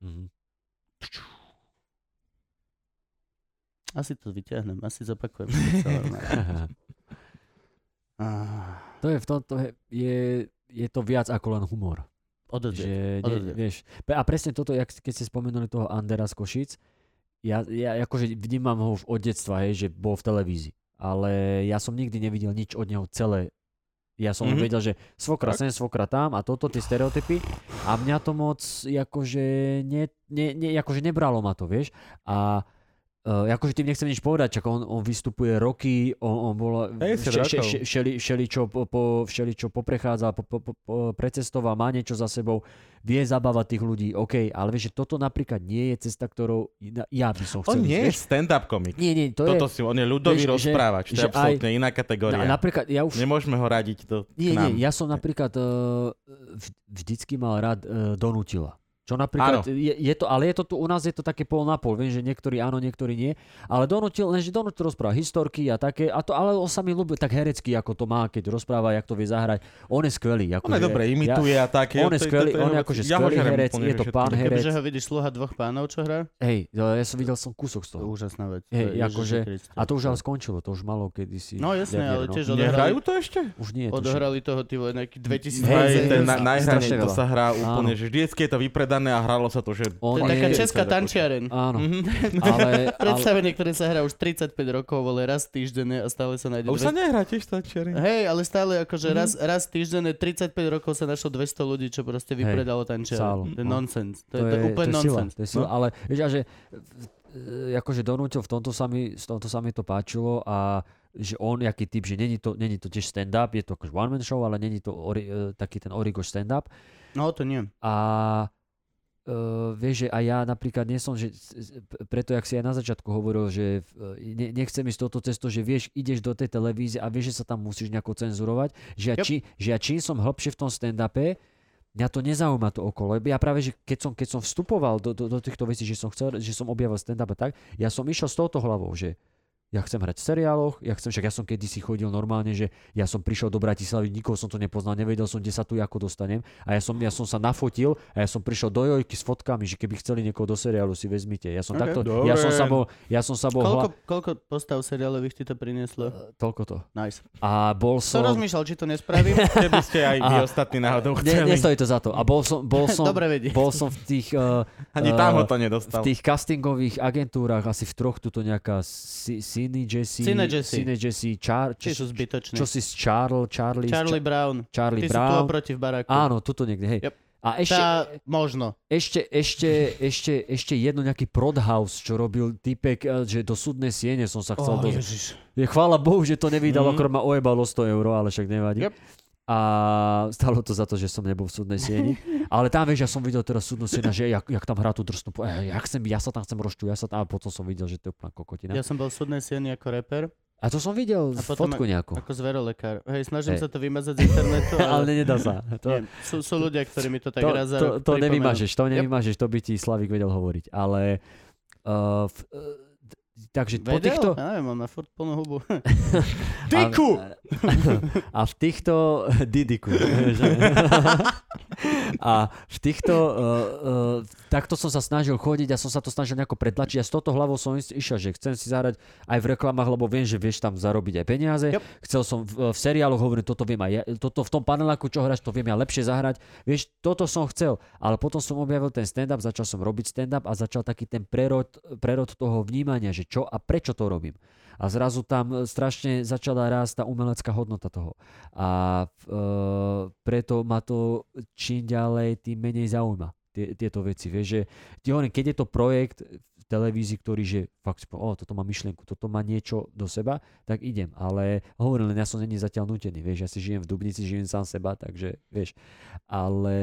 Asi to vyťahnem, asi zopakujem. To je v tomto, je to viac ako len humor. Vieš, a presne toto, keď ste spomenuli toho Andera z Košíc, ja akože vnímam ho už od detstva, že bol v televízii. Ale ja som nikdy nevidel nič od neho celé. Ja som vedel, že svokra sem, svokra tam a toto, tie stereotypy. A mňa to moc akože, akože nebralo ma to, vieš. A akože tým nechcem nič povedať, čak on vystupuje roky, on bol všeličo poprechádzal, precestoval, má niečo za sebou, vie zabávať tých ľudí, OK, ale vieš, že toto napríklad nie je cesta, ktorou ja by som chcel. On nie je stand-up komik. Nie, on je ľudový rozprávač, to je absolútne iná kategória. Napríklad ja už... Nemôžeme ho radiť k Nie, nám. ja som napríklad vždycky mal rád Donutila. Čo napríklad, ale je to tu, u nás je to také pol na pol, viem, že niektorí áno, niektorí nie, ale Donutil rozpráva historky a také, ale on sa mi ľúbi tak herecky, ako to má, keď rozpráva, jak to vie zahrať. On je skvelý. On je dobre imituje a také. On je skvelý, on je akože skvelý herec, je to pán herec. Kebyže ho vidíš Sluha dvoch pánov, čo hrá? Hej, ja som videl kúsok z toho. Úžasná vec. Hej, akože, a to už ale skončilo, to už malo kedysi. No jasne, ale tiež nehrajú to ešte? Už nie. Odohrali toho nejaký 2000. Ten najhraný, to sa hrá úplne, že vždycky je to vypredané a hralo sa to. To je taká česká tančiareň. Áno. Predstavenie, ktoré sa hrá už 35 rokov, ale raz týždenne a stále sa nájde... Už sa nehrá tiež tančiareň. Hej, ale stále akože raz týždenne 35 rokov sa našlo 200 ľudí, čo proste vypredalo tančiareň. To je nonsens. To je úplne nonsens. Ale vieš, že akože Donútil v tomto sa mi to páčilo a že on jaký typ, že není to tiež stand-up, je to akože one-man show, ale není to taký ten Origoš stand-up. No to nie. A vieš, že aj ja napríklad nie som, že preto, jak si aj na začiatku hovoril, že nechcem ísť touto cestou, že vieš, ideš do tej televízie a vieš, že sa tam musíš nejako cenzurovať, že ja čím som hlbšie v tom stand-upe, mňa to nezaujíma to okolo. Ja práve, že keď som vstupoval do týchto vecí, že som objavil stand-up a tak, ja som išiel s touto hlavou, že ja chcem hrať v seriáloch, však ja som kedysi chodil normálne, že ja som prišiel do Bratislavy, nikoho som to nepoznal, nevedel som, kde sa tu ako dostanem a ja som sa nafotil a ja som prišiel do Jojky s fotkami, že keby chceli niekoho do seriálu, si vezmite. Ja som takto, ja som sa bol... Koľko postav seriálových ti to prinieslo? Toľko to. Nice. A bol som... Som rozmýšľal, či to nespravím. Keby ste aj vy ostatní náhodou chceli. Nestojí to za to. A bol som v tých... Ani tam ho to nedostal. V tých castingových agentúrach asi v troch tuto nejaká Cine Jesse, Charlie Brown. Ty si tu oproti v baráku. Áno, tuto niekde, hej. Yep. A možno. Ešte jedno nejaký Prodhouse, čo robil typek, že do súdnej siene som sa chcel chvála Bohu, že to nevydal, akorát ma ojebalo 100 €, ale však nevadí. Yep. A stalo to za to, že som nebol v súdnej sieni. Ale tam, vieš, ja som videl teraz súdnu siena, že jak tam hrá tú drsnú, ja sa tam chcem rošťu, a potom som videl, že to je úplná kokotina. Ja som bol v súdnej sieni ako rapper A to som videl fotku nejakú. Ako zverolekár. Hej, snažím sa to vymazať z internetu. Ale nedá sa. Nie, sú ľudia, ktorí mi to tak raz za rok to nevymažeš, to by ti Slavik vedel hovoriť. Ale takže po týchto... Ja neviem, on má furt plnú hubu. Diku! A v týchto... Didiku. A v týchto... takto som sa snažil chodiť a som sa to snažil nejako pretlačiť a s touto hlavou som išiel, že chcem si zahrať aj v reklamách, lebo viem, že vieš tam zarobiť aj peniaze. Yep. Chcel som v seriáloch hovoriť, toto viem aj ja, toto v tom paneláku, čo hráš, to viem ja lepšie zahrať. Vieš, toto som chcel. Ale potom som objavil ten stand-up, začal som robiť stand-up a začal taký ten prerod toho vnímania, že čo a prečo to robím. A zrazu tam strašne začala rásť tá umelecká hodnota toho. A preto ma to čím ďalej, tým menej zaujíma tieto veci. Vieš, že ti hovorím, keď je to projekt v televízii, ktorý, že fakt toto má myšlienku, toto má niečo do seba, tak idem. Ale hovorím, len ja som není zatiaľ nútený. Vieš, ja si žijem v Dubnici, žijem sám seba, takže vieš. Ale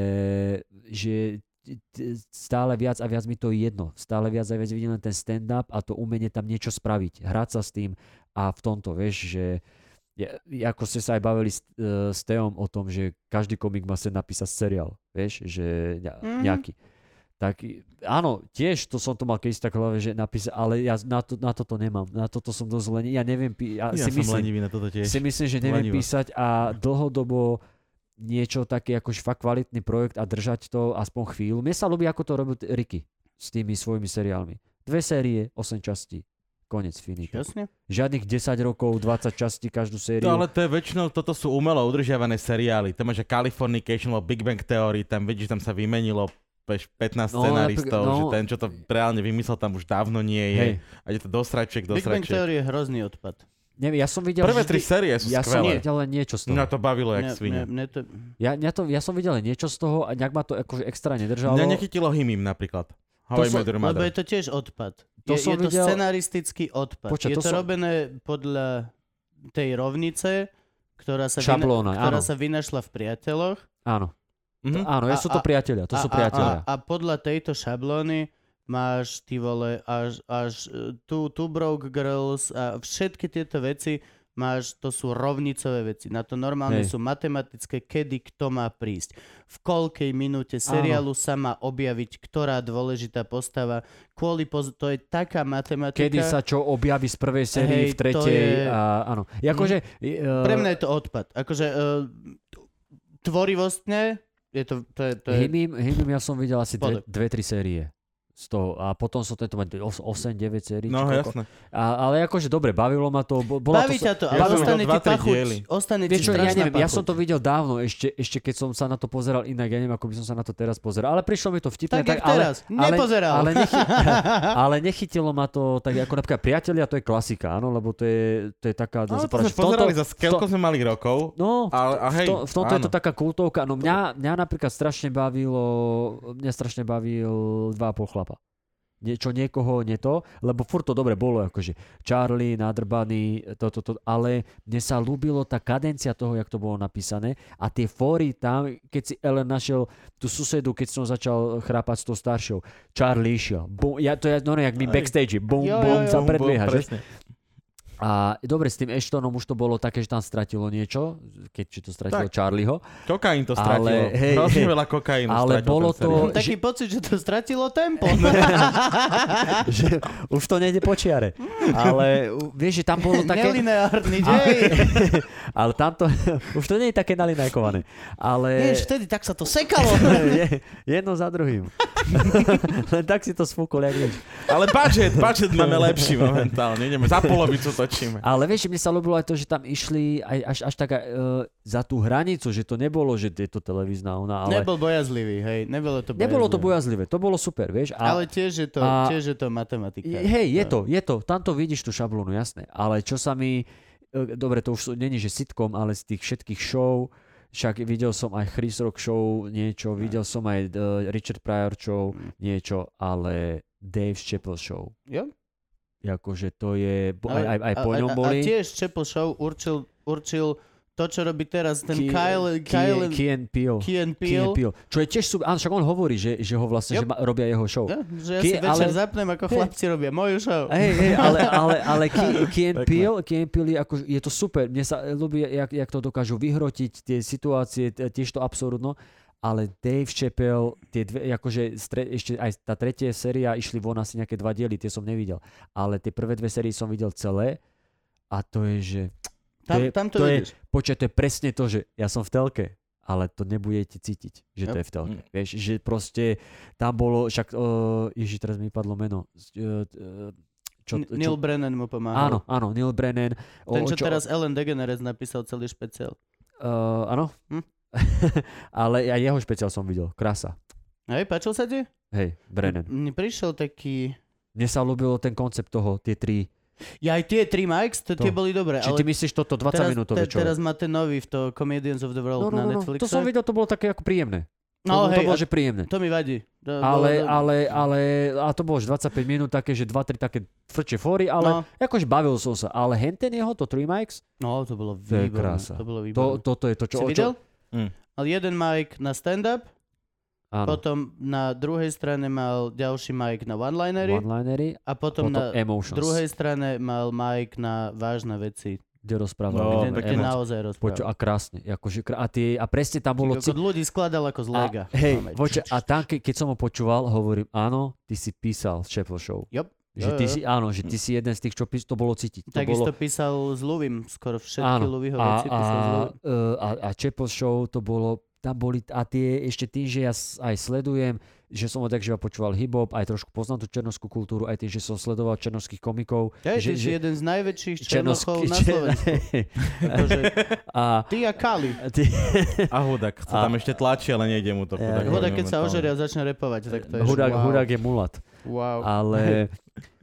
že stále viac a viac mi to je jedno. Stále viac a viac vidím len ten stand-up a to umenie tam niečo spraviť. Hrať sa s tým a v tomto, vieš, že ako ste sa aj bavili s Teom o tom, že každý komik má sa napísať seriál, vieš, že nejaký. Tak áno, tiež to som to mal keď tak hlave, že napísať, ale ja na toto nemám. Na toto som dosť lenivý. Ja neviem lenivý na toto tiež. Si myslím, že neviem písať a dlhodobo niečo také akož fakt kvalitný projekt a držať to aspoň chvíľu. Mne sa ľúbi, ako to robil Ricky s tými svojimi seriálmi. 2 série, 8 častí. Konec, finito. Jasne. Žiadnych 10 rokov, 20 častí každú sériu. No ale to je väčšinou, toto sú umelo udržiavané seriály. To máš Californication, Big Bang Theory, tam vidíš, tam sa vymenilo 15 scenaristov, že ten, čo to reálne vymyslel, tam už dávno nie je. Hej. A je to dosračiek. Big Bang Theory je hrozný odpad. Neviem, ja som videl prvé 3 série sú skvelé. Ja som videl len niečo z toho. Mňa to bavilo jak svinia. Ja som videl len niečo z toho a nejak ma to akože extra nedržalo. Mňa nechytilo Himim napríklad. Lebo je to tiež odpad. Je to scenaristický odpad. Je to robené podľa tej rovnice, ktorá sa vynašla v Priateľoch. Áno. Áno, sú to priatelia. To sú priatelia. A podľa tejto šablóny máš, ty vole, až Two Broke Girls a všetky tieto veci máš, to sú rovnicové veci. Na to normálne sú matematické, kedy kto má prísť. V koľkej minúte seriálu sa má objaviť, ktorá dôležitá postava. To je taká matematika. Kedy sa čo objaví z prvej sérii v tretej. Áno. Pre mňa je to odpad. Akože tvorivostne je to je... Hymim ja som videl asi 2-3 série. Z toho. A potom sú to mať 8-9 sérií. No jasné. Ale akože dobre, bavilo ma to. Baví ťa to, ale ostane ti pachuť. Ostane ti strašná pachuť. Ja som to videl dávno, ešte keď som sa na to pozeral inak, ja neviem, ako by som sa na to teraz pozeral, ale prišlo mi to vtipné. Tak teraz, nepozeral. Ale nechytilo ma to tak ako napríklad Priatelia, to je klasika, áno, lebo to je taká... No, to sme pozerali za koľko sme mali rokov. No, v tomto je to taká kultovka. No mňa napríklad strašne bavil 2,5 chlapa. Čo niekoho nie to, lebo furt to dobre bolo, akože Charlie, nadrbaný, ale mne sa ľúbilo tá kadencia toho, jak to bolo napísané a tie fóry tam, keď si Ellen našiel tú susedu, keď som začal chrápať s tou staršou, Charlie išiel, to je jak my backstage, bum, sa predbieha, že? A dobre, s tým Ashtonom už to bolo také, že tam stratilo niečo, keďže to stratilo Charlieho. Kokain to stratilo. Hrozne veľa kokainu ale bolo to... Mám taký pocit, že to stratilo tempo. Že už to nejde po čiare. Ale vieš, že tam bolo také... Nelineárny dej. Ale tamto... Už to nie je také nalinajkované. Ale... Vieš, vtedy tak sa to sekalo. Jedno za druhým. Len tak si to sfúkol, jak vieš. Ale budget máme lepší momentálne. Ideme za polovicu to ale vieš, mne sa ľúbilo aj to, že tam išli až tak za tú hranicu, že to nebolo, že je to televízna ona, ale... Nebol bojazlivý, hej, nebolo to bojazlivé, to bolo super, vieš. Ale tiež je to matematika. Hej, je to, tamto vidíš tú šablónu, jasné, ale čo sa mi, dobre, to už není, že sitcom, ale z tých všetkých show, však videl som aj Chris Rock show niečo, videl som aj Richard Pryor show niečo, ale Dave Chappelle show. Jo? Akože to je, aj po ňom boli. A tiež Chappelle Show určil to, čo robí teraz ten Key and Peele. Čo je tiež áno, však on hovorí, že ho vlastne, že robia jeho show. Ja, že ja si večer zapnem, ako chlapci robia moju show. Ale Key and Peele je to super. Mne sa ľúbi, jak to dokážu vyhrotiť, tie situácie, tiež to absurdno. Ale Dave Chappelle, tie dve, akože ešte aj tá tretia séria išli von asi nejaké 2 diely, tie som nevidel. Ale tie prvé 2 série som videl celé a to je, že... Tam to vidíš. Počkaj, to je presne to, že ja som v telke, ale to nebudete cítiť, že to je v telke. Vieš, že proste tam bolo, však, teraz mi vypadlo meno. Neil Brennan mu pomáhal. Áno, Neil Brennan. Ten, čo teraz Ellen DeGeneres napísal celý špeciál. Áno. Ale aj jeho špeciál som videl. Krása. Hej, páčil sa ti? Hej, Brennan. Mne prišiel taký... Mne sa ľúbilo ten koncept toho, tie 3. Ja aj tie 3 mics, tie boli dobré. Čiže ty myslíš toto 20-minútové čo? Teraz má ten nový v to Comedians of the World na Netflixe. To som videl, to bolo také ako príjemné. No, to bolo, že príjemné. To mi vadí. Ale to bolo už 25 minút také, že 2-3 také tvrdšie fóry, ale akože bavil som sa. Ale henten jeho, to 3 mics? No, to bolo výborné. To bolo výborné. Toto je to, čo... Si videl? Mal jeden mic na stand-up, potom na druhej strane mal ďalší mic na one-linery a potom na emotions. Druhej strane mal mic na vážne veci. Kde rozprával. Kde naozaj rozprával. A krásne. A presne tam bolo... Ľudí skladal ako z Lega. A tam, keď som ho počúval, hovorím, áno, ty si písal Chappelle Show. Yep. Že ty si jeden z tých, čo to bolo cítiť. Takisto písal s Luvim, skoro všetky Luviho veci písal s Luvim. A Chappelle Show to bolo, tam boli, a tie ešte tým, že ja aj sledujem, že som odjak živa počúval hip-hop, aj trošku poznám tú černovskú kultúru, aj tým, že som sledoval černovských komikov. Ty si jeden z najväčších černochov na Slovensku. Ty a Kali. A Hudak, chce tam ešte tlačí, ale nejde mu to. Hudak, keď sa ožeria a začne repovať, tak to je Hudak je mulat. Wow. Ale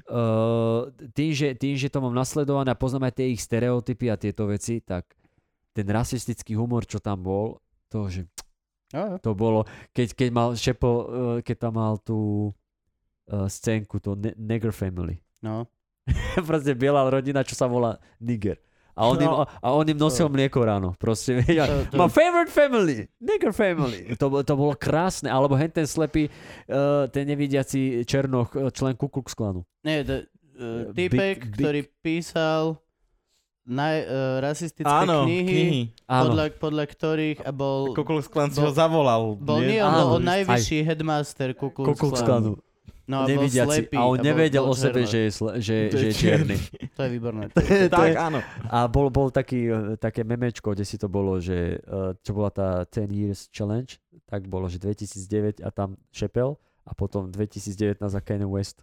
tým, že to mám nasledované a poznám aj tie ich stereotypy a tieto veci, tak ten rasistický humor, čo tam bol, to bolo, keď mal Chappelle, keď tam mal tú scénku, to Nigger Family. No. Proste biela rodina, čo sa volá Niger. A on im nosil mlieko ráno. Proste, my favorite family, Nigger Family. To bolo krásne. Alebo ten slepý, ten nevidiaci černoch, člen Ku Klux Klanu. Nie, týpek, ktorý písal rasistické knihy. Podľa ktorých a bol... Ku Klux Klan si ho zavolal. Bol najvyšší headmaster Ku Klux Klanu. No, nevidiaci. A on nevedel o sebe, že je čierny. To je výborné. Tak, áno. A bol také memečko, kde si to bolo, že čo bola tá 10 Years Challenge, tak bolo, že 2009 a tam Chappelle a potom 2019 za Kanye West.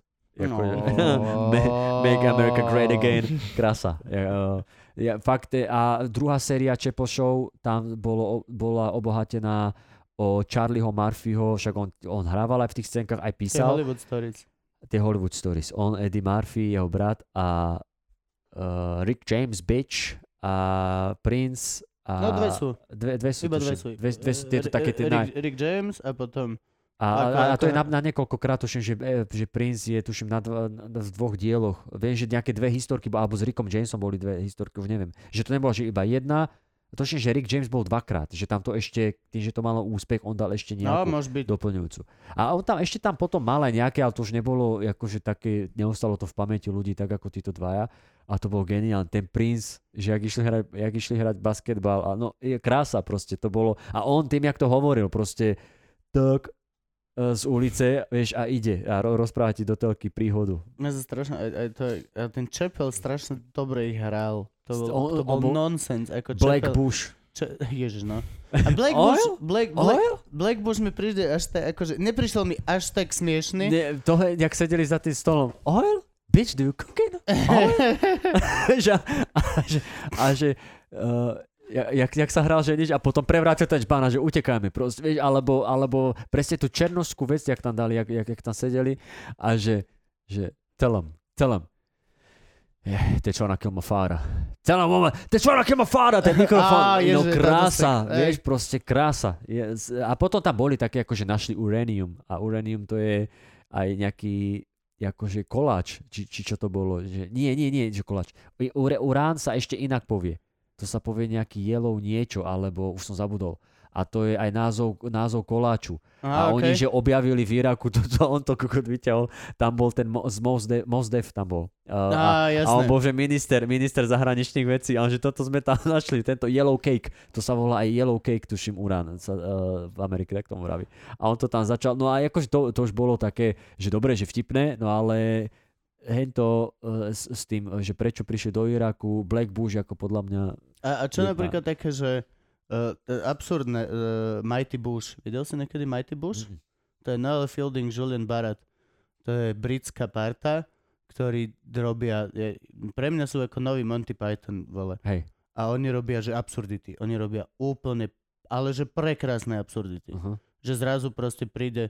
Make America Great Again. Krása. Fakt, a druhá séria Chappelle Show, tam bola obohatená o Charlieho Murphyho, však on hrával aj v tých scénkach, aj písal. Tie Hollywood Stories. On, Eddie Murphy, jeho brat a Rick James, bitch a Prince a... No dve sú. Iba dve sú. Tieto také tie Rick James a potom... A to je na niekoľkokrát, tuším, že Prince je, tuším, v 2 dieloch. Viem, že nejaké 2 historky, alebo s Rickom Jamesom boli 2 historky, už neviem. Že to nebola, že iba jedna. Tuším, že Rick James bol 2-krát, že tam to ešte, tým, že to malo úspech, on dal ešte nejakú doplňujúcu. A on tam ešte potom mal aj nejaké, ale to už nebolo akože také, neostalo to v pamäti ľudí, tak ako títo dvaja. A to bol geniálne. Ten Prince, že jak išli hrať basketbal, a no je krása proste, to bolo. A on tým, jak to hovoril, proste tak z ulice, vieš, a ide a rozpráva ti do telky príhodu. Mňa sa strašne, ten Chappelle strašne dobre ich hral. To bol nonsense. Ako Black Bush. Ježiš, no. A Black Bush mi príde až tak, akože neprišiel mi až tak smiešný. To je, jak sedeli za tým stolom. Oil? Bitch, do you cook it? Oil? Jak sa hral, že nič a potom prevrátil ten žbána, že utekáme proste, vieš, alebo presne tú černošskú vec, jak tam dali, jak tam sedeli a že tell him. Yeah, they trying to kill my father. Tell him, woman, they trying to kill my father. Ten mikrofón, krása, vieš, proste krása. A potom tam boli také, akože našli uranium. A uranium to je aj nejaký, akože koláč, či čo to bolo. Že, nie, že koláč. Urán sa ešte inak povie. to sa povie nejaký yellow niečo, alebo už som zabudol. A to je aj názov koláču. Aha, oni, že objavili v Iraku, on to kokot vyťahol, tam bol ten Mos Def tam bol. A on bol, že minister zahraničných vecí, ale že toto sme tam našli, tento yellow cake, to sa volá aj yellow cake, tuším urán, v Amerike, tak tomu vraví. A on to tam začal, no a akože to už bolo také, že dobre, že vtipné, no ale hento s tým, že prečo prišiel do Iraku, Black Bush, ako podľa mňa... A čo napríklad také, že absurdné, Mighty Bush. Videl si niekedy Mighty Bush? To je Noel Fielding, Julian Barratt. To je britská parta, ktorí robia, pre mňa sú ako nový Monty Python, vole. Hej. A oni robia, že absurdity. Oni robia úplne, ale že prekrásne absurdity. Uh-huh. Že zrazu proste príde,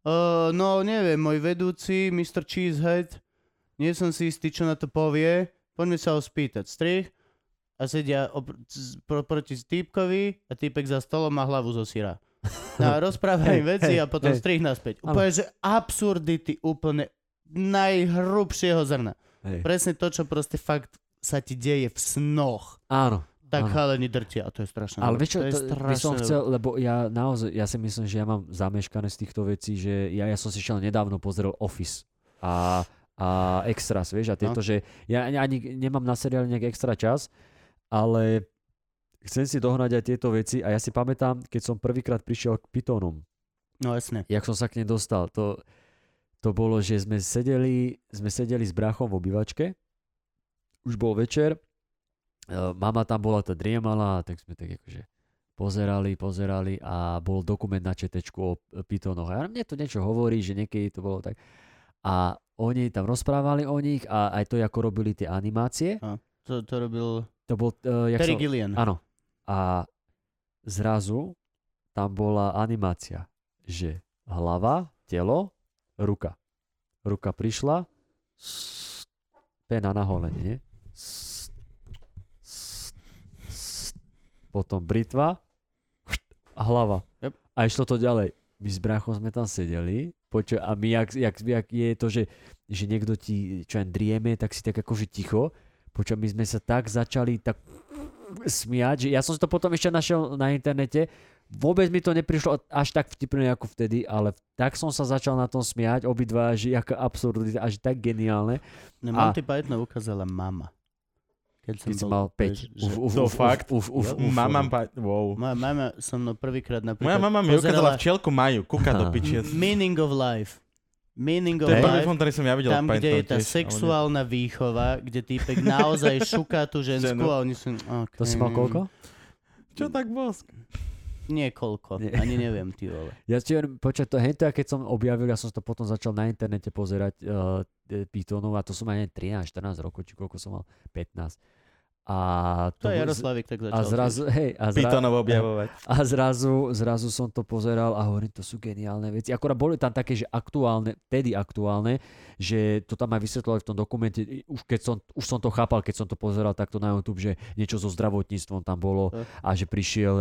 no neviem, môj vedúci, Mr. Cheesehead, nie som si istý, čo na to povie, poďme sa ho spýtať. Strih, a sedia proti týpkovi a týpek za stolom má hlavu zo syra. A rozprávajú veci a potom strih naspäť. Úplne, že absurdity úplne najhrubšieho zrna. Hej. Presne to, čo proste fakt sa ti deje v snoch. Áno. Tak chaleni drtia a to je strašné. Ale vieš čo, by som chcel, lebo ja naozaj, ja si myslím, že ja mám zameškané z týchto vecí, že ja som si šiel nedávno pozrel Office a Extras, vieš, a tieto, že ja ani nemám na seriály nejak extra čas, ale chcem si dohnať aj tieto veci a ja si pamätám, keď som prvýkrát prišiel k Pythonom. No jasne. Jak som sa k nej dostal, to bolo, že sme sedeli s brachom v obývačke, už bol večer, mama tam bola, tá driemala, tak sme tak akože pozerali a bol dokument na četečku o Pythonoch. A mne to niečo hovorí, že niekedy to bolo tak. A oni tam rozprávali o nich a aj to, ako robili tie animácie. A to robil... To bol... Terry Gilliam. Áno. A zrazu tam bola animácia, že hlava, telo, ruka. Ruka prišla, pena na holenie, nie? Potom britva a hlava. Yep. A išlo to ďalej. My s bráchom sme tam sedeli a my, jak je to, že niekto ti, čo aj drieme, tak si tak akože ticho. My sme sa tak začali tak smiať, že ja som si to potom ešte našiel na internete. Vôbec mi to neprišlo až tak vtipné ako vtedy, ale tak som sa začal na tom smiať, obidva, že aká absurdita, až tak geniálne. Monty Python ukázala mama. Keď som mal 5. To fakt? Mama, wow. Moja mama som prvýkrát napríklad moja mama mi ukázala včielku Maju, kúka do pičie. Meaning of Life. Meaning of Life, film, ktorý som ja videl, tam, kde je tá sexuálna výchova, kde týpek naozaj šuká tú žensku a oni sú... Okay. To si mal koľko? Čo tak bosk? Niekoľko, ani neviem, ty vole. Ja ti počať to, hento, keď som objavil, ja som to potom začal na internete pozerať Pythonov a to som aj 13-14 rokov, či koľko som mal, 15. A to je Jaroslavik tak začal. A zrazu, Pythonov objavovať. A zrazu som to pozeral a hovorím, to sú geniálne veci. Akorát boli tam také, že vtedy aktuálne, že to tam aj vysvetľovali v tom dokumente, už som to chápal, keď som to pozeral takto na YouTube, že niečo so zdravotníctvom tam bolo a že prišiel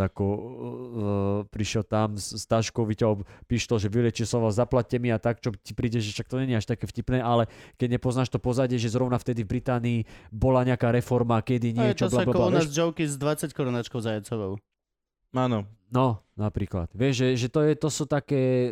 tam s taškou, vyťahol pištol, že vylečil som vás, zaplatte mi a tak, čo ti príde, že však to nie je až také vtipné, ale keď nepoznáš to pozadie, že zrovna vtedy v Británii bola nejaká reforma, kedy niečo, blablabla. To sa ako u nás joky s 20 korunáčkou zajacovou. Áno. No, napríklad. Vieš, že to sú také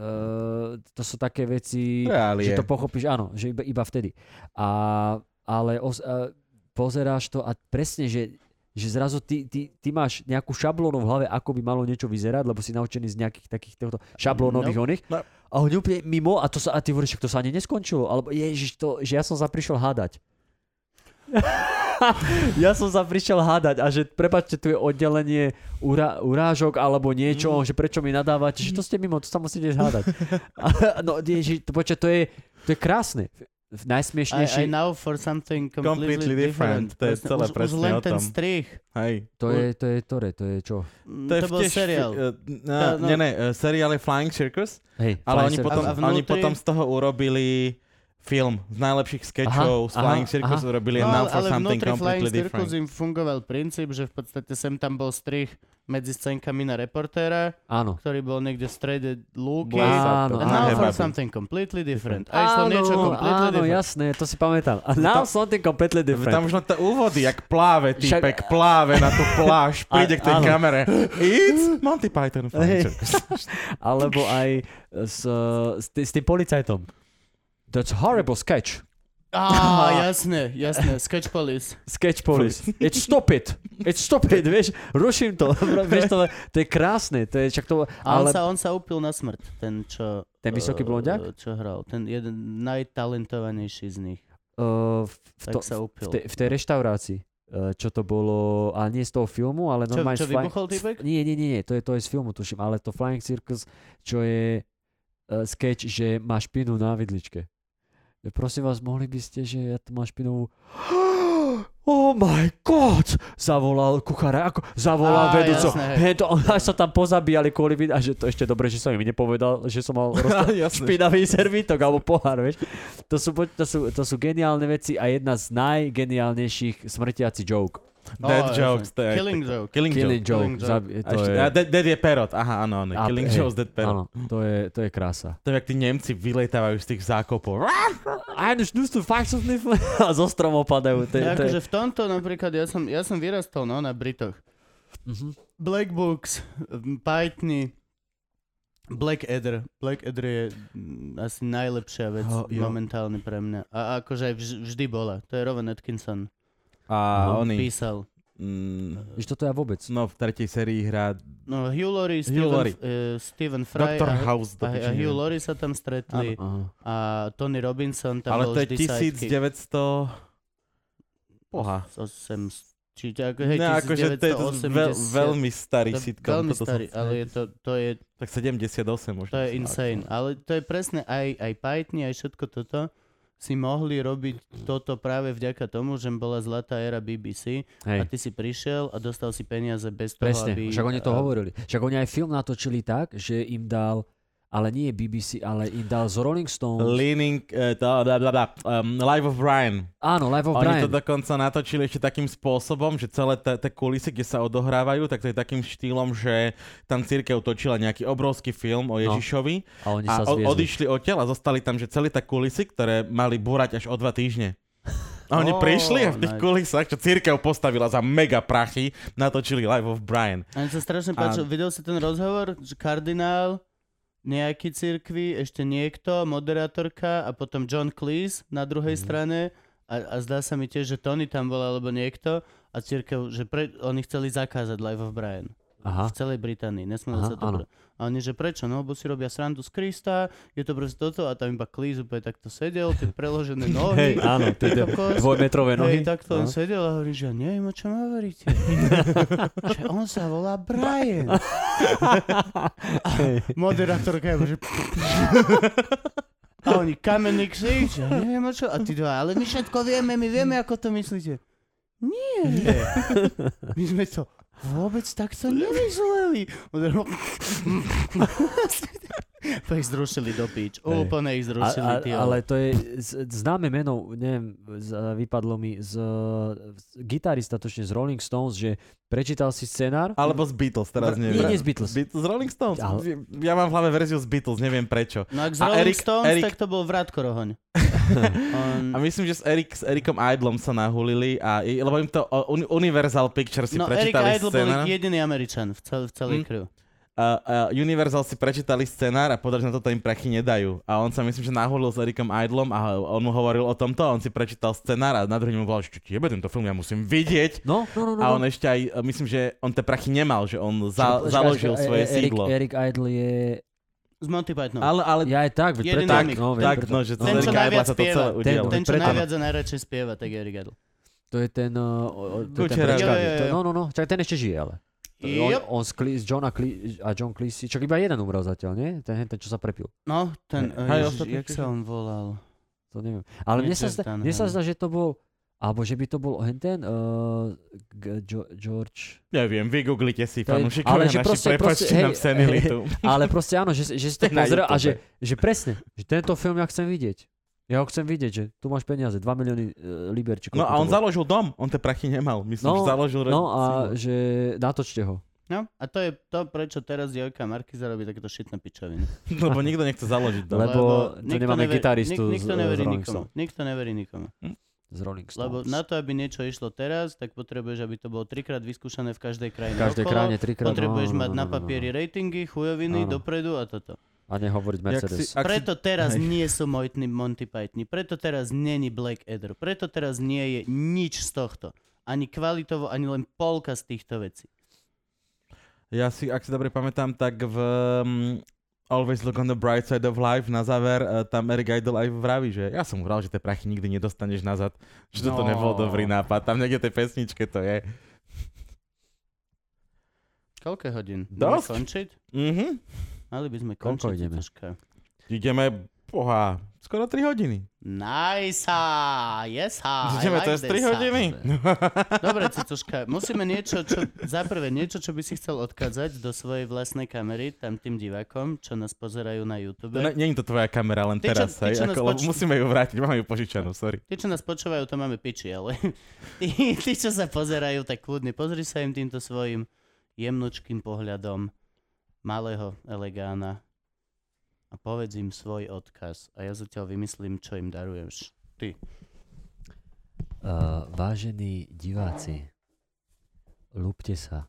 veci, reálie. Že to pochopíš, áno, že iba vtedy. Ale pozeráš to a presne, že zrazu ty máš nejakú šablónu v hlave, ako by malo niečo vyzerať, lebo si naučený z nejakých takých šablónových oných. No. A oni úplne mimo a ty hovoríš, že to sa ani neskončilo. Alebo ježiš, že ja som sa prišiel hádať. Ja som sa prišiel hádať a že prepáčte, tu je oddelenie urážok alebo niečo, že prečo mi nadávate, že to ste mimo, to sa musíte hádať. No, to je krásne. Najsmiešnejšie. I now for something completely different. To je celé presne už len o tom. Ten strih. Hej. To je čo? To bol seriál. Nie, seriál je Flying Circus, hej, ale oni potom z toho urobili film z najlepších sketchov z Flying Circus urobili Now for ale Something vnútri Flying Completely Circus Different. im fungoval princíp, že v podstate sem tam bol strih medzi scénkami na reportéra, Áno. ktorý bol niekde v strede lúky. Áno, And now for áno. something completely different. A išlo niečo completely áno, different. jasné, to si pamätám. A now something completely different. Tam už na tie úvody, jak pláve týpek, pláve na tú pláž, príde k tej áno. kamere. It's Monty Python Flying Circus. Alebo aj s tým policajtom. That's horrible sketch. Jasné. Sketch Police. Sketch police. It's stupid, vieš, ruším to. Vieš, to je krásne, to je čak to... A on sa upil na smrť, ten čo... Ten vysoký blondiak? Čo hral, ten jeden najtalentovanejší z nich. Tak sa upil. V tej reštaurácii. Čo to bolo, ale nie z toho filmu, ale normálne... Čo vybuchol týpek? Nie, to je z filmu, tuším, ale to Flying Circus, čo je sketch, že má špinu na vidličke. Prosím vás, mohli by ste, že ja tu mám špinovú... Oh my god! Zavolal kuchára, zavolal vedúco. Až sa tam pozabíjali kvôli a že to ešte dobre, že som im nepovedal, že som mal špinavý servítok alebo pohár, vieš. To sú geniálne veci a jedna z najgeniálnejších smrtiaci joke. Dead jokes. Killing joke. Killing joke. Dead je perot. Aha, áno. Killing jokes, dead perot. Áno, to je krása. To je, jak tí Nemci vyletávajú z tých zákopov. A zo stromov padajú. Akože v tomto napríklad, ja som vyrastol na Britoch. Black Books, Pythony, Blackadder. Blackadder je asi najlepšia vec momentálne pre mňa. A akože vždy bola. To je Rowan Atkinson. A oni písal. Víš, toto ja vôbec. No, v tretej sérii hrá... No, Hugh Laurie, Stephen Fry Dr. House. a Hugh Laurie sa tam stretli. A Tony Robinson tam ale bol to vždy je 1900... Poha. 8... Akože to je veľmi starý sitcom. Veľmi starý, ale to je... Tak 78 možno. To je insane. Ale to je presne aj Python, aj všetko toto si mohli robiť toto práve vďaka tomu, že bola zlatá éra BBC. Hej. A ty si prišiel a dostal si peniaze bez toho, presne, aby... však oni to hovorili. Však oni aj film natočili tak, že im dal, ale nie BBC, ale im dal z Rolling Stones. Life of Brian. Áno, Life of Brian. Oni to dokonca natočili ešte takým spôsobom, že celé tie kulisy, kde sa odohrávajú, tak to je takým štýlom, že tam cirkev točila nejaký obrovský film o Ježišovi a odišli odtiaľ a zostali tam, že celé tie kulisy, ktoré mali búrať až o 2 týždne. A oni prišli a v tých kulisách, čo cirkev postavila za mega prachy, natočili Life of Brian. A sa strašne páčil, videl si ten rozhovor, že kardinál nejaký cirkvi, ešte niekto, moderátorka a potom John Cleese na druhej strane a zdá sa mi tiež, že Tony tam bol alebo niekto a cirkev, že oni chceli zakázať Life of Brian. Aha. V celej Británii, nesmelo sa to. A oni, že prečo? No, bo si robia srandu z Krista, je to proste toto a tam iba Cleese úplne takto sedel, tie preložené nohy. Hej, áno, tie dvojmetrové nohy. Hej, takto on sedel a hovorí, že ja neviem, o čom hovoríte. Že on sa volá Brian. Moderátorka je, že... A oni, kamenný ksič, ja neviem o čo. A ty dva, ale my všetko vieme, my vieme, ako to myslíte. Nie. My sme to vôbec takto nemysleli. To ich zrušili do píč. Úplne ich zrušili. Ale to je známe meno, neviem, vypadlo mi z gitarista, točne z Rolling Stones, že prečítal si scenár. Alebo z Beatles, teraz neviem. Nie z Beatles. Z Rolling Stones. Ja mám v hlave verziu z Beatles, neviem prečo. No ak z Rolling Stones, tak to bol Vrátko Rohoň. A myslím, že s Erikom Idlom sa nahulili, lebo im to Universal Pictures si prečítali scenár. No Erik Idle bol jediný Američan v celej crew. Universal si prečítali scenár a povedali, že na toto im prachy nedajú. A on sa myslím, že nahulil s Erikom Idlom a on mu hovoril o tomto a on si prečítal scenár a na druhý mu povedal, že jebe tento film ja musím vidieť. No. A on ešte aj, myslím, že on tie prachy nemal, že on založil svoje sídlo. Erik Idle je... Z Monty Pythonu. Ale ja aj tak, že že to Erik Idle sa to celé udialo. Ten, čo najviac a najradšej spieva, tak je Erik Idle. To je ten... No. Čak ten ešte žije, ale. On z John Cleese, čak iba jeden umrel zatiaľ, nie? Ten, čo sa prepil. No, jak sa on volal? To neviem. Ale mne sa zdá, že to bol, alebo že by to bol ten George... Neviem, vygooglite si, fanúšikovia naši, prepáčte nám senilitu. Ale proste áno, že si to pozrel a že presne, že tento film ja chcem vidieť. Ja ho chcem vidieť, že tu máš peniaze, 2 milióny liberčíkov. No a on založil dom, on tie prachy nemal. Myslím, že založil... No a že natočte ho. No a to je to, prečo teraz Jojka Markiza robí takéto šitné pičoviny. Lebo nikto nechce založiť dom. Lebo tu nemáme gitaristu nikto neverí nikomu. Nikto neverí nikomu. Z Rolling Stones. Lebo na to, aby niečo išlo teraz, tak potrebuješ, aby to bolo 3-krát vyskúšané v každej krajine. V každej krajine 3-krát. Potrebuješ mať na papieri ratingy, chujoviny, dopredu a toto. A nehovoriť Mercedes. Preto teraz nie sú Monty Python, preto teraz není Black Adder, preto teraz nie je nič z tohto. Ani kvalitovo, ani len polka z týchto vecí. Ja si, ak si dobre pamätám, tak v Always Look on the Bright Side of Life na záver tam Eric Idle aj vraví, že ja som vral, že tie prachy nikdy nedostaneš nazad, že toto nebol dobrý nápad, tam niekde tej pesničke to je. Koľko hodín? Dosť. Ideme končiť? Mali by sme končiť. Koľko ideme? Ideme, skoro 3 hodiny. Nice, yes, Ideme, to je 3 hodiny. Dobre, Cicuška, musíme niečo, niečo, čo by si chcel odkázať do svojej vlastnej kamery, tam tým divákom, čo nás pozerajú na YouTube. Nie je to tvoja kamera len teraz, musíme ju vrátiť, máme ju požičanú, sorry. Tí, čo nás počúvajú, to máme piči, ale tí, čo sa pozerajú, tak kľudne pozri sa im týmto svojim jemnočkým pohľadom malého elegána a povedz im svoj odkaz a ja zatiaľ vymyslím, čo im daruješ. Ty. Vážení diváci, ľúbte sa.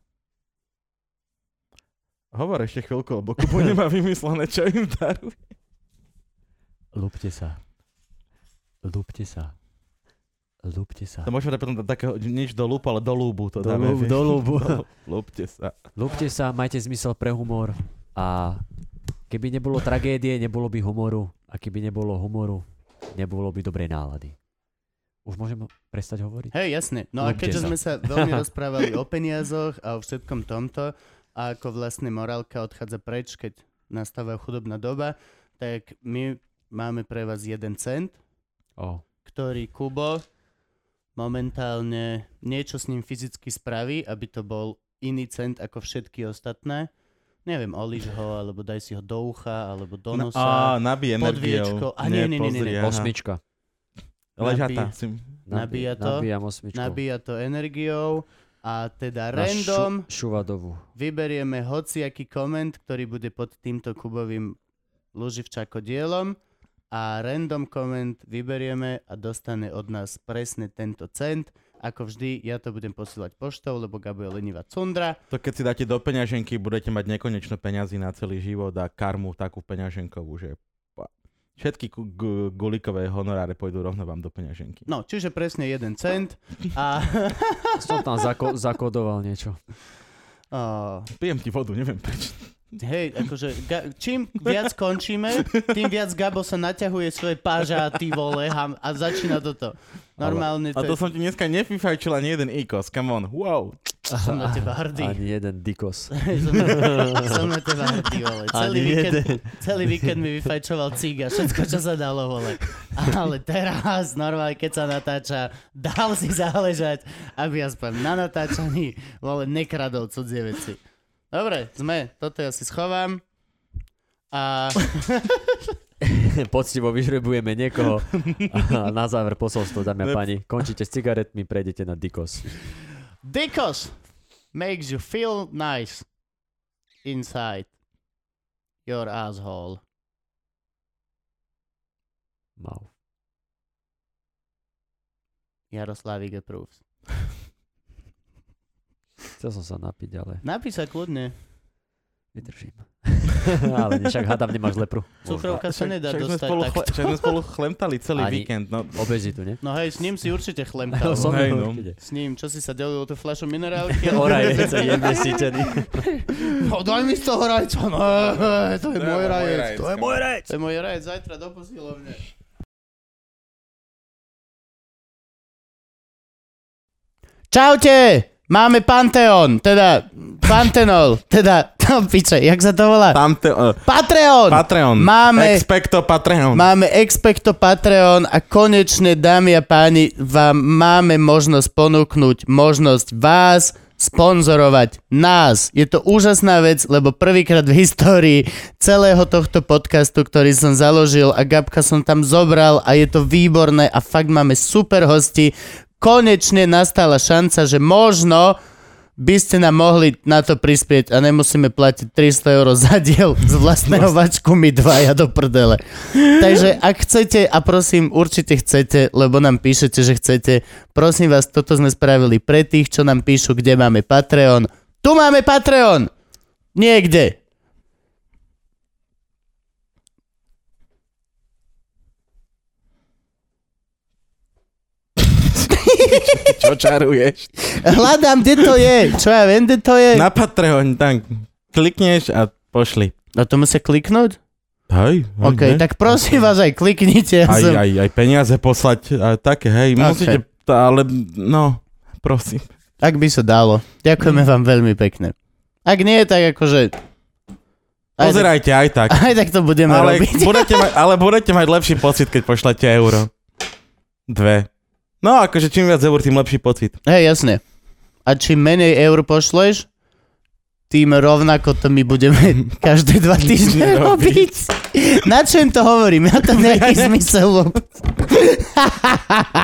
Hovor ešte chvíľku, lebo Kubo nemá vymyslené, čo im daruje. Ľúbte sa. Ľúbte sa. Ľúbte sa. To môžeme dať potom takého, nič do lúbu, ale do lúbu to do dáme. Do lúbu. Ľúbte sa. Ľúbte sa, majte zmysel pre humor a keby nebolo tragédie, nebolo by humoru a keby nebolo humoru, nebolo by dobrej nálady. Už môžem prestať hovoriť? Hej, jasne. No a keďže sme sa veľmi rozprávali o peniazoch a o všetkom tomto a ako vlastne morálka odchádza preč, keď nastáva chudobná doba, tak my máme pre vás 1 cent, ktorý Kubo momentálne niečo s ním fyzicky spraví, aby to bol iný cent ako všetky ostatné. Neviem, olíš ho, alebo daj si ho do ucha, alebo do nosa. Nabíj energiou. Nie. Osmička. Ležatá. Nabíja to energiou a teda random šuvadovú. Vyberieme hociaký koment, ktorý bude pod týmto Kubovým Luživčáko-dielom a random koment vyberieme a dostane od nás presne tento cent. Ako vždy, ja to budem posílať poštou, lebo Gabo je lenivá cundra. To keď si dáte do peňaženky, budete mať nekonečno peňazí na celý život a karmu takú peňaženkovú, že všetky gulíkové honoráre pôjdu rovno vám do peňaženky. No, čiže presne 1 cent a... Som tam zakódoval niečo. Pijem ti vodu, neviem prečo. Hej, akože čím viac končíme, tým viac Gabo sa naťahuje svoje pážáty, vole, a začína toto. Normálne to... A to som ti dneska nefifajčil ani jeden ikos, come on, wow. Som na teba hrdý. Ani jeden dikos. Som na teba hrdý, vole. Celý víkend mi vyfajčoval cíga, všetko, čo sa dalo, vole. Ale teraz, normálne, keď sa natáča, dal si záležať, aby aspoň na natáčaní, vole, nekradol cudzie veci. Dobre, toto ja si schovám a... Poctivo vyžrebujeme niekoho a na záver posolstvo, dámy a páni. Končíte s cigaretmi, prejdete na Dikos. Dikos makes you feel nice inside your asshole. Mouth. Jaroslavík approves. Chcel som sa napiť, ale... Napí sa kľudne. Vydržím. Ale však hádam, nemáš lepru. Cukrovka sa nedá dostať takto. Však sme spolu chlemtali celý víkend. No. Obezitu, ne? No hej, s ním si určite chlemtal. S ním, čo si sa delil tú fľašu minerálky? Orajec, jemne sítený. No daj mi z toho rajca. No, to je môj rajec. To je môj rajec. Zajtra do posilovne. Čaute! Máme Panteón, teda Pantenol, teda, no piče, jak sa to volá? Patreon. Máme Expecto Patreon a konečne, dámy a páni, vám máme možnosť ponúknuť možnosť vás sponzorovať nás. Je to úžasná vec, lebo prvýkrát v histórii celého tohto podcastu, ktorý som založil a Gabka som tam zobral a je to výborné a fakt máme super hosti. Konečne nastala šanca, že možno by ste nám mohli na to prispieť a nemusíme platiť 300 € za diel z vlastného vačku my dvaja do prdele. Takže ak chcete, a prosím, určite chcete, lebo nám píšete, že chcete, prosím vás, toto sme spravili pre tých, čo nám píšu, kde máme Patreon. Tu máme Patreon! Niekde. Čo čaruješ? Hľadám, kde to je. Čo ja viem, kde to je. Na Patreon, tak klikneš a pošli. A to musia kliknúť? Hej. OK, tak prosím vás aj kliknite. Aj peniaze poslať a také, hej. Musíte, ale no, prosím. Ak by sa dalo. Ďakujeme vám veľmi pekne. Ak nie, tak akože... Pozerajte aj tak. Aj tak to budeme robiť. Budete mať lepší pocit, keď pošlete euro. 2. No, akože čím viac eur, tým lepší pocit. Hej, jasne. A čím menej eur pošleš, tým rovnako to my budeme každé 2 týždne robiť. Na čo im to hovorím? Ja to nejaký zmysel.